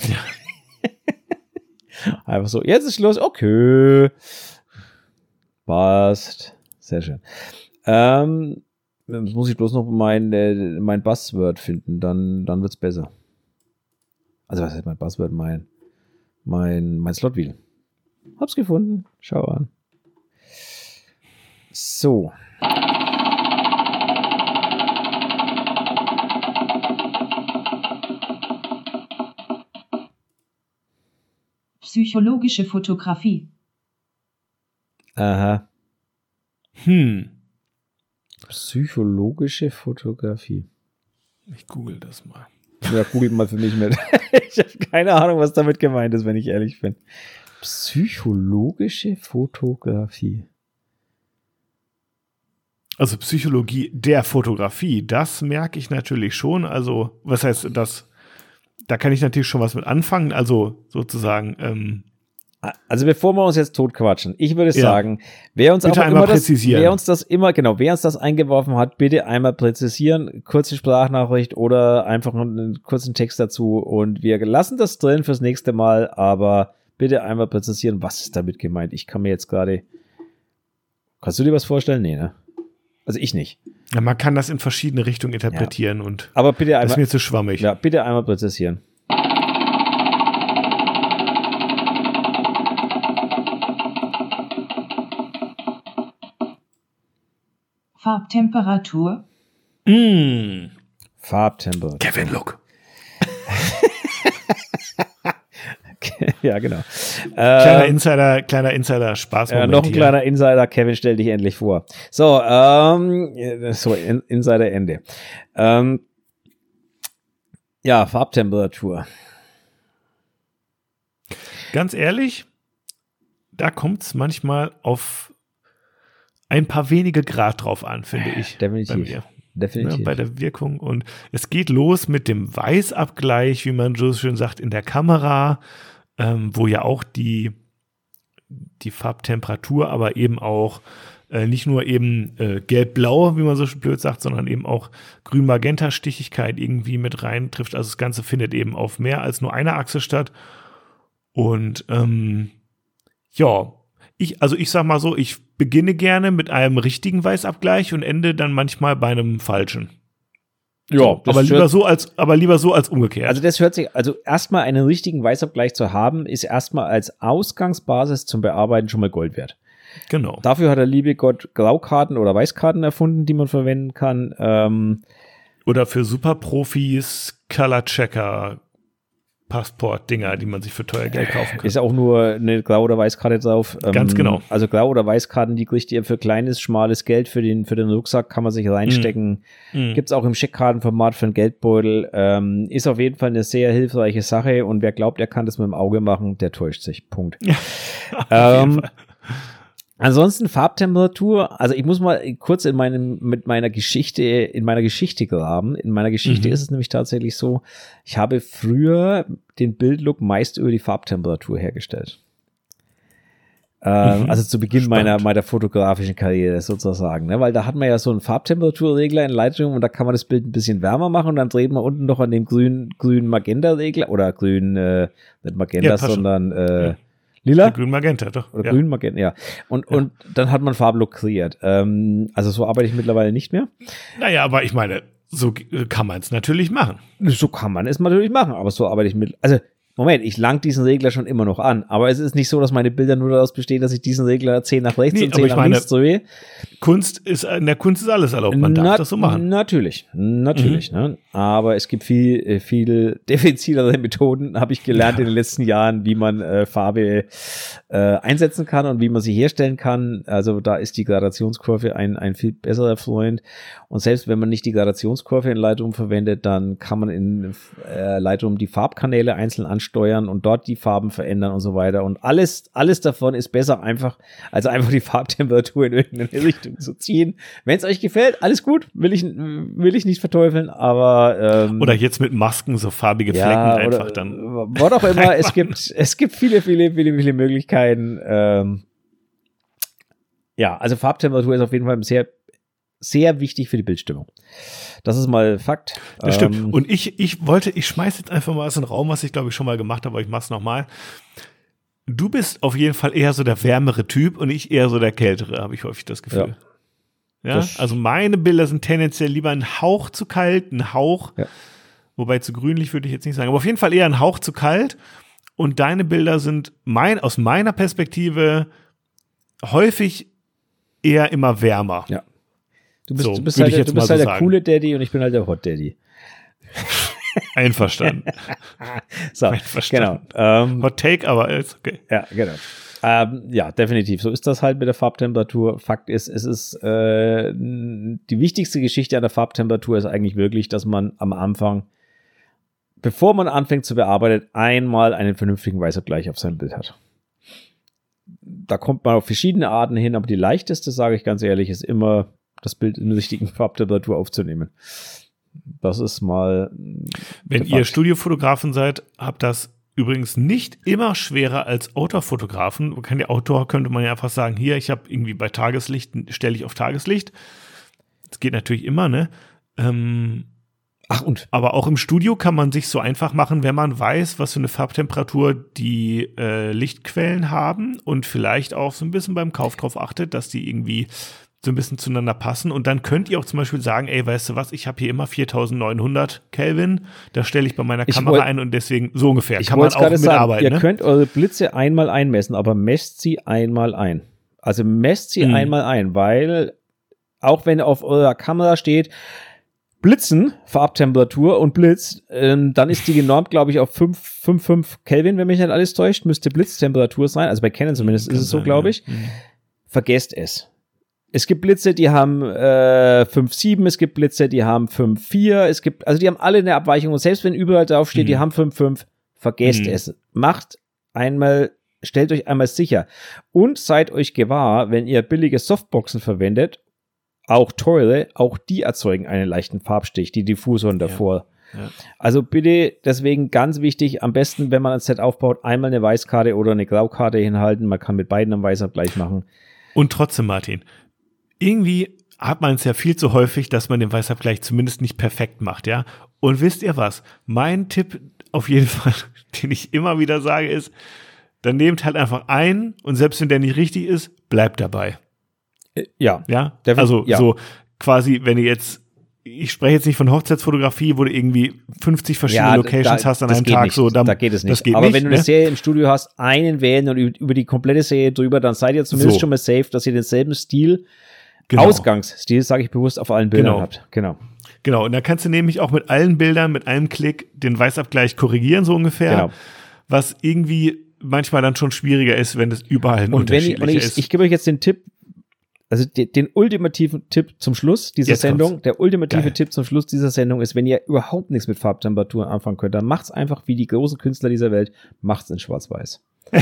Einfach so, jetzt ist Schluss. Okay. Passt. Sehr schön. Ähm, jetzt muss ich bloß noch mein, äh, mein Buzzword finden, dann, dann wird's besser. Also was heißt mein Buzzword? Mein, mein, mein Slotwheel. Hab's gefunden. Schau an. So. Psychologische Fotografie. Aha. Hm. Psychologische Fotografie. Ich google das mal. Ja, googelt mal für mich mit. Ich habe keine Ahnung, was damit gemeint ist, wenn ich ehrlich bin. Psychologische Fotografie. Also Psychologie der Fotografie, das merke ich natürlich schon. Also, was heißt das? Da kann ich natürlich schon was mit anfangen. Also sozusagen, ähm, Also bevor wir uns jetzt totquatschen, ich würde Ja. sagen, wer uns Bitte auch einmal immer das, präzisieren. wer uns das immer, genau, wer uns das eingeworfen hat, bitte einmal präzisieren, kurze Sprachnachricht oder einfach einen kurzen Text dazu und wir lassen das drin fürs nächste Mal, aber bitte einmal präzisieren, was ist damit gemeint? Ich kann mir jetzt gerade, kannst du dir was vorstellen? Nee, ne? Also ich nicht. ja, man kann das in verschiedene Richtungen interpretieren und Aber bitte das ist einmal, mir zu schwammig. ja, bitte einmal präzisieren. Farbtemperatur. Mm. Farbtemperatur. Kevin, look. Ja, genau. Kleiner Ähm, Insider, kleiner Insider Spaß. Ja, noch ein kleiner Insider. Kevin, stell dich endlich vor. So, ähm, so, in, Insider Ende. Ähm, ja, Farbtemperatur. Ganz ehrlich, da kommt es manchmal auf ein paar wenige Grad drauf an, finde ich. Definitiv. Bei mir. Definitiv. Ne, bei der Wirkung. Und es geht los mit dem Weißabgleich, wie man so schön sagt, in der Kamera, ähm, wo ja auch die, die Farbtemperatur, aber eben auch äh, nicht nur eben äh, gelb-blau, wie man so schön blöd sagt, sondern eben auch grün-magenta-Stichigkeit irgendwie mit rein trifft. Also das Ganze findet eben auf mehr als nur einer Achse statt. Und ähm, ja, ich, also ich sag mal so, ich beginne gerne mit einem richtigen Weißabgleich und ende dann manchmal bei einem falschen. ja, das aber lieber hört- so als, aber lieber so als umgekehrt. Also das hört sich, also erstmal einen richtigen Weißabgleich zu haben, ist erstmal als Ausgangsbasis zum Bearbeiten schon mal Gold wert. genau. Dafür hat der liebe Gott Graukarten oder Weißkarten erfunden, die man verwenden kann. Ähm, Oder für Superprofis Color Checker Passport-Dinger, die man sich für teuer Geld kaufen kann. Ist auch nur eine Grau- oder Weißkarte drauf. Ganz genau. Mhm. Gibt's auch im Scheckkartenformat für einen Geldbeutel. Ähm, ist auf jeden Fall eine sehr hilfreiche Sache und wer glaubt, er kann das mit dem Auge machen, der täuscht sich. Punkt. Auf Ähm, jeden Fall. Ansonsten Farbtemperatur, also ich muss mal kurz in meinem, mit meiner Geschichte, in meiner Geschichte graben. In meiner Geschichte Mhm. ist es nämlich tatsächlich so, ich habe früher den Bildlook meist über die Farbtemperatur hergestellt. Ähm, Mhm. Also zu Beginn Spannend. meiner, meiner fotografischen Karriere sozusagen, ne? Weil da hat man ja so einen Farbtemperaturregler in Lightroom und da kann man das Bild ein bisschen wärmer machen und dann dreht man unten noch an dem grünen, grünen Magenta-Regler oder grün, äh, nicht Magenta, Ja, passt schon. sondern äh, Lila? Grün Magenta, doch. Oder ja. Grün Magenta, ja. Und, ja. und dann hat man Farblook kreiert. Ähm, also so arbeite ich mittlerweile nicht mehr. Naja, aber ich meine, so kann man es natürlich machen. So kann man es natürlich machen, aber so arbeite ich mit. Also, Moment, ich lang diesen Regler schon immer noch an, aber es ist nicht so, dass meine Bilder nur daraus bestehen, dass ich diesen Regler zehn nach rechts nee, und zehn nach links drehe. Kunst ist, in der Kunst ist alles erlaubt, man darf Na, das so machen. Natürlich, natürlich, mhm. ne? Aber es gibt viel, viel defizilere Methoden, habe ich gelernt ja. in den letzten Jahren, wie man äh, Farbe äh, einsetzen kann und wie man sie herstellen kann. Also da ist die Gradationskurve ein, ein viel besserer Freund. Und selbst wenn man nicht die Gradationskurve in Lightroom verwendet, dann kann man in äh, Lightroom die Farbkanäle einzeln ansteuern und dort die Farben verändern und so weiter. Und alles, alles davon ist besser einfach, als einfach die Farbtemperatur in irgendeine Richtung zu ziehen. Wenn es euch gefällt, alles gut, will ich, will ich nicht verteufeln, aber ähm, oder jetzt mit Masken so farbige Flecken ja, einfach oder, dann. Was auch immer, es gibt, es gibt viele, viele, viele, viele Möglichkeiten. Ähm, ja, also Farbtemperatur ist auf jeden Fall sehr sehr wichtig für die Bildstimmung. Das ist mal Fakt. Das stimmt. Ähm, Und ich, ich wollte, ich schmeiße jetzt einfach mal was in den Raum, was ich glaube ich schon mal gemacht habe, aber ich mache es nochmal. Du bist auf jeden Fall eher so der wärmere Typ und ich eher so der kältere, habe ich häufig das Gefühl. Ja. ja? Das also meine Bilder sind tendenziell lieber ein Hauch zu kalt, ein Hauch, ja. wobei zu grünlich würde ich jetzt nicht sagen, aber auf jeden Fall eher ein Hauch zu kalt. Und deine Bilder sind mein, aus meiner Perspektive häufig eher immer wärmer. Ja. Du bist, so, du bist halt, du bist halt so der sagen. coole Daddy und ich bin halt der Hot Daddy. Einverstanden. so, Einverstanden. Genau. Ähm, Hot Take, aber ist okay. Ja, genau. Ähm, ja, definitiv. So ist das halt mit der Farbtemperatur. Fakt ist, es ist äh, die wichtigste Geschichte an der Farbtemperatur ist eigentlich wirklich, dass man am Anfang, bevor man anfängt zu bearbeiten, einmal einen vernünftigen Weißabgleich auf seinem Bild hat. Da kommt man auf verschiedene Arten hin, aber die leichteste, sage ich ganz ehrlich, ist immer das Bild in der richtigen Farbtemperatur aufzunehmen. Das ist mal. Wenn ihr Studiofotografen seid, habt das übrigens nicht immer schwerer als Outdoor-Fotografen. Man kann ja Outdoor, könnte man ja einfach sagen, hier, ich habe irgendwie bei Tageslicht, stelle ich auf Tageslicht. Das geht natürlich immer, ne? Ähm, Ach und? Aber auch im Studio kann man sich so einfach machen, wenn man weiß, was für eine Farbtemperatur die äh, Lichtquellen haben und vielleicht auch so ein bisschen beim Kauf drauf achtet, dass die irgendwie so ein bisschen zueinander passen. Und dann könnt ihr auch zum Beispiel sagen, ey, weißt du was, ich habe hier immer viertausendneunhundert Kelvin, da stelle ich bei meiner ich Kamera wollt, ein und deswegen so ungefähr. Ich kann man auch mitarbeiten. Sagen, ihr ne? könnt eure Blitze einmal einmessen, aber messt sie einmal ein. Also messt sie mhm. einmal ein, weil auch wenn auf eurer Kamera steht, Blitzen, Farbtemperatur und Blitz, ähm, dann ist die genormt, glaube ich, auf fünf Komma fünf Kelvin, wenn mich nicht alles täuscht, müsste Blitztemperatur sein. Also bei Canon zumindest ist es so, glaube ich. Mhm. Vergesst es. Es gibt Blitze, die haben äh, fünf Komma sieben, es gibt Blitze, die haben fünf Komma vier, es gibt, also die haben alle eine Abweichung und selbst wenn überall drauf steht, mhm. die haben fünf Komma fünf, vergesst mhm. es. Macht einmal, stellt euch einmal sicher und seid euch gewahr, wenn ihr billige Softboxen verwendet, auch teure, auch die erzeugen einen leichten Farbstich, die Diffusoren davor. Ja. Ja. Also bitte, deswegen ganz wichtig, am besten, wenn man ein Set aufbaut, einmal eine Weißkarte oder eine Graukarte hinhalten, man kann mit beiden einen Weißabgleich machen. Und trotzdem, Martin, irgendwie hat man es ja viel zu häufig, dass man den Weißabgleich zumindest nicht perfekt macht, ja. Und wisst ihr was? Mein Tipp auf jeden Fall, den ich immer wieder sage, ist, dann nehmt halt einfach einen und selbst wenn der nicht richtig ist, bleibt dabei. Ja. Ja, also ja. so quasi, wenn ihr jetzt, ich spreche jetzt nicht von Hochzeitsfotografie, wo du irgendwie fünfzig verschiedene ja, Locations da, hast an einem Tag. Nicht. So, dann, da geht es nicht. Das geht Aber nicht, wenn du ne? eine Serie im Studio hast, einen wählen und über die komplette Serie drüber, dann seid ihr zumindest so. schon mal safe, dass ihr denselben Stil, genau. Ausgangsstil, sage ich bewusst, auf allen Bildern genau. habt. Genau. Genau, und da kannst du nämlich auch mit allen Bildern, mit einem Klick den Weißabgleich korrigieren, so ungefähr. Genau. Was irgendwie manchmal dann schon schwieriger ist, wenn es überall ein und wenn ich, unterschiedlicher und ich, ist. Ich gebe euch jetzt den Tipp, also den, den ultimativen Tipp zum Schluss dieser Jetzt Sendung, kommt's. Der ultimative Geil. Tipp zum Schluss dieser Sendung ist, wenn ihr überhaupt nichts mit Farbtemperatur anfangen könnt, dann macht's einfach wie die großen Künstler dieser Welt, macht's in Schwarz-Weiß.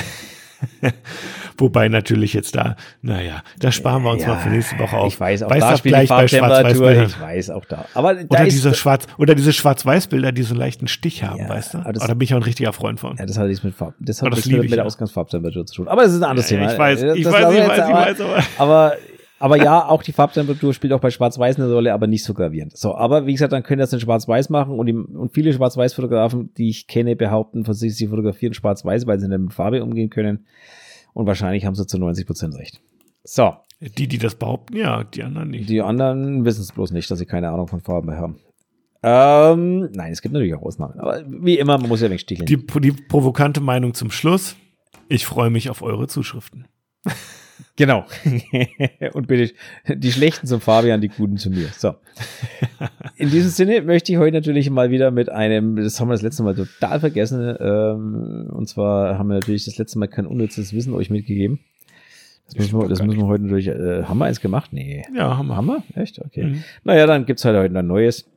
Wobei natürlich jetzt da, naja, das sparen wir uns ja, mal für nächste Woche auf. Ich weiß, auch da spielt die Farbtemperatur, ich weiß auch da. Aber da oder, ist diese Schwarz, oder diese Schwarz-Weiß-Bilder, die so einen leichten Stich haben, ja, weißt du? Das, oh, da bin ich auch ein richtiger Freund von. Ja, das hat nichts mit Farb, das hat oh, das nichts mit, ich, mit der ja. Ausgangsfarbtemperatur zu tun. Aber es ist ein anderes ja, Thema. Ich weiß, ich das weiß, ich jetzt, weiß, aber, ich weiß, aber. aber Aber ja, auch die Farbtemperatur spielt auch bei Schwarz-Weiß eine Rolle, aber nicht so gravierend. So, aber wie gesagt, dann können das in Schwarz-Weiß machen und, die, und viele Schwarz-Weiß-Fotografen, die ich kenne, behaupten von sich, sie fotografieren Schwarz-Weiß, weil sie nicht mit Farbe umgehen können. Und wahrscheinlich haben sie zu neunzig Prozent recht. So. Die, die das behaupten, ja, die anderen nicht. Die anderen wissen es bloß nicht, dass sie keine Ahnung von Farben mehr haben. Ähm, nein, es gibt natürlich auch Ausnahmen. Aber wie immer, man muss ja wegsticheln. Die, die provokante Meinung zum Schluss. Ich freue mich auf eure Zuschriften. Genau. Und bitte die Schlechten zum Fabian, die Guten zu mir. So. In diesem Sinne möchte ich heute natürlich mal wieder mit einem, das haben wir das letzte Mal total vergessen, ähm, und zwar haben wir natürlich das letzte Mal kein unnützes Wissen euch mitgegeben. Das, müssen wir, das müssen wir heute natürlich, äh, haben wir eins gemacht? Nee. Ja, haben wir. Haben wir? Echt? Okay. Mhm. Naja, dann gibt's halt heute ein neues.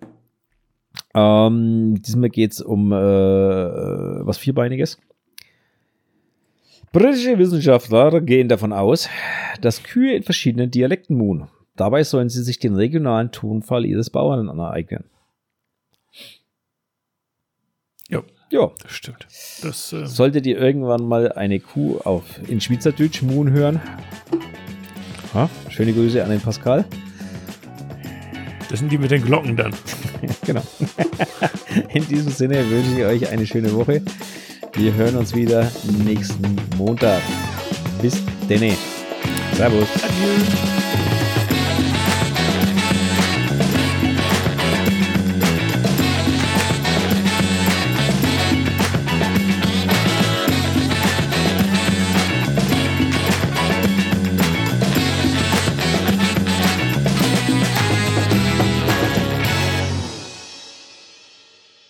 Ähm, diesmal geht's um äh, was Vierbeiniges. Britische Wissenschaftler gehen davon aus, dass Kühe in verschiedenen Dialekten muhen. Dabei sollen sie sich den regionalen Tonfall ihres Bauern aneignen. Ja, ja, das stimmt. Das, äh Solltet ihr irgendwann mal eine Kuh auf in Schweizerdeutsch muhen hören? Ha? Schöne Grüße an den Pascal. Das sind die mit den Glocken dann. Genau. In diesem Sinne wünsche ich euch eine schöne Woche. Wir hören uns wieder nächsten Montag. Bis denne. Servus. Adieu.